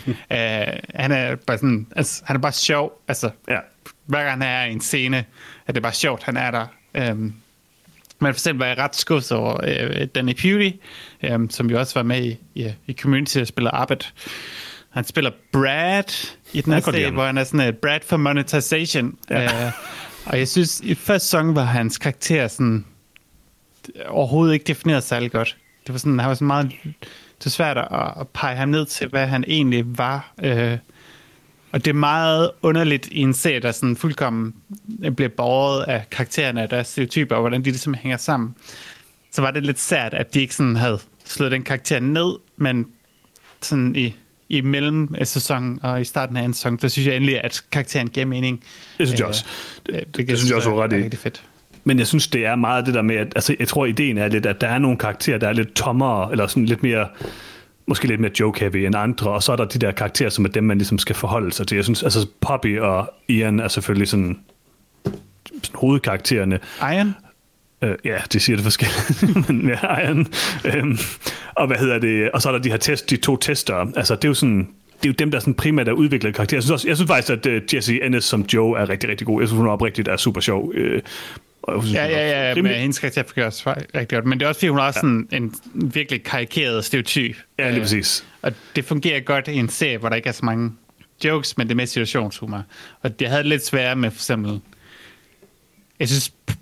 uh, han er bare sådan, altså, han er bare sjov, altså, ja. Hver gang han er i en scene, er det bare sjovt, han er der. Um, men for eksempel var jeg ret skuffet over uh, Danny Pudi, um, som jo også var med i, i, i Community og spiller Abed. Han spiller Brad i den her serie, hvor han er sådan et Brad for monetization. Ja. Uh, og jeg synes, i første sæson var hans karakter sådan overhovedet ikke defineret særlig godt. Det var sådan, han var sådan meget, det var svært at, at pege ham ned til, hvad han egentlig var. Uh, og det er meget underligt i en serie, der sådan fuldkommen bliver båret af karaktererne og deres stereotyper, og hvordan de ligesom hænger sammen. Så var det lidt sært, at de ikke sådan havde slået den karakter ned, men sådan i, i mellem sæsonen og i starten af en sæson, så synes jeg endelig, at karakteren giver mening. Det synes jeg også. Det, det, det, det synes jeg også var ret i. Rigtig fedt. Men jeg synes, det er meget det der med, at altså, jeg tror, ideen er lidt, at der er nogle karakterer, der er lidt tommere, eller sådan lidt mere, måske lidt mere joke-heavy end andre, og så er der de der karakterer, som er dem, man ligesom skal forholde sig til. Jeg synes, altså Poppy og Ian er selvfølgelig sådan, sådan hovedkaraktererne. Ian? Øh, ja, de siger det forskelligt, men ja, Ian. Øhm, og hvad hedder det? Og så er der de her test, de to testere. Altså, det er jo sådan, det er jo dem, der sådan primært er udviklet karakterer. Jeg synes, også, jeg synes faktisk, at uh, Jessie Ennis som Joe er rigtig, rigtig god. Jeg synes, hun er oprigtigt er super sjov. Øh, Synes, ja, ja, ja, rimelig... men hendes karakter fungerer også rigtig godt. Men det er også, fordi hun er også ja. sådan en virkelig karikeret stereotyp. Ja, lige præcis. Øh, og det fungerer godt i en serie, hvor der ikke er så mange jokes, men det er med situationshumor. Og jeg havde lidt sværere med for eksempel... Jeg synes,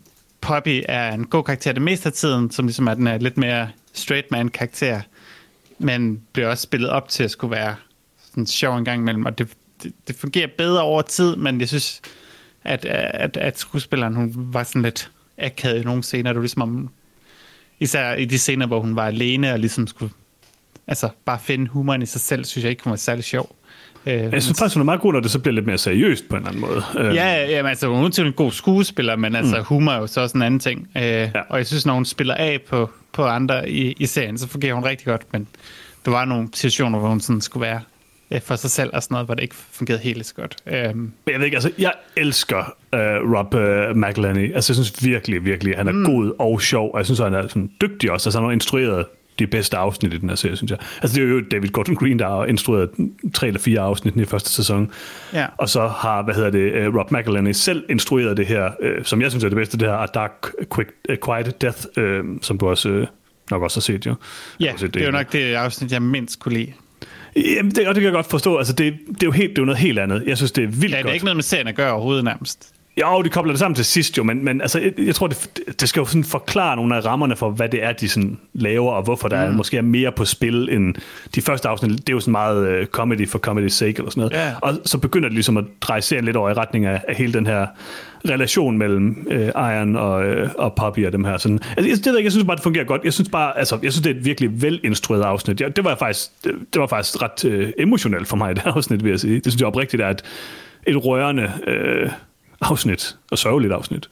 Poppy er en god karakter det meste af tiden, som ligesom er den er lidt mere straight man karakter, men bliver også spillet op til at skulle være sådan sjov en gang imellem, og det, det, det fungerer bedre over tid, men jeg synes, at, at, at skuespilleren, hun var sådan lidt akavet i nogle scener, det var ligesom om, især i de scener, hvor hun var alene, og ligesom skulle, altså bare finde humoren i sig selv, synes jeg ikke, hun var særlig sjov. Jeg synes faktisk, hun er meget god, når det så bliver lidt mere seriøst på en eller anden måde. Ja, ja, altså hun er til en god skuespiller, men altså mm. humor er jo så også en anden ting. Ja. Og jeg synes, når hun spiller af på, på andre i, i serien, så fungerer hun rigtig godt, men der var nogle situationer, hvor hun sådan skulle være for sig selv og sådan noget, hvor det ikke fungerede helt så godt. Um, jeg ved ikke, altså, jeg elsker uh, Rob uh, McElhenney. Altså, jeg synes virkelig, virkelig, han er mm. god og sjov, og jeg synes, han er sådan dygtig også. Altså, han har instrueret de bedste afsnit i den her serie, synes jeg. Altså, det er jo David Gordon Green, der har instrueret tre eller fire afsnit i første sæson. Ja. Og så har, hvad hedder det, uh, Rob McElhenney selv instrueret det her, uh, som jeg synes er det bedste, det her A Dark Quick, uh, Quiet Death, uh, som du også uh, nok også har set, jo. Ja, set det, det er jo nok det afsnit, jeg mindst kunne lide. Jamen, det, og det kan jeg godt forstå. Altså, det, det er jo helt, det er jo noget helt andet. Jeg synes, det er vildt godt. Ja, det er godt. ikke noget med serien at gøre overhovedet nærmest. Jo, de kobler det sammen til sidst jo, men, men altså, jeg, jeg tror, det, det skal jo sådan forklare nogle af rammerne for, hvad det er, de sådan laver, og hvorfor der mm. er, måske er mere på spil end de første afsnit. Det er jo sådan meget uh, comedy for comedy's sake eller sådan noget. Yeah. Og så begynder det ligesom at dreje serien lidt over i retning af, af hele den her relation mellem uh, Iron og, uh, og Poppy og dem her. Sådan. Altså, jeg, det ved jeg, jeg synes bare, det fungerer godt. Jeg synes bare, altså, jeg synes, det er et virkelig velinstrueret afsnit. Jeg, det, var faktisk, det, det var faktisk ret uh, emotionelt for mig, det afsnit, vil jeg sige. Det synes jeg oprigtigt er et, et rørende Uh, afsnit, og sørgeligt afsnit.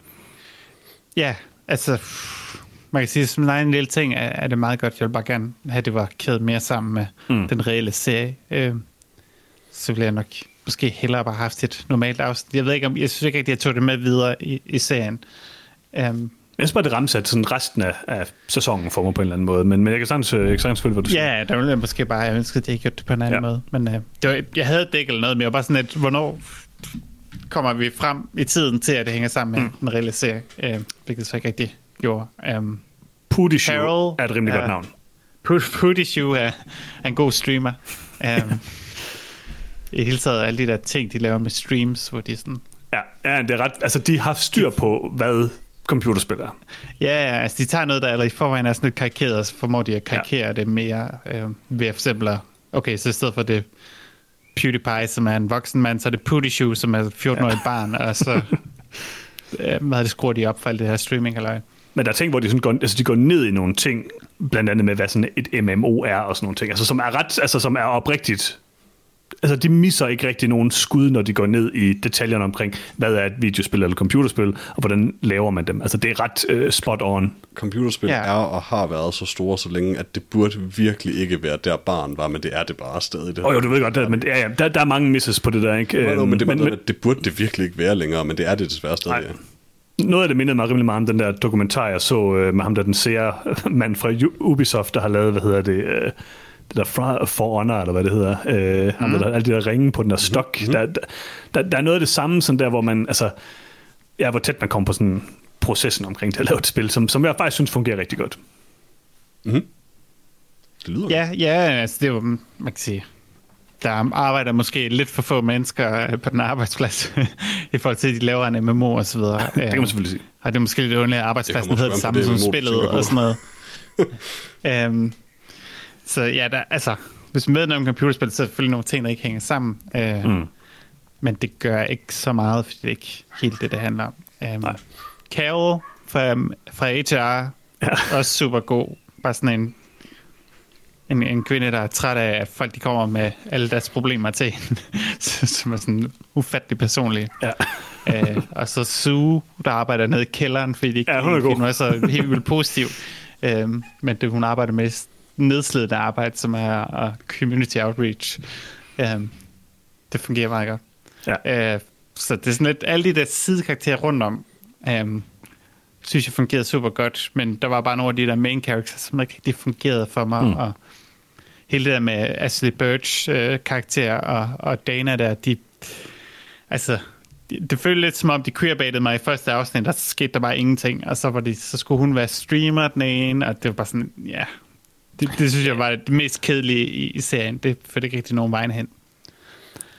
Ja, altså, man kan sige, som en egen lille ting, er, er det meget godt. Jeg vil bare gerne have, det var kædet mere sammen med mm. den reelle serie. Øh, så ville jeg nok måske hellere bare haft et normalt afsnit. Jeg ved ikke, om, jeg synes ikke rigtig, at jeg tog det med videre i, i serien. Um, jeg synes bare, det ramsat sådan resten af, af sæsonen for mig på en eller anden måde, men, men jeg kan sagtens, jeg kan sagtens følge, hvad du siger. Ja, der ville jeg måske bare, jeg ønskede, at jeg ikke gjorde det på en anden ja. måde. Men uh, det var, jeg havde det ikke eller noget, men jeg var bare sådan lidt, hvornår kommer vi frem i tiden til, at det hænger sammen med mm. den reelle serie, øh, hvilket så ikke rigtig gjorde. Um, Pootishoe er et rimelig uh, godt navn. Pootishoe er, er en god streamer. Um, I hele taget alle de der ting, de laver med streams, hvor de sådan... Ja, ja det er ret... Altså, de har styr på, hvad computerspil er. Ja, ja, altså de tager noget, der eller i forvejen er sådan lidt karikeret, og så formår de at karikere ja. det mere øh, ved for eksempel at, okay, så i stedet for det PewDiePie, som er en voksen mand, så er det Pootishoe, som er et fjorten-årig ja. barn, og så øh, hvad det skruer de op for alt det her streaming eller. Men der er ting, hvor de, sådan går, altså de går ned i nogle ting, blandt andet med, hvad sådan et M M O er og sådan nogle ting, altså som er ret, altså som er oprigtigt. Altså, de misser ikke rigtig nogen skud, når de går ned i detaljerne omkring, hvad er et videospil eller computerspil, og hvordan laver man dem. Altså, det er ret uh, spot on. Computerspil ja. er og har været så store så længe, at det burde virkelig ikke være der barn var, men det er det bare stadig. Åh oh, jo, du ved godt, det, men ja, ja, der, der er mange misses på det der, ikke? Nå, no, men, det, men, men det burde det virkelig ikke være længere, men det er det desværre stadig. Ja. Noget af det mindede mig rimelig meget om den der dokumentar, jeg så uh, med ham, der den seer mand fra Ubisoft, der har lavet, hvad hedder det... Uh, det der For, For Honor, eller hvad det hedder, øh, mm. der, alle de der ringe på den der stok, mm-hmm. der, der, der er noget af det samme, sådan der, hvor man, altså, ja, hvor tæt man kommer på sådan processen omkring det at lave et spil, som, som jeg faktisk synes fungerer rigtig godt. Mm-hmm. Det lyder ja, godt. Ja, altså det er jo, man kan sige, der arbejder måske lidt for få mennesker på den arbejdsplads, i forhold til, at de laver en M M O og så videre. Det kan man selvfølgelig sige. Og det er måske lidt underligt, at arbejdspladsen hedder det samme det, som spillet og sådan noget. um, Så ja, der, altså, hvis man ved noget om computerspil, så er der selvfølgelig nogle ting, der ikke hænger sammen. Øh, mm. Men det gør ikke så meget, fordi det er ikke helt det, det handler om. Um, Carol fra, fra H R ja. Også super god. Bare sådan en, en, en kvinde, der er træt af, at folk de kommer med alle deres problemer til hende, som er sådan ufattelig personlige. Ja. øh, og så Sue, der arbejder nede i kælderen, fordi de ikke ja, hun er, god. Hun er så helt vildt positiv. øh, men det, hun arbejder med nedslidende arbejde, som er uh, community outreach. Um, det fungerer meget godt. Ja. Uh, så det er sådan lidt, alle de der sidekarakterer rundt om, um, synes jeg fungerede super godt, men der var bare nogle af de der main characters, som ikke rigtig fungerede for mig, mm. og hele det der med Ashley Birch uh, karakter og, og Dana der, de, altså, det, det føltes lidt som om, de queerbaitede mig i første afsnit, der skete der bare ingenting, og så, var de, så skulle hun være streamer den ene, og det var bare sådan, ja, yeah. Det, det synes jeg var det mest kedelige i, i serien. Det førte ikke rigtig nogen vejen hen.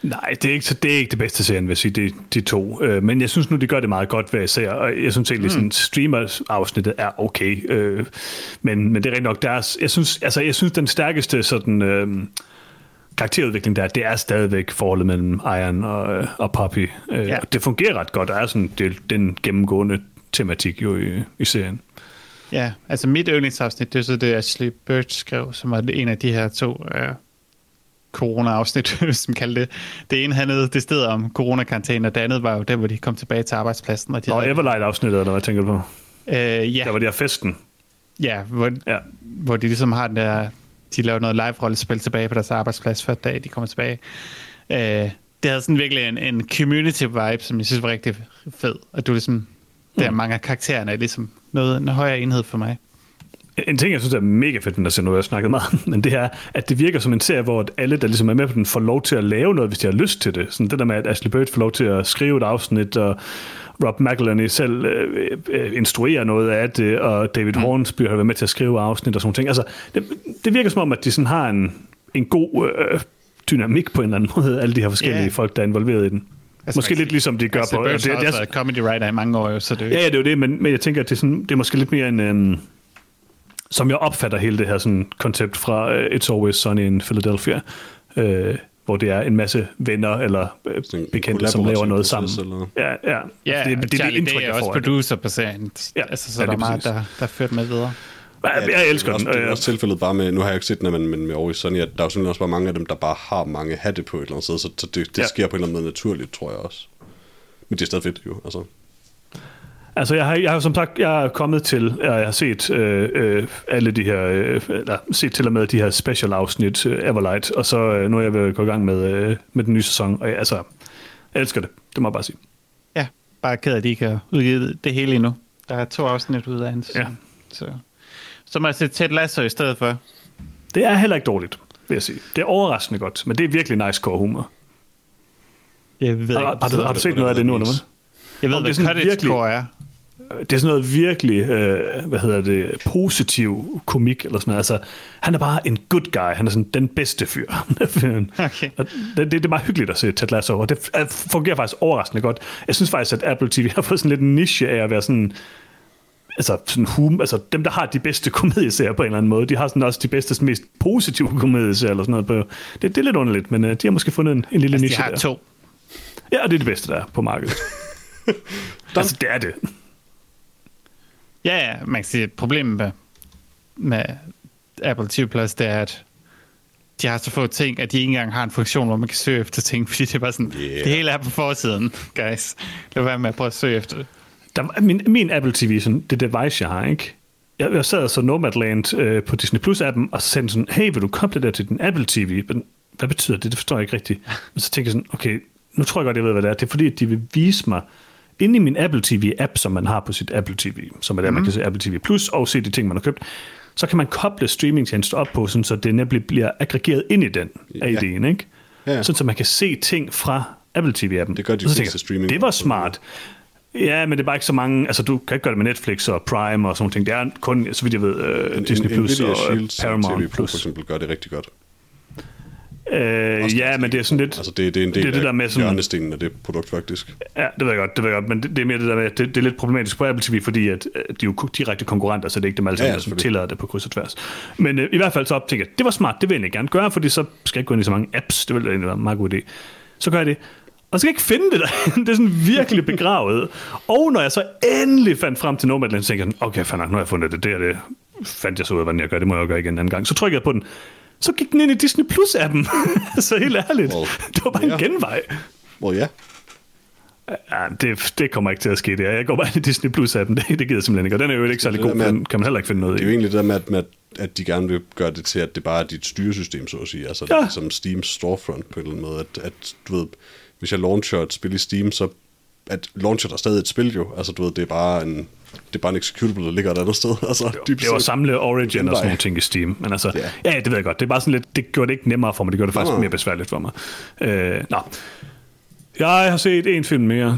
Nej, det er ikke, så det er ikke det bedste serien, vil jeg sige, de, de to. Øh, men jeg synes nu, de gør det meget godt, hvad jeg ser. Og jeg synes egentlig, mm. sådan streamer-afsnittet er okay. Øh, men, men det er rigtig nok deres... Jeg synes, altså, jeg synes den stærkeste sådan, øh, karakterudvikling der, det er stadigvæk forholdet mellem Iron og, og Poppy. Øh, ja. Det fungerer ret godt. Der er sådan det, den gennemgående tematik jo i, i serien. Ja, altså mit yndlingsafsnit, det er så det, Ashley Birch skrev, som var en af de her to... Øh corona-afsnit, som kaldte det. Det ene handlede det sted om coronakarantæne, og det andet var jo der, hvor de kom tilbage til arbejdspladsen. Og, de og havde... Everlight-afsnittet, eller hvad tænker du på? Øh, ja. Der var de her festen. Ja, hvor, ja, hvor de ligesom har den der, de laver noget live-rollespil tilbage på deres arbejdsplads, før dag de kommer tilbage. Øh, det havde sådan virkelig en, en community-vibe, som jeg synes var rigtig fed. Og du ligesom, der mm. mange af karaktererne er ligesom noget, en højere enhed for mig. En ting, jeg synes er mega fedt, når jeg har snakket meget om, men det er, at det virker som en serie, hvor alle, der ligesom er med på den, får lov til at lave noget, hvis de har lyst til det. Sådan det der med, at Ashley Birch får lov til at skrive et afsnit, og Rob McElhenney selv øh, øh, instruerer noget af det, og David mm. Hornsby har været med til at skrive afsnit og sådan ting. Altså, det, det virker som om, at de sådan har en, en god øh, dynamik på en eller anden måde, alle de her forskellige yeah. folk, der er involveret i den. Altså, måske lidt ligesom de gør altså, på... Birch det, har også været comedy writer i mange år, jo, så det... Ja, ja, det er jo det, men, men jeg tænker, at det er, sådan, det er måske lidt mere en... Øh, som jeg opfatter hele det her sådan koncept fra uh, It's Always Sunny in Philadelphia, uh, hvor det er en masse venner eller uh, bekendte, som laver noget sammen. Eller? Ja, ja. Ja, det, det, det, Charlie det, det Day er også producer på serien. Ja, altså, så ja, der er meget, der, der er ført med videre. Ja, jeg, jeg elsker det. den. Det er også tilfældet bare med, nu har jeg ikke set den, men, men med Always Sunny, at der er jo simpelthen også bare mange af dem, der bare har mange hatte på et eller andet sted, så, så det, det ja. sker på en eller anden måde naturligt, tror jeg også. Men det er stadig fedt, jo. Altså. Altså, jeg har, jeg har som sagt, jeg er kommet til, jeg har set øh, øh, alle de her, øh, eller set til og med de her special afsnit, øh, Everlight, og så øh, nu er jeg ved at gå i gang med, øh, med den nye sæson, og jeg, altså, jeg elsker det, det må jeg bare sige. Ja, bare ked af, at de ikke har udgivet det hele endnu. Der er to afsnit ud af en sæson. Ja. Så, så må jeg se Ted Lasso i stedet for. Det er heller ikke dårligt, vil jeg sige. Det er overraskende godt, men det er virkelig nice core humor. Jeg ved har, ikke, har, du, har du set noget af det nu, eller hvad? Jeg ved, hvad cottagecore er. Det er sådan noget virkelig, øh, hvad hedder det, positiv komik, eller sådan noget. Altså, han er bare en good guy. Han er sådan den bedste fyr. Okay. det, det, det er meget hyggeligt at se Ted Lasso, og det fungerer faktisk overraskende godt. Jeg synes faktisk, at Apple T V har fået sådan lidt en niche af at være sådan, altså, sådan hum, altså dem, der har de bedste komedieserier på en eller anden måde, de har sådan også de bedste, mest positive komedieserier, eller sådan noget. På. Det, det er lidt underligt, men uh, de har måske fundet en, en lille altså, niche der. De har to. Ja, og det er det bedste, der er på markedet. altså, det er det. Ja, ja, man kan sige, at problemet med, med Apple T V Plus, det er, at de har så få ting, at de ikke engang har en funktion, hvor man kan søge efter ting, fordi det er bare sådan, yeah. det hele er på forsiden, guys. Lad være med at prøve at søge efter det. Der, min, min Apple T V, sådan, det device, jeg har, ikke? Jeg, jeg sad så Nomadland øh, på Disney Plus-appen, og så sagde sådan, hey, vil du koble det der til din Apple T V? Men hvad betyder det? Det forstår jeg ikke rigtigt. Og så tænker jeg sådan, okay, nu tror jeg godt, jeg ved, hvad det er. Det er fordi, at de vil vise mig, inde i min Apple T V-app, som man har på sit Apple T V, som er der, mm. man kan se Apple T V Plus og se de ting, man har købt, så kan man koble streamingtjenester op på, sådan, så det nemlig bliver aggregeret ind i den af ja. ideen, ikke? Ja. Sådan, så man kan se ting fra Apple T V-appen. Det gør de fleste streaming. Det var smart. Ja, men det er bare ikke så mange, altså du kan ikke gøre det med Netflix og Prime og sådan ting. Det er kun, så vidt jeg ved, uh, Disney en, Plus en og Shields Paramount Plus. For eksempel gør det rigtig godt. Øh, ja, men det er sådan lidt... Altså, det, det er en del det er det af der med sådan, hjørnestenen af det produkt, faktisk. Ja, det ved jeg godt, det ved jeg godt, men det, det er mere det der med, det, det er lidt problematisk på Apple T V, fordi at, de er jo direkte konkurrenter, så det er ikke dem alle sammen, ja, ja, som tillader det på kryds og tværs. Men øh, i hvert fald så tænker jeg, det var smart, det vil jeg egentlig gerne gøre, fordi så skal jeg ikke gå ind i så mange apps, det vil egentlig være en meget god idé. Så gør jeg det. Og så skal jeg ikke finde det der. Det er sådan virkelig begravet. Og når jeg så endelig fandt frem til Nomadland, så tænkte jeg, okay, fanden, nu har jeg fundet det der, det fandt jeg så ud af, hvordan jeg gør, det må jeg jo gøre igen en anden gang. Så trykkede jeg på den. Så gik den ind i Disney Plus-appen. Så helt ærligt. Well, det var bare yeah. en genvej. Well, ja. Ja, det, det kommer ikke til at ske, det. Jeg går bare ind i Disney Plus-appen. Det, det gider simpelthen ikke. Og den er jo ikke særlig god, for den kan man heller ikke finde noget i. Det er jo egentlig det der med, at, med, at de gerne vil gøre det til, at det bare er dit styresystem, så at sige. Altså ja. Som Steams storefront på en eller anden måde. At, at du ved, hvis jeg launcher et spil i Steam, så at launcher der stadig et spil jo. Altså du ved, det er bare en... Det er bare en executable, der ligger et andet sted. Altså, det er jo at samle Origin og sådan nogle ting i Steam. Men altså, yeah. ja, det ved jeg godt. Det er bare sådan lidt, det gjorde det ikke nemmere for mig. Det gjorde det faktisk no. mere besværligt for mig. Øh, nå. Jeg har set en film mere.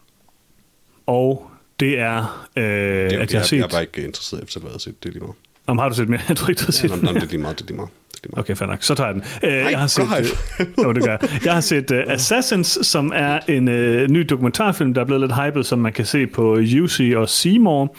Og det er, øh, det er at jeg, jeg har set... Jeg er bare ikke interesseret efter, hvad jeg har set. Det er lige meget. Om har du set mere? Jeg tror ikke, du har set ja, nå, nå, det er lige meget, det er lige meget. Okay, fair nok. Så tager jeg den. Uh, Ej, jeg har set, uh, oh, det gør jeg. jeg har set uh, Assassins, som er en uh, ny dokumentarfilm, der er blevet lidt hyped, som man kan se på U C og Seymour.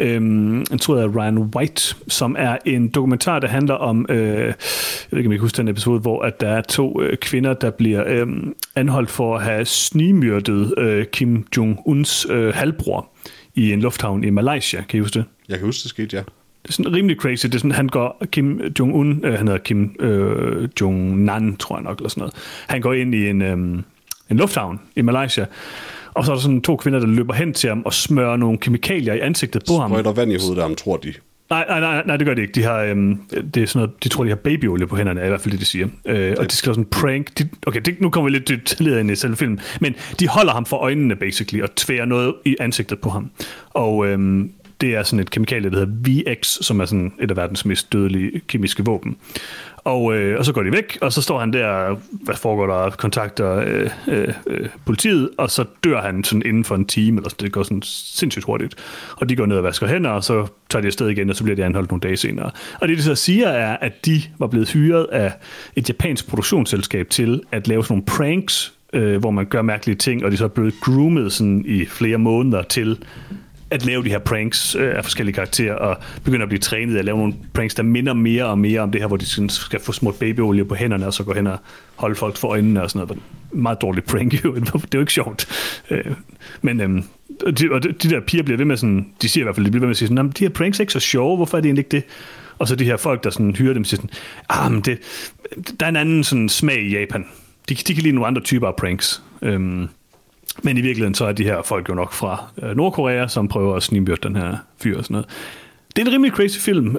Um, jeg tror, det er Ryan White, som er en dokumentar, der handler om, uh, jeg ved ikke, om jeg kan huske den episode, hvor at der er to uh, kvinder, der bliver um, anholdt for at have snigmyrdet uh, Kim Jong-uns uh, halvbror i en lufthavn i Malaysia. Kan I huske det? Jeg kan huske, det skete, ja. Det er sådan rimelig crazy. Det er sådan, han går, Kim Jong-un, øh, han hedder Kim øh, Jong-nan, tror jeg nok, eller sådan noget. Han går ind i en, øh, en lufthavn i Malaysia, og så er der sådan to kvinder, der løber hen til ham og smører nogle kemikalier i ansigtet på ham. Sprøjter vand i hovedet af ham, tror de. Nej, nej, nej, nej, det gør de ikke. De har, øhm, det er sådan noget, de tror, de har babyolie på hænderne, er i hvert fald det, de siger. Øh, og de skal sådan en prank. De, okay, det, nu kommer vi lidt detaljeret ind i selve filmen. Men de holder ham for øjnene, basically, og tværer noget i ansigtet på ham. Og øhm, det er sådan et kemikalie, der hedder V X, som er sådan et af verdens mest dødelige kemiske våben. Og, øh, og så går de væk, og så står han der, hvad foregår der, kontakter øh, øh, politiet, og så dør han sådan inden for en time, eller sådan, det går sådan sindssygt hurtigt. Og de går ned og vasker hænder, og så tager de afsted igen, og så bliver de anholdt nogle dage senere. Og det, de så siger, er, at de var blevet hyret af et japansk produktionsselskab til at lave sådan nogle pranks, øh, hvor man gør mærkelige ting, og de så er blevet groomet sådan i flere måneder til at lave de her pranks øh, af forskellige karakterer, og begynder at blive trænet at lave nogle pranks, der minder mere og mere om det her, hvor de skal få smurt babyolie på hænderne, og så gå hen og holde folk for øjnene og sådan noget. Meget dårligt prank, jo. Det er jo ikke sjovt. Øh, men øhm, de, og de, de der piger bliver ved med sådan, de siger i hvert fald, de bliver ved med at sige sådan, de her pranks er ikke så sjove, hvorfor er det egentlig ikke det? Og så de her folk, der sådan hyrer dem, siger sådan, ah, men det, der er en anden sådan smag i Japan. De, de kan lide nogle andre typer af pranks. Øhm, Men i virkeligheden så er de her folk jo nok fra øh, Nordkorea, som prøver at snigmyrde den her fyr og sådan noget. Det er en rimelig crazy film.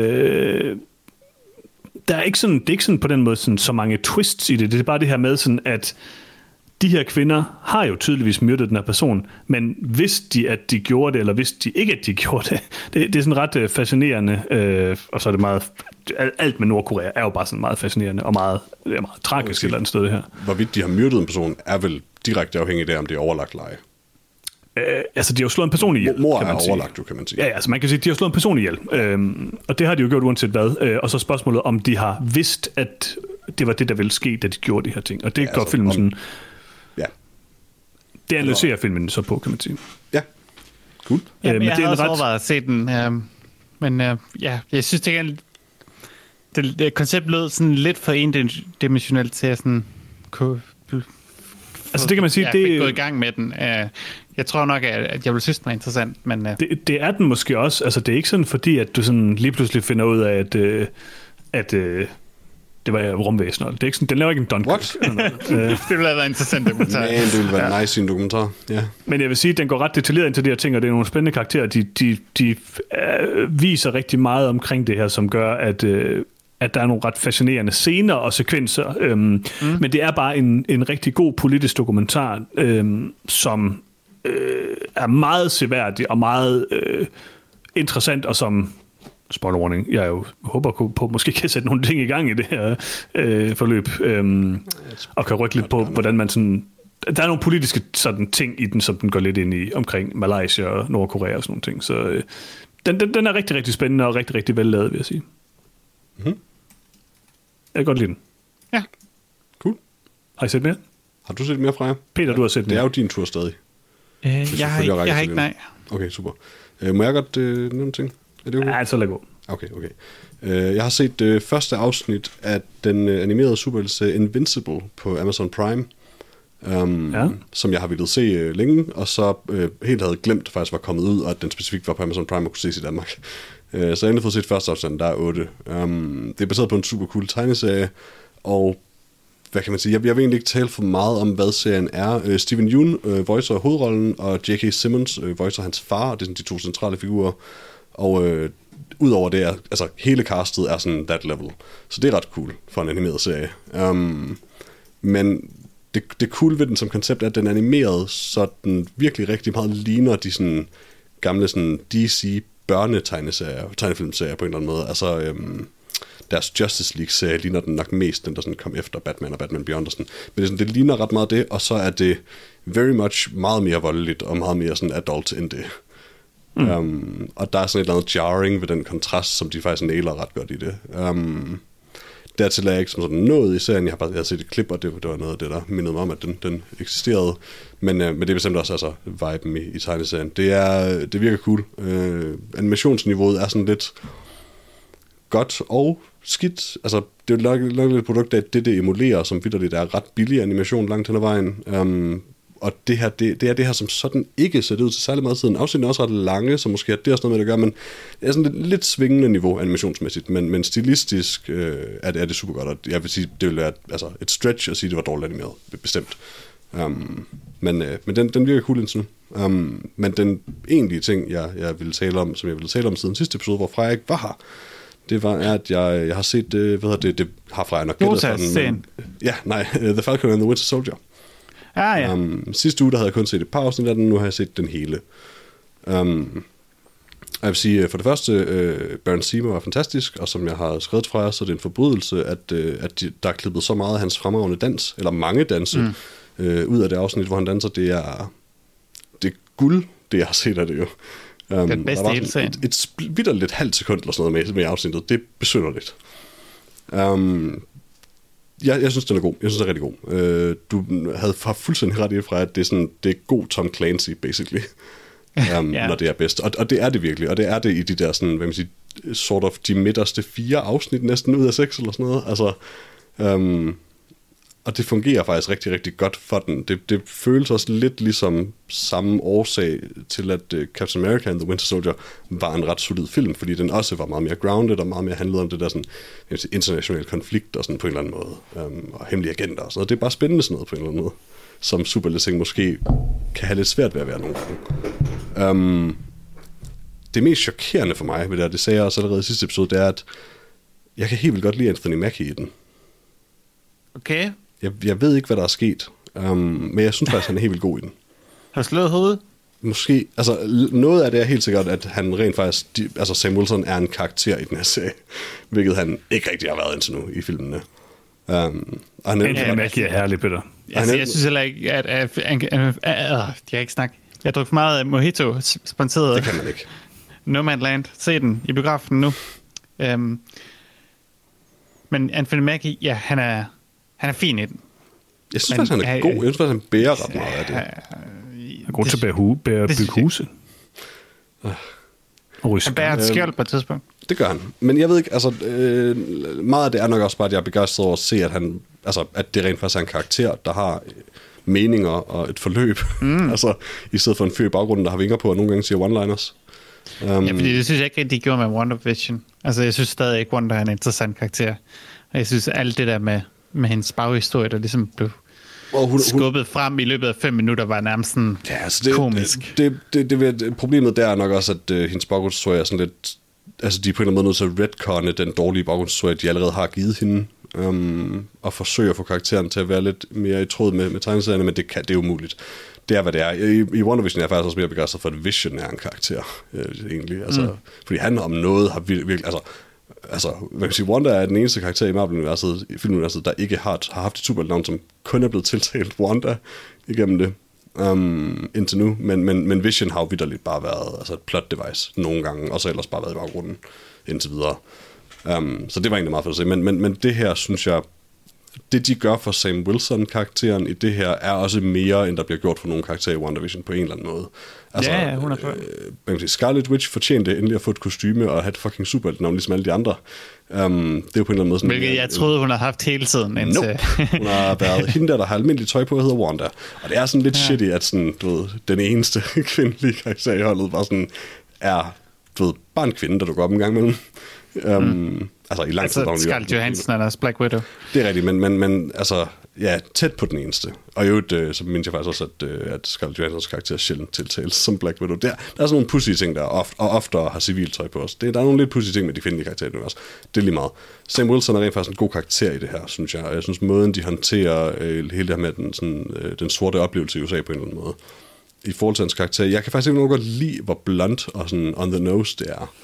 Øh, der er ikke sådan, det er ikke sådan på den måde sådan, så mange twists i det. Det er bare det her med sådan, at de her kvinder har jo tydeligvis myrdet den her person, men vidste de, at de gjorde det, eller vidste de ikke, at de gjorde det? Det, det er sådan ret øh, fascinerende, øh, og så er det meget... Alt med Nordkorea er jo bare sådan meget fascinerende, og meget, det er meget tragisk et eller andet sted, det her. Hvorvidt de har myrdet en person, er vel direkte afhængigt af, om det er overlagt leje. Øh, altså, de har jo slået en person ihjel, Mor kan man er sige. overlagt, du kan man sige. Ja, ja, altså man kan sige, at de har slået en person ihjel. Øhm, og det har de jo gjort uanset hvad. Øh, og så spørgsmålet, om de har vidst, at det var det, der ville ske, da de gjorde de her ting. Og det ja, gør altså, filmen sådan... Ja. Det analyserer filmen så på, kan man sige. Ja, cool. Ja, men øh, men jeg det er har også ret... overvejet at se den. Øh, men øh, ja, jeg synes, det er det, det koncept lød sådan lidt for endimensionelt til at sådan kunne... Altså det kan man sige, jeg det er gået i gang med den. Jeg tror nok, at jeg vil synes, den er interessant, men... Det, det er den måske også. Altså det er ikke sådan, fordi at du sådan lige pludselig finder ud af, at, at, at det var rumvæsener. Det er ikke sådan, den laver ikke en Dunkirk. Det ville have været interessant dokumentar. Men det ville være ja. nice i en dokumentar, ja. Men jeg vil sige, at den går ret detaljeret ind til de her ting, og det er nogle spændende karakterer. De, de, de uh, viser rigtig meget omkring det her, som gør, at... Uh, at der er nogle ret fascinerende scener og sekvenser, øhm, mm. men det er bare en, en rigtig god politisk dokumentar, øhm, som øh, er meget seværdig og meget øh, interessant, og som, spoiler warning, jeg jo håber på, måske kan sætte nogle ting i gang i det her øh, forløb, øh, og kan rykke lidt på, hvordan man sådan... Der er nogle politiske sådan ting i den, som den går lidt ind i, omkring Malaysia og Nordkorea og sådan nogle ting, så øh, den, den, den er rigtig, rigtig spændende og rigtig, rigtig vellavet, vil jeg sige. Mm-hmm. Jeg kan godt lide den. Ja. Cool. Har I set mere? Har du set mere fra jer? Peter, ja, du har set mere. Det er jo din tur stadig. Øh, jeg har ikke, jeg har ikke nej. Okay, super. Øh, må jeg godt øh, nævne ting? Er det okay? Ja, så lad gå. Okay, okay. Øh, jeg har set øh, første afsnit af den øh, animerede superhelte Invincible på Amazon Prime, um, ja. som jeg har villet se øh, længe, og så øh, helt havde glemt faktisk var kommet ud, og at den specifikt var på Amazon Prime og kunne ses i Danmark. Så jeg har endelig fået set første afsnit, der er otte. Um, det er baseret på en super cool tegneserie, og hvad kan man sige, jeg, jeg vil egentlig ikke tale for meget om, hvad serien er. Uh, Steven Yeun uh, voicer hovedrollen, og J K. Simmons uh, voicer hans far, det er sådan de to centrale figurer, og uh, udover det er, altså hele castet er sådan that level, så det er ret cool for en animeret serie. Um, men det, det cool ved den som koncept er, at den er animeret, så den virkelig rigtig meget ligner de sådan gamle sådan D C børnetegneserier, tegnefilmserier på en eller anden måde. Altså, øhm, deres Justice League-serie ligner den nok mest, den der sådan kom efter Batman og Batman Beyond og sådan. Men det, er sådan, det ligner ret meget det, og så er det very much meget mere voldeligt og meget mere sådan adult end det. Mm. Um, og der er sådan et eller andet jarring ved den kontrast, som de faktisk nailer ret godt i det. Um, dertil er jeg ikke som sådan nået i serien. Jeg har bare jeg har set et klip, og det, det var noget af det, der mindede mig om, at den, den eksisterede. Men, øh, men det er bestemt også altså, viben i, i tegneserien. Det, er, det virker cool. Øh, animationsniveauet er sådan lidt godt og skidt. Altså, det er jo nok, nok et produkt af det, det emulerer, som vitterligt er ret billig animation langt hen ad vejen. Um, og det her, det, det er det her, som sådan ikke ser ud til særlig meget siden. Afsnitene er også ret lange, så måske er det også noget med det at gøre, men det er sådan lidt, lidt svingende niveau animationsmæssigt, men, men stilistisk øh, er, det, er det super godt, og jeg vil sige, det vil være altså, et stretch at sige, at det var dårligt animeret, bestemt. Um, men øh, men den, den virker cool indtil nu. Um, men den egentlige ting, jeg, jeg ville tale om, som jeg ville tale om siden sidste episode, hvor Freja ikke var her, det var, at jeg, jeg har set, hvad hedder det, det har Freja nok gættet fra den. Men, ja, nej, The Falcon and the Winter Soldier. Ah, ja. Um, sidste uge, der havde jeg kun set et par afsnit af den, nu har jeg set den hele. Um, jeg vil sige, for det første, uh, Baron Zemo var fantastisk, og som jeg har skrevet fra jer, så er det en forbrydelse, at, uh, at de, der er klippet så meget af hans fremragende dans, eller mange danse, mm. uh, ud af det afsnit, hvor han danser. Det er, det er guld, det jeg har set af det jo. Um, den bedste hele serien. Et, et, et vitterligt halvt sekund eller sådan noget med, med afsnittet. Det er besynderligt. Um, jeg, jeg synes, den er god. Jeg synes, den er rigtig god. Uh, du havde fuldstændig ret i fra, at det er, sådan, det er god Tom Clancy, basically. Um, yeah. Når det er bedst. Og, og det er det virkelig. Og det er det i de der, sådan, hvad man siger, sort of de midterste fire afsnit, næsten ud af seks eller sådan noget. Altså, um, og det fungerer faktisk rigtig, rigtig godt for den. Det, det føles også lidt ligesom samme årsag til, at uh, Captain America and the Winter Soldier var en ret solid film, fordi den også var meget mere grounded og meget mere handlede om det der sådan, sige, international konflikt og sådan på en eller anden måde, um, og hemmelige agenter og sådan noget. Det er bare spændende sådan noget på en eller anden måde, som superlæsning måske kan have lidt svært ved at være nogle gange. Um, det mest chokerende for mig ved det, det sagde jeg også allerede i sidste episode, det er, at jeg kan helt vildt godt lide Anthony Mackie i den. Okay. Jeg, jeg ved ikke, hvad der er sket, um, men jeg synes faktisk, han er helt vildt god i den. Har du slået hovedet? Måske, altså noget af det er helt sikkert, at han rent faktisk, de, altså Sam Wilson er en karakter i den her serie, hvilket han ikke rigtig har været indtil nu i filmene. Um, og han er, ja, Mackie er herlig, Peter. Altså, jeg synes heller ikke, at... at, at, at, at, at jeg kan ikke snakke. Jeg har drukket for meget mojito, sponsoreret. Det kan man ikke. Nomadland. Se den i biografen nu. Um, men Anthony Mackie, ja, han er... Han er fin i den. Jeg synes faktisk, han er god. Jeg synes faktisk, han bærer ret meget af det. Han er god til at bære, bære bygge huse. Han bærer et skjold på et tidspunkt. Det gør han. Men jeg ved ikke, altså øh, meget af det er nok også bare, at jeg er begejstret over at se, at han, altså, at det rent faktisk er en karakter, der har meninger og et forløb. Mm. Altså, i stedet for en fyr i baggrunden, der har vinger på, og nogle gange siger one-liners. Um, ja, fordi det synes jeg ikke rigtig, de gjorde med WandaVision. Altså, jeg synes stadig ikke, Wanda er en interessant karakter. Og jeg synes, alt det der med med hendes baghistorie, der ligesom blev oh, hun, skubbet hun, frem i løbet af fem minutter, var nærmest sådan ja, altså det, komisk. Det, det, det, det, det, problemet der er nok også, at uh, hendes baggrundshistorie er sådan lidt, altså de er på en eller anden måde nødt til at retconne den dårlige baggrundshistorie, de allerede har givet hende, um, og forsøge at få karakteren til at være lidt mere i tråd med, med tegneserierne, men det, kan, det er umuligt. Det er, hvad det er. I, i WandaVision er jeg faktisk også mere begejstret for, at Vision er en karakter, øh, egentlig. Altså, mm. Fordi han om noget har virkelig, altså Altså, hvad kan sige, Wanda er den eneste karakter i Marvel-universet, i filmuniverset, der ikke har, har haft et supernavn, som kun er blevet tiltalt Wanda igennem det um, indtil nu. Men, men, men Vision har jo vitterligt bare været altså et plot device nogle gange, og så ellers bare været i baggrunden indtil videre. Um, så det var egentlig meget for at se. Men, men, men det her, synes jeg, det de gør for Sam Wilson-karakteren i det her, er også mere, end der bliver gjort for nogle karakterer i WandaVision på en eller anden måde. Altså, ja, ja, hun er øh, Scarlet Witch fortjente endelig at få et kostyme og have et fucking superheltnavn, ligesom alle de andre. Um, det er jo på en eller anden måde sådan... Hvilket jeg troede, hun har haft hele tiden. Indtil... Nope. Hun har været hende der, der har almindeligt tøj på, og hedder Wanda. Og det er sådan lidt ja. shitty, at sådan, du ved, den eneste kvindelige karakter i holdet bare sådan er, du ved, bare en kvinde, der dukker op en gang imellem. Um, mm. Altså i lang tid. Altså Scarlett Johansson er deres Black Widow. Det er rigtigt, men, men, men altså, ja, tæt på den eneste. Og i øvrigt, øh, så mindes jeg faktisk også, at, øh, at Scarlett Johanssons karakter sjældent tiltales som Black Widow. Der, der er sådan nogle pussy ting, der ofte, og oftere har civiltøj på os. Det, der er nogle lidt pussy ting med de kvindelige karakterer i også. Det er lige meget. Sam Wilson er rent faktisk en god karakter i det her, synes jeg. Og jeg synes, måden de håndterer øh, hele det her med den, sådan, øh, den sorte oplevelse i U S A på en eller anden måde. I forhold til hans karakter. Jeg kan faktisk ikke godt lide, hvor blunt og sådan on the nose det er.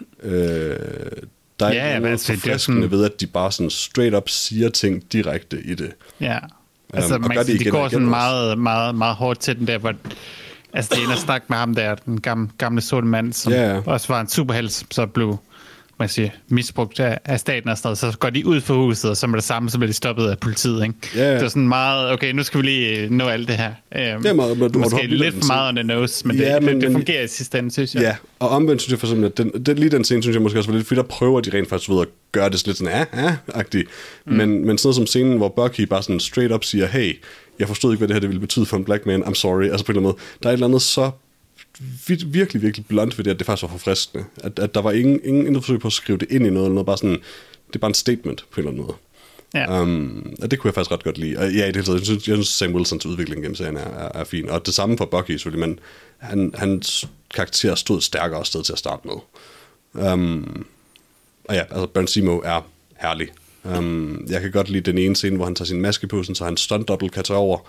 øh, Der er ja, ikke noget forfriskende sådan... ved, at de bare sådan straight up siger ting direkte i det. Ja, altså um, man kan sige, det går sådan meget, meget, meget hårdt til den der, hvor altså det ene at snakke med ham der, den gamle, gamle sorte mand, som yeah. også var en superhelt, så blev man siger, misbrugt af, af staten og sådan noget, så går de ud for huset, og så er det samme, så bliver de stoppet af politiet, ikke? Ja, ja. Det er sådan meget, okay, nu skal vi lige nå alt det her. Um, ja, men, du, måske du lidt for meget on the nose, men, ja, det, men det, det men, fungerer i sidste ende, synes jeg. Ja, og omvendt synes jeg for eksempel, at den, den, lige den scene, synes jeg måske også var lidt, fordi der prøver de rent faktisk ved at gøre det lidt sådan, ah-agtigt. Mm. Men, men sådan noget som scenen, hvor Bucky bare sådan straight up siger, hey, jeg forstod ikke, hvad det her det ville betyde for en black man, I'm sorry, altså på en eller anden måde. Der er et eller andet så virkelig, virkelig blunt ved det, at det faktisk var forfriskende. At, at der var ingen, ingen, ingen forsøg på at skrive det ind i noget, eller noget, bare sådan, det er bare en statement på en eller anden måde. Ja. Um, og det kunne jeg faktisk ret godt lide. Og ja, i det hele taget, jeg synes, jeg synes Sam Wilsons udvikling gennem serien er, er, er fin. Og det samme for Bucky selvfølgelig, men han, hans karakter stod stærkere sted til at starte med. Um, og ja, altså Baron Zemo er herlig. Um, jeg kan godt lide den ene scene, hvor han tager sin maske på, så han stunt double kan tage over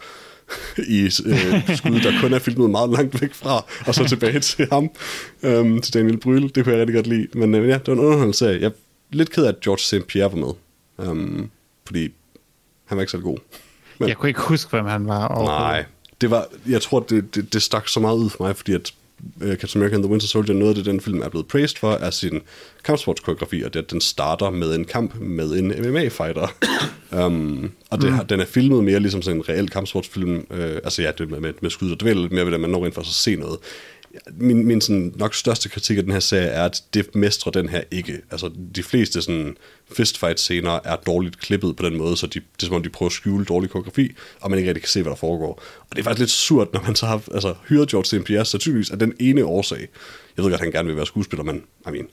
i øh, skud, der kun er filmet meget langt væk fra, og så tilbage til ham, um, til Daniel Brühl. Det kunne jeg rigtig godt lide. Men øh, ja, det var en underholdende serie. Jeg er lidt ked af, at George Saint Pierre var med. Um, fordi han var ikke så god. Men, jeg kunne ikke huske, hvem han var. Nej, det var, jeg tror, det, det, det stak så meget ud for mig, fordi at uh, Captain America and the Winter Soldier, noget af det, den film er blevet praised for, er sin kampsportskoreografi, og det at den starter med en kamp med en M M A-fighter. um, og det, mm. den er filmet mere ligesom sådan en reel kampsportsfilm. Uh, altså ja, det med, med, med skud og dvæl, lidt mere ved det, man når ind for at se noget. Min, min sådan, nok største kritik af den her serie er, at det mestrer den her ikke. Altså, de fleste sådan fistfight-scener er dårligt klippet på den måde, så de, det er som om, de prøver at skjule dårlig koreografi, og man ikke rigtig kan se, hvad der foregår. Og det er faktisk lidt surt, når man så har altså, hyret George Saint Pierre, så tydeligvis er den ene årsag. Jeg ved godt, at han gerne vil være skuespiller, men I mean...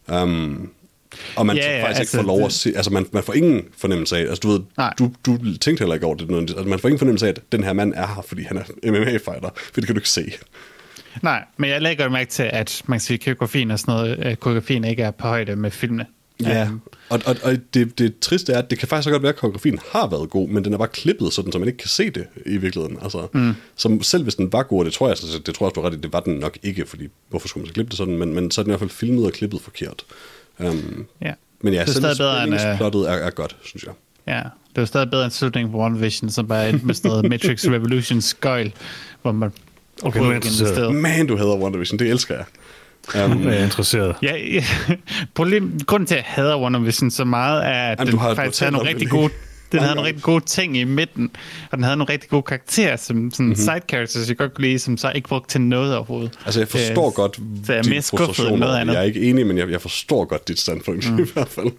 Um, og man yeah, faktisk altså, ikke får lov at se... Altså, man, man får ingen fornemmelse af... Altså, du ved, du, du tænkte heller ikke over det. Altså, man får ingen fornemmelse af, at den her mand er her, fordi han er M M A-fighter, for det kan du ikke se. Nej, men jeg lægger mærke til, at man kan sige, koreografien og sådan noget, koreografien ikke er på højde med filmene. Ja, um, og, og, og det, det triste er, at det kan faktisk godt være, at koreografien har været god, men den er bare klippet, sådan, så man ikke kan se det i virkeligheden. Altså, mm. som selv hvis den var god, det tror jeg, altså, det tror jeg, du ret i, det var den nok ikke, fordi hvorfor skulle man så klippe det sådan, men, men så er den i hvert fald filmet og klippet forkert. Um, ja. Men ja, selv spændingsplottet er, er godt, synes jeg. Ja, det er stadig bedre end slutningen på WandaVision, som bare endte med sådan noget Matrix Revolution skøjl, hvor man... Okay, nu er jeg interesseret. Man, du hader WandaVision, det elsker jeg. Um, jeg er interesseret. Ja, ja. Problem, grunden til, at jeg hader WandaVision så meget, er, at Jamen, den faktisk havde nogle rigtig gode, den havde nogle rigtig gode ting i midten, og den havde nogle rigtig gode karakterer, som sådan mm-hmm. side characters, jeg godt kunne lide, som så ikke brugte til noget overhovedet. Altså, jeg forstår øh, godt din frustration. Jeg er ikke enig, men jeg, jeg forstår godt dit standpunkt mm. i hvert fald.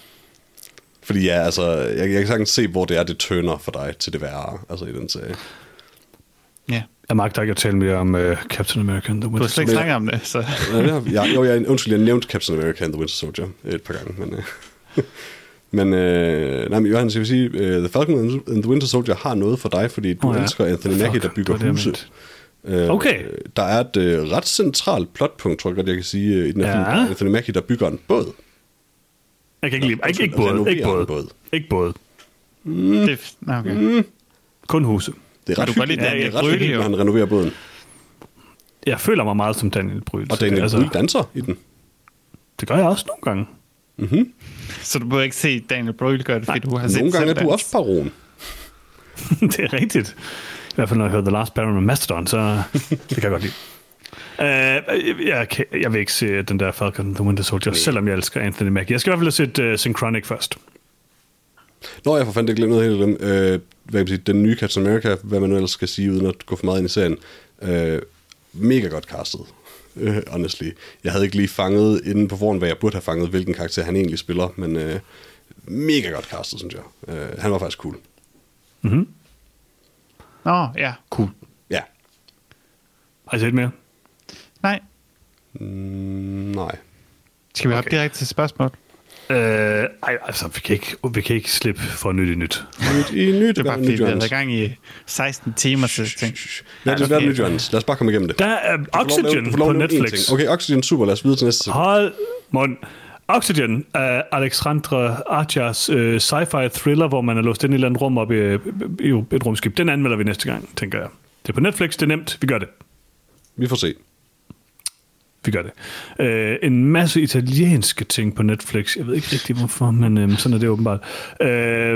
Fordi ja, altså, jeg, jeg kan sagtens se, hvor det er, det tøner for dig til det værre, altså i den sag. Ja. Jeg magter ikke at tale mere om uh, Captain America and the Winter Soldier. Du har slet ikke snakket om det, så... ja, jo, jeg, undskyld, jeg nævnte Captain America and the Winter Soldier et par gange, men... Uh, men, uh, nej, men Johan, skal vi sige, uh, The Falcon and the Winter Soldier har noget for dig, fordi du oh, ja. elsker Anthony Mackie, der bygger det, huse. Uh, okay. Der er et uh, ret centralt plotpunkt, tror jeg godt, jeg kan sige, uh, i den her ja. film, Anthony Mackie, der bygger en båd. Jeg kan ikke lide, ikke, ikke båd, ikke båd, båd. Ikke båd. Mm. Det, okay. mm. Kun huse. Det er ret hyggeligt, ja, ja, hyggeligt, når han renoverer båden. Jeg føler mig meget som Daniel Brühl. Og Daniel Brühl altså, danser i den. Det gør jeg også nogle gange. Mm-hmm. Så du bør ikke se Daniel Brühl gøre det, fordi du har set nogle gange er du også baron. Det er rigtigt. I hvert fald når jeg hører The Last Baron of Mastodon, så det kan jeg godt lide. Uh, jeg, kan, jeg vil ikke se den der Falcon and the Winter Soldier, okay. selvom jeg elsker Anthony Mackie. Jeg skal i hvert fald have set uh, Synchronic først. Nå, jeg får fandt det glemt noget helt af dem. Uh, hvad kan man sige, den nye Captain America, hvad man nu ellers skal sige, uden at gå for meget ind i serien. Uh, mega godt castet, uh, honestly. Jeg havde ikke lige fanget inden på forhånd, hvad jeg burde have fanget, hvilken karakter han egentlig spiller, men uh, mega godt castet, synes jeg. Uh, han var faktisk cool. Mhm. Nå, oh, ja, cool. Ja. Har I set mere? Nej. Mm, nej. Skal vi hoppe okay. direkte til spørgsmål? Øh, ej, altså, vi kan, ikke, vi kan ikke slippe for nyt i nyt. Nyt i nyt. Det er bare, fordi vi har været i gang i seksten timer til ting. Ja, det er okay. Nyt, Jørgens. Lad os bare komme igennem det. Der er Oxygen på Netflix. Okay, Oxygen, super. Lad os videre til næste. Hold mund. Oxygen er Alexandre Ajas øh, sci-fi thriller, hvor man er låst ind i et eller andet rum op i, i, i et rumskib. Den anmelder vi næste gang, tænker jeg. Det er på Netflix, det er nemt. Vi gør det. Vi får se. Vi gør det. Øh, en masse italienske ting på Netflix. Jeg ved ikke rigtig hvorfor, men øh, sådan er det åbenbart. Øh,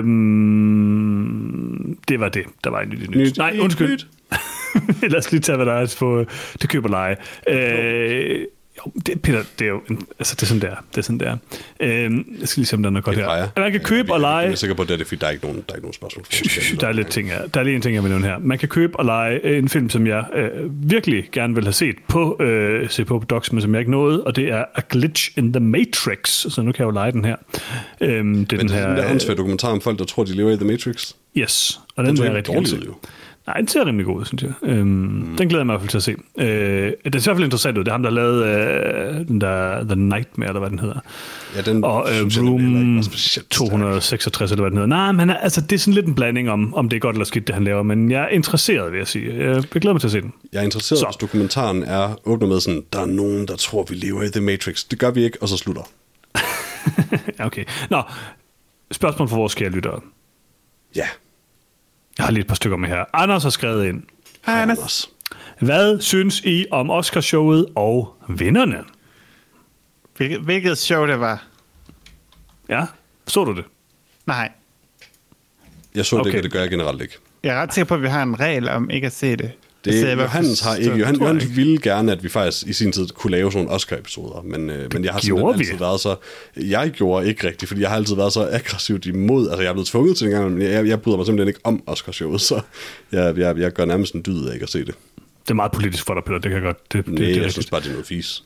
det var det, der var i nyt i nyt. nyt Nej, undskyld. Lad os lige tage, hvad der er på. Det køber leje. Øh, Det, Peter, det er jo en, altså det er sådan der, det er sådan der. Øhm, jeg skal lige se om der er noget godt her. Freja. Man kan købe jeg, og lege. Jeg er sikker på, at det er det, fordi der er ikke nogen, der er ikke nogen spørgsmål. For, der er lidt ting her. Der er lige en ting jeg vil nævne her. Man kan købe og lege en film, som jeg øh, virkelig gerne vil have set på øh, se på Docs, men som jeg ikke nåede, og det er A Glitch in the Matrix. Så nu kan jeg jo lege den her. Øhm, det er men den det er her. den der åndssvær dokumentar om folk, der tror, de lever i The Matrix. Yes. Og den, den er rigtig dårlig ud, jo. Nej, den ser rimelig god ud, synes jeg. Øhm, mm. Den glæder jeg mig i hvert fald til at se. Øh, det er i hvert fald interessant ud. Det er ham, der lavede øh, den der The Nightmare, eller hvad den hedder. Ja, den og øh, Room to hundrede og seksogtres, eller hvad den hedder. Nej, men altså, det er sådan lidt en blanding om, om det er godt eller skidt, det han laver. Men jeg er interesseret, vil jeg sige. Jeg glæder mig til at se den. Jeg er interesseret, så. Hvis dokumentaren er åbnet med sådan, der er nogen, der tror, vi lever i The Matrix. Det gør vi ikke, og så slutter. Okay. Nå, spørgsmål for vores kære lyttere. Ja. Jeg har lige et par stykker med her. Anders har skrevet ind. Hej, Anders. Hvad synes I om Oscarshowet og vinderne? Hvilket, hvilket show det var? Ja, så du det? Nej. Jeg så det okay. ikke, og det gør jeg generelt ikke. Jeg er ret sikker på, at vi har en regel om ikke at se det. Det, det Johannes har ikke. Johannes, Johannes ville gerne, at vi faktisk i sin tid kunne lave sådan nogle Oscar-episoder, men, øh, men jeg har simpelthen altid været så... Jeg gjorde ikke rigtigt, fordi jeg har altid været så aggressivt imod... Altså, jeg er blevet tvunget til det engang, men jeg, jeg bryder mig simpelthen ikke om Oscar-showet, så jeg, jeg, jeg gør nærmest en dyd af ikke at se det. Det er meget politisk for dig, Peter, det kan jeg godt... Det, Nej, det, det, jeg det, synes bare, det er noget fis.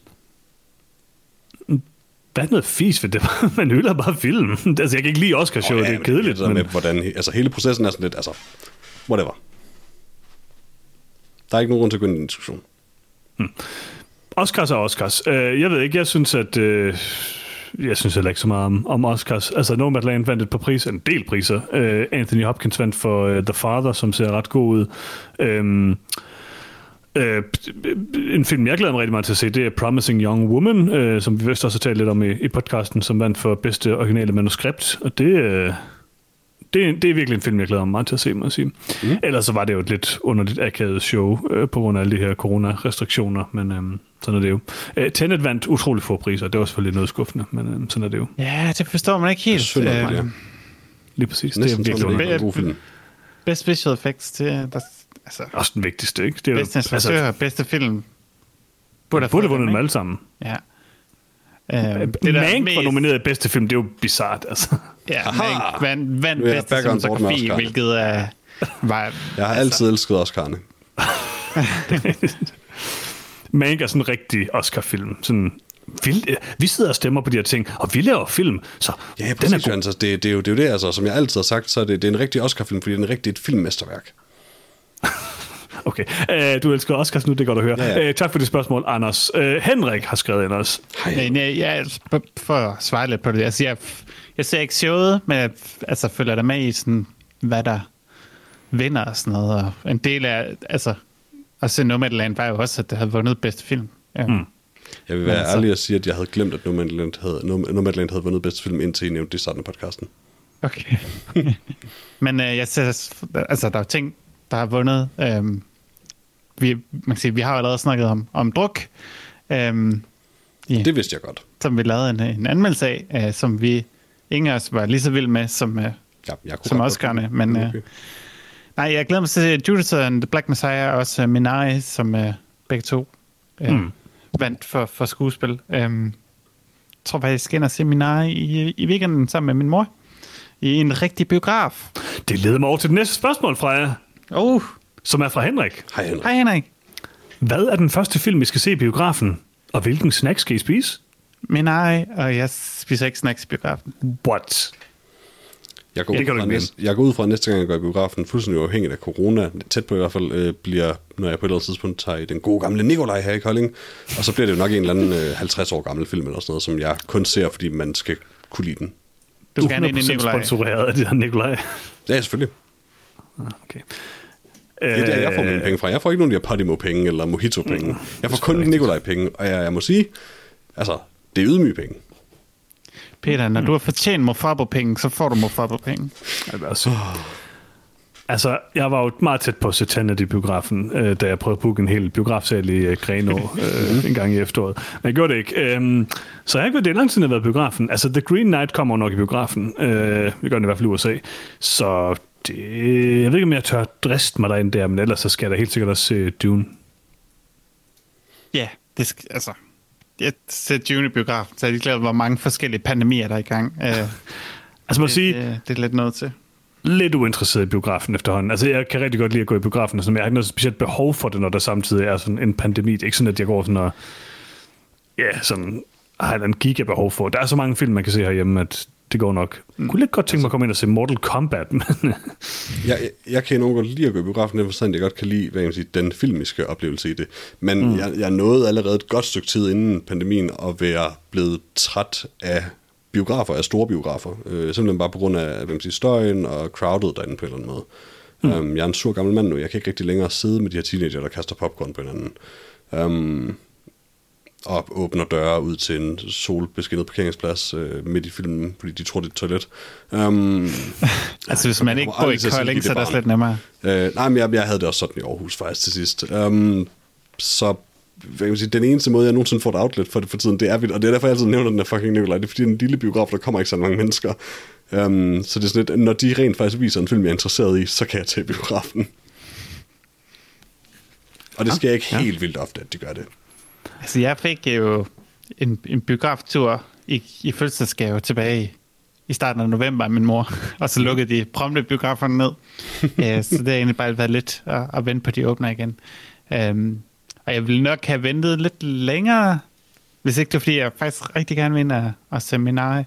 Hvad er noget fis ved det? Man hylder bare film. Altså, jeg kan ikke lide Oscar-showet, oh, ja, det er kedeligt. Det men... med, hvordan, altså, hele processen er sådan lidt... Altså, whatever. Der er ikke nogen grund til at gå ind i en diskussion. Hmm. Oscars er Oscars. Uh, jeg ved ikke, jeg synes, at... Uh, jeg synes heller ikke så meget om, om Oscars. Altså, Nomadland vandt et par priser, en del priser. Uh, Anthony Hopkins vandt for uh, The Father, som ser ret god ud. Um, uh, en film, jeg glæder mig rigtig meget til at se, det er Promising Young Woman, uh, som vi vist også har talt lidt om i, i podcasten, som vandt for bedste originale manuskript. Og det... Uh, Det er, det er virkelig en film, jeg glæder mig meget til at se, må jeg sige. Mm. Ellers så var det jo et lidt underligt akavet show øh, på grund af alle de her coronarestriktioner, men øh, sådan er det jo. Øh, Tenet vandt utrolig få priser, det var selvfølgelig noget skuffende, men øh, sådan er det jo. Ja, det forstår man ikke helt. Synd, øh, ja. Lige præcis, næsten det er virkelig det er en god film. Best visual effects, det er der, altså, også den vigtigste, ikke? Det er bedste instruktør, altså, bedste film. Burde have vundet dem alle sammen. Ja. Uh, det Mank var nomineret i bedste film, det er jo bizart, altså. Ja, Mank vandt vand bedste cinematografi, hvilket er... Var, jeg har altid altså, elsket Oscar'ne. Mank er sådan en rigtig Oscar-film. Sådan, vi, vi sidder og stemmer på de her ting, og vi laver film, så ja, den er god. Altså, det, det, er jo, det er jo det, altså, som jeg altid har sagt, så er det, det er en rigtig Oscar-film, fordi det er en rigtig et filmmesterværk. Okay, uh, du elsker Oscars nu, det er godt at høre. Ja, ja. Uh, tak for det spørgsmål, Anders. Uh, Henrik har skrevet ind også. Nej, nej, ja, for at svare lidt på det. Altså, jeg, jeg ser ikke showet, men jeg altså, følger der med i, sådan, hvad der vinder og sådan noget. Og en del af, altså, at se Nomadland var jo også, at det havde vundet bedste film. Ja. Mm. Jeg vil være altså, ærlig og sige, at jeg havde glemt, at Nomadland havde, Nomadland havde vundet bedste film, indtil I nævnte det i starten af podcasten. Okay. Men uh, jeg ser, altså, der er ting, der har vundet. Øhm, vi, man kan sige, vi har jo allerede snakket om, om druk. Øhm, yeah. Det vidste jeg godt. Som vi lavede en, en anmeldelse af, øh, som vi ingen af os var lige så vild med, som, øh, ja, som Oscar'ne. Men øh, okay. Nej, jeg glæder mig til at Judas and the Black Messiah, og også uh, Minari, som øh, begge to øh, mm. vandt for, for skuespil. Øhm, jeg tror faktisk, jeg skal ind og se Minari i, i weekenden sammen med min mor. I en rigtig biograf. Det leder mig over til det næste spørgsmål fra jer. Oh. Som er fra Henrik. Hej Henrik. Hej Henrik. Hvad er den første film, vi skal se i biografen? Og hvilken snacks skal I spise? Minari, og jeg spiser ikke snacks i biografen. What? Jeg går, ja, næste, jeg går ud fra, at næste gang jeg går i biografen, fuldstændig uafhængigt af corona, tæt på i hvert fald, øh, bliver, når jeg på et eller andet tidspunkt tager i den gode gamle Nikolaj her i Kolding, og så bliver det jo nok en eller anden øh, halvtreds år gammel film eller sådan noget, som jeg kun ser, fordi man skal kunne lide den. Du er hundrede procent sponsoreret af det her Nikolaj. Ja, selvfølgelig. Okay. Det er der, jeg får mine penge fra. Jeg får ikke nogen af de her Podimo-penge eller Mojito-penge. Jeg får kun Nikolaj-penge, og jeg, jeg må sige, altså, det er ydmyge penge. Peter, når mm. du har fortjent Mofabo-penge, så får du Mofabo-penge. Altså, altså, jeg var jo meget tæt på at se Tenet i biografen, øh, da jeg prøvede at booke en hel biografsal i øh, Grenå øh, en gang i efteråret. Men jeg gjorde det ikke. Øhm, så jeg har ikke det er lang tid, jeg har været i biografen. Altså, The Green Knight kommer nok i biografen. Øh, vi gør det i hvert fald i U S A. Så det, jeg ved ikke, om jeg tør driste mig derinde der, men ellers så skal jeg da helt sikkert også se Dune. Ja, det skal, altså... jeg ser June i biografen, så jeg er glad, hvor mange forskellige pandemier der er i gang. Uh, altså må det, sige, det, det er lidt noget til. Lidt uinteresseret i biografen efterhånden. Altså, jeg kan rigtig godt lide at gå i biografen, så jeg har ikke noget specielt behov for det, når der samtidig er sådan en pandemi. Det er ikke sådan, at jeg går sådan og ja, sådan har en gigabehov for. Der er så mange film, man kan se herhjemme, at det går nok. Jeg kunne lidt godt tænke mig at komme ind og se Mortal Kombat, men jeg, jeg, jeg kan enormt godt lide at gå i biografen, det er sådan, jeg godt kan lide hvad jeg sige, den filmiske oplevelse i det. Men mm. jeg, jeg nåede allerede et godt stykke tid inden pandemien at være blevet træt af biografer, af store biografer. Øh, simpelthen bare på grund af hvad man siger, støjen og crowded derinde på en eller anden måde. Mm. Um, jeg er en sur gammel mand nu. Jeg kan ikke rigtig længere sidde med de her teenager, der kaster popcorn på hinanden. Um, og åbner døre ud til en solbeskinnet parkeringsplads øh, midt i filmen, fordi de tror, det er et toilet. Um, altså hvis man ikke bor i Kolding, så er det slet nemmere. Øh, nej, men jeg, jeg havde det også sådan i Aarhus faktisk til sidst. Um, så hvad kan man sige, den eneste måde, jeg nogensinde får et outlet for det for tiden, det er vildt, og det er derfor, jeg altid nævner den der fucking Nikolaj. Det er fordi, den lille biograf, der kommer ikke så mange mennesker. Um, så det er sådan lidt, når de rent faktisk viser en film, jeg er interesseret i, så kan jeg tage biografen. Og det sker ikke ja. helt vildt ofte, at de gør det. Altså, jeg fik jo en, en biograftur i, i fødselsdagsgave tilbage i, i starten af november af min mor, og så lukkede de prompte biograferne ned. uh, så det har egentlig bare været lidt at, at vente på, at de åbner igen. Um, og jeg ville nok have ventet lidt længere, hvis ikke det er, fordi jeg faktisk rigtig gerne vil ind og, og seminare.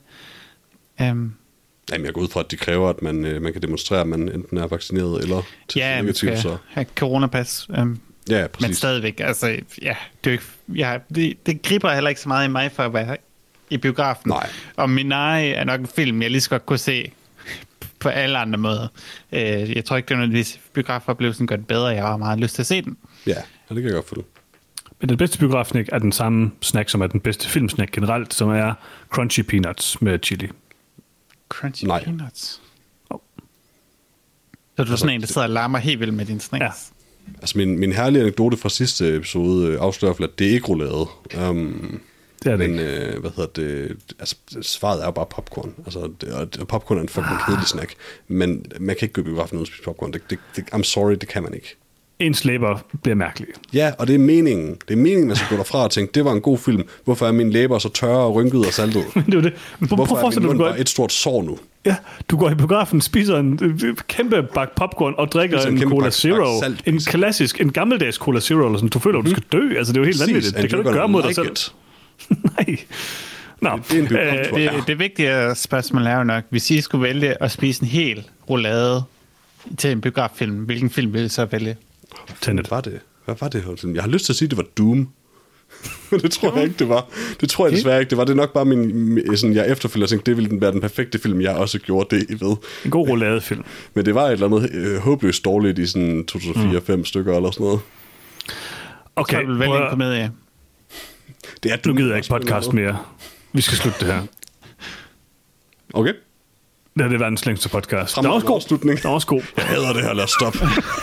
Um, Jamen, jeg går ud fra, at de kræver, at man, øh, man kan demonstrere, at man enten er vaccineret eller til ja, negativ. Ja, man skal så. have coronapas. Um, ja, præcis. Men stadigvæk, altså, ja, det, er ikke, ja, det, det griber heller ikke så meget i mig for at være i biografen. Nej. Og Minari er nok en film, jeg lige så godt kunne se på alle andre måder. Uh, jeg tror ikke, det er nødvendigvis biografoplevelsen gør det bedre. Jeg har meget lyst til at se den. Ja, det kan jeg godt følge. Men den bedste biografsnack er den samme snack, som er den bedste filmsnack generelt, som er Crunchy Peanuts med chili. Crunchy Nej. Peanuts? Oh. Så er du altså, sådan en, der sidder og larmer helt vildt med dine snacks? Ja. Altså min, min herlige anekdote fra sidste episode afslører, at det er ikke roulade. Um, det er det men, ikke. Øh, hvad hedder det? Altså, svaret er jo bare popcorn. Altså, det, og popcorn er en fucking ah. kedelig snack. Men man kan ikke gå i biografen uden at spise popcorn. Det, det, det, I'm sorry, det kan man ikke. Ens læber bliver mærkelig. Ja, og det er meningen. Det er meningen, man skal gå derfra og tænke, det var en god film. Hvorfor er mine læber så tørre og rynkede og saltede? det er det. Hvorfor er min mund bare et stort sår nu? Ja, du går i biografen, spiser en kæmpe bakke popcorn og drikker en, en Cola bak, Zero. Bak en klassisk, en gammeldags Cola Zero. Eller sådan. Du føler, at du skal dø. Altså, det er jo helt vanvittigt. Det kan du ikke gøre mod dig selv. Nej. No. Det, det, øh, det, det vigtige spørgsmål er jo nok, hvis I skulle vælge at spise en hel roulade til en biograffilm, hvilken film ville I så vælge? Hvad var det? Hvad var det? Jeg har lyst til at sige, at det var Doom. det tror jeg ikke, det var. Det tror jeg desværre ikke. Det var det nok bare min, sådan, jeg efterfølger og tænkte, det ville være den perfekte film, jeg også gjorde det ved. En god rouladefilm. Men det var et eller andet øh, håbløst dårligt i sådan to tusind og fire fem mm. stykker eller sådan noget. Okay. Så vil du vælge en komedie? Det er du gider ikke podcast mere. Vi skal slutte det her. Okay. Det er det verdens længste podcast. Det er også god slutning. Det er også god. Jeg hader det her, lad os stoppe.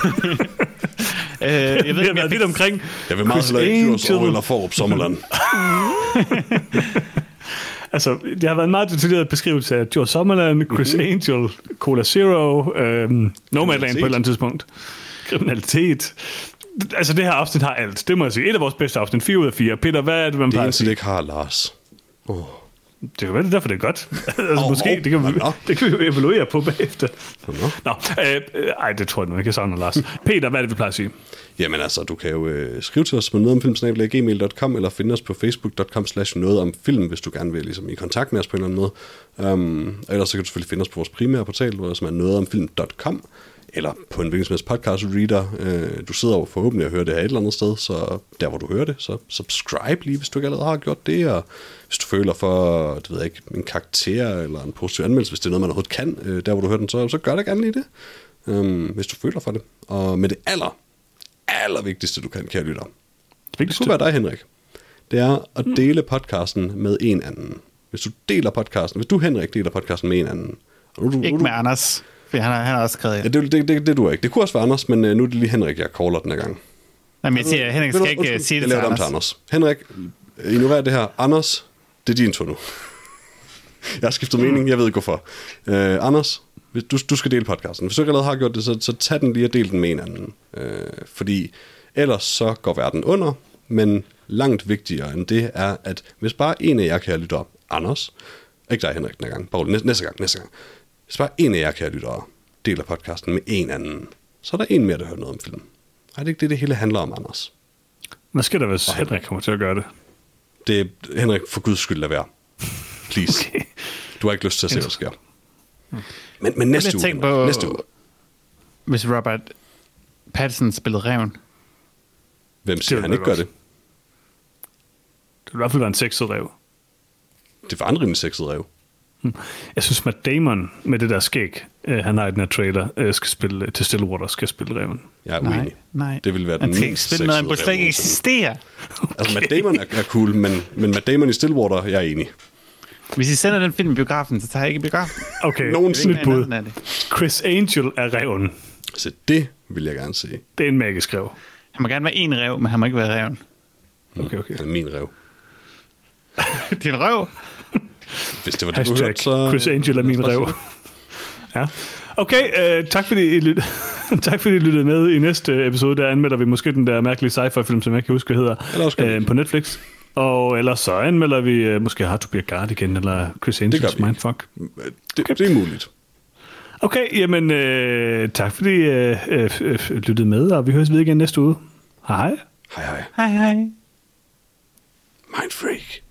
øh, jeg ved, vi har været vidt omkring. Jeg vil meget hellere ikke Djurs over eller Forup Sommerland. Altså, det har været en meget detaljeret beskrivelse af Djurs Sommerland, Chris mm-hmm. Angel, Cola Zero, øhm, Nomadland på et eller andet tidspunkt. Kriminalitet. Altså, det her afsnit har alt. Det må jeg sige. Et af vores bedste afsnit. fire ud af fire. Peter, hvad er det, man plejer at sige? Det eneste, det ikke har Lars. Oh. Det kan være, det er derfor, det er godt. altså, oh, måske, oh, det, kan vi, no. det kan vi jo evaluere på bagefter. No. Nå, øh, øh, ej, det tror jeg nu ikke, jeg savner Lars. Peter, hvad er det, vi plejer at sige? Jamen altså, du kan jo øh, skrive til os på noget om film snabel-a gmail punktum com eller finde os på facebook punktum com slash noget om film, hvis du gerne vil ligesom, i kontakt med os på en eller anden måde. Um, ellers så kan du selvfølgelig finde os på vores primære portal, som er noget om film punktum com, eller på en hvilken som helst podcast reader. Uh, du sidder jo forhåbentlig og hører det her et eller andet sted, så der hvor du hører det, så subscribe lige, hvis du ikke allerede har gjort det, og hvis du føler for, det ved jeg ikke, en karakter eller en positiv anmeldelse, hvis det er noget, man overhovedet kan, uh, der hvor du hører den, så, så gør det gerne lige det, um, hvis du føler for det. Og med det aller, aller vigtigste, du kan, kære lytter, det skulle være dig, Henrik, det er at dele podcasten med en anden. Hvis du deler podcasten, hvis du, Henrik, deler podcasten med en anden. Og du, ikke du, med Anders, for han har, han har også skrevet. Ja, det, det, det, det du ikke. Det kunne også være Anders, men uh, nu er det lige Henrik, jeg caller den her gang. Jamen, jeg siger, Henrik skal ikke undskyld, sige det til Anders. til Anders. Henrik, ignorer det her. Anders, det er din tur nu. Jeg har skiftet mening, jeg ved ikke hvorfor. Uh, Anders, du, du skal dele podcasten. Hvis du ikke allerede har gjort det, så, så tag den lige og del den med en anden. Uh, fordi ellers så går verden under, men langt vigtigere end det, er, at hvis bare en af jer, kære lyttere, Anders, ikke dig Henrik den her gang, Paul, næste, næste gang, næste gang, hvis bare en af jer, kære lyttere, deler podcasten med en anden, så er der en mere, der hører noget om film. Er det ikke det, det hele handler om, Anders? Hvad sker der, hvis Henrik kommer til at gøre det? Det er Henrik, for guds skyld, lad være. Please. Okay. Du har ikke lyst til at se, hvad der sker. Men, men næste uge, på, næste uge. Hvis Robert Pattinson spillede ræven. Hvem siger, han ikke gør det? Det vil i hvert fald være en sexet ræv. Det var en rimelig sexet ræv. Jeg synes, Matt Damon med det der skæg, øh, han har i den her trailer, øh, skal spille, til Stillwater skal spille ræven. Jeg er uenig. Nej, nej. Det vil være den mest sexede spille noget, han slet ikke eksisterer. Okay. Altså, Matt Damon er, er cool, men, men Matt Damon i Stillwater, jeg er enig. Hvis I sender den film i biografen, så tager jeg ikke i biografen. Okay, nogensinde bud. Chris Angel er ræven. Så det vil jeg gerne se. Det er en magisk ræv. Han må gerne være en ræv, men han må ikke være ræven. Okay, okay. Det er min ræv. Det er en røv. Hvis det var det, Hashtag du hørte, så... Chris Angel er min ræv. Ja. Okay, uh, tak fordi I lyttede. tak fordi I lyttede med. I næste episode, der anmelder vi måske den der mærkelige sci-fi-film, som jeg kan huske, hvad hedder, uh, på Netflix. Og ellers så anmelder vi uh, måske Hard to Be a Guard igen, eller Chris Angels Mindfuck. Det, okay. det er muligt. Okay, jamen uh, tak fordi I uh, uh, lyttede med, og vi høres ved igen næste uge. Hej. Hej hej. Hej hej. Mindfreak.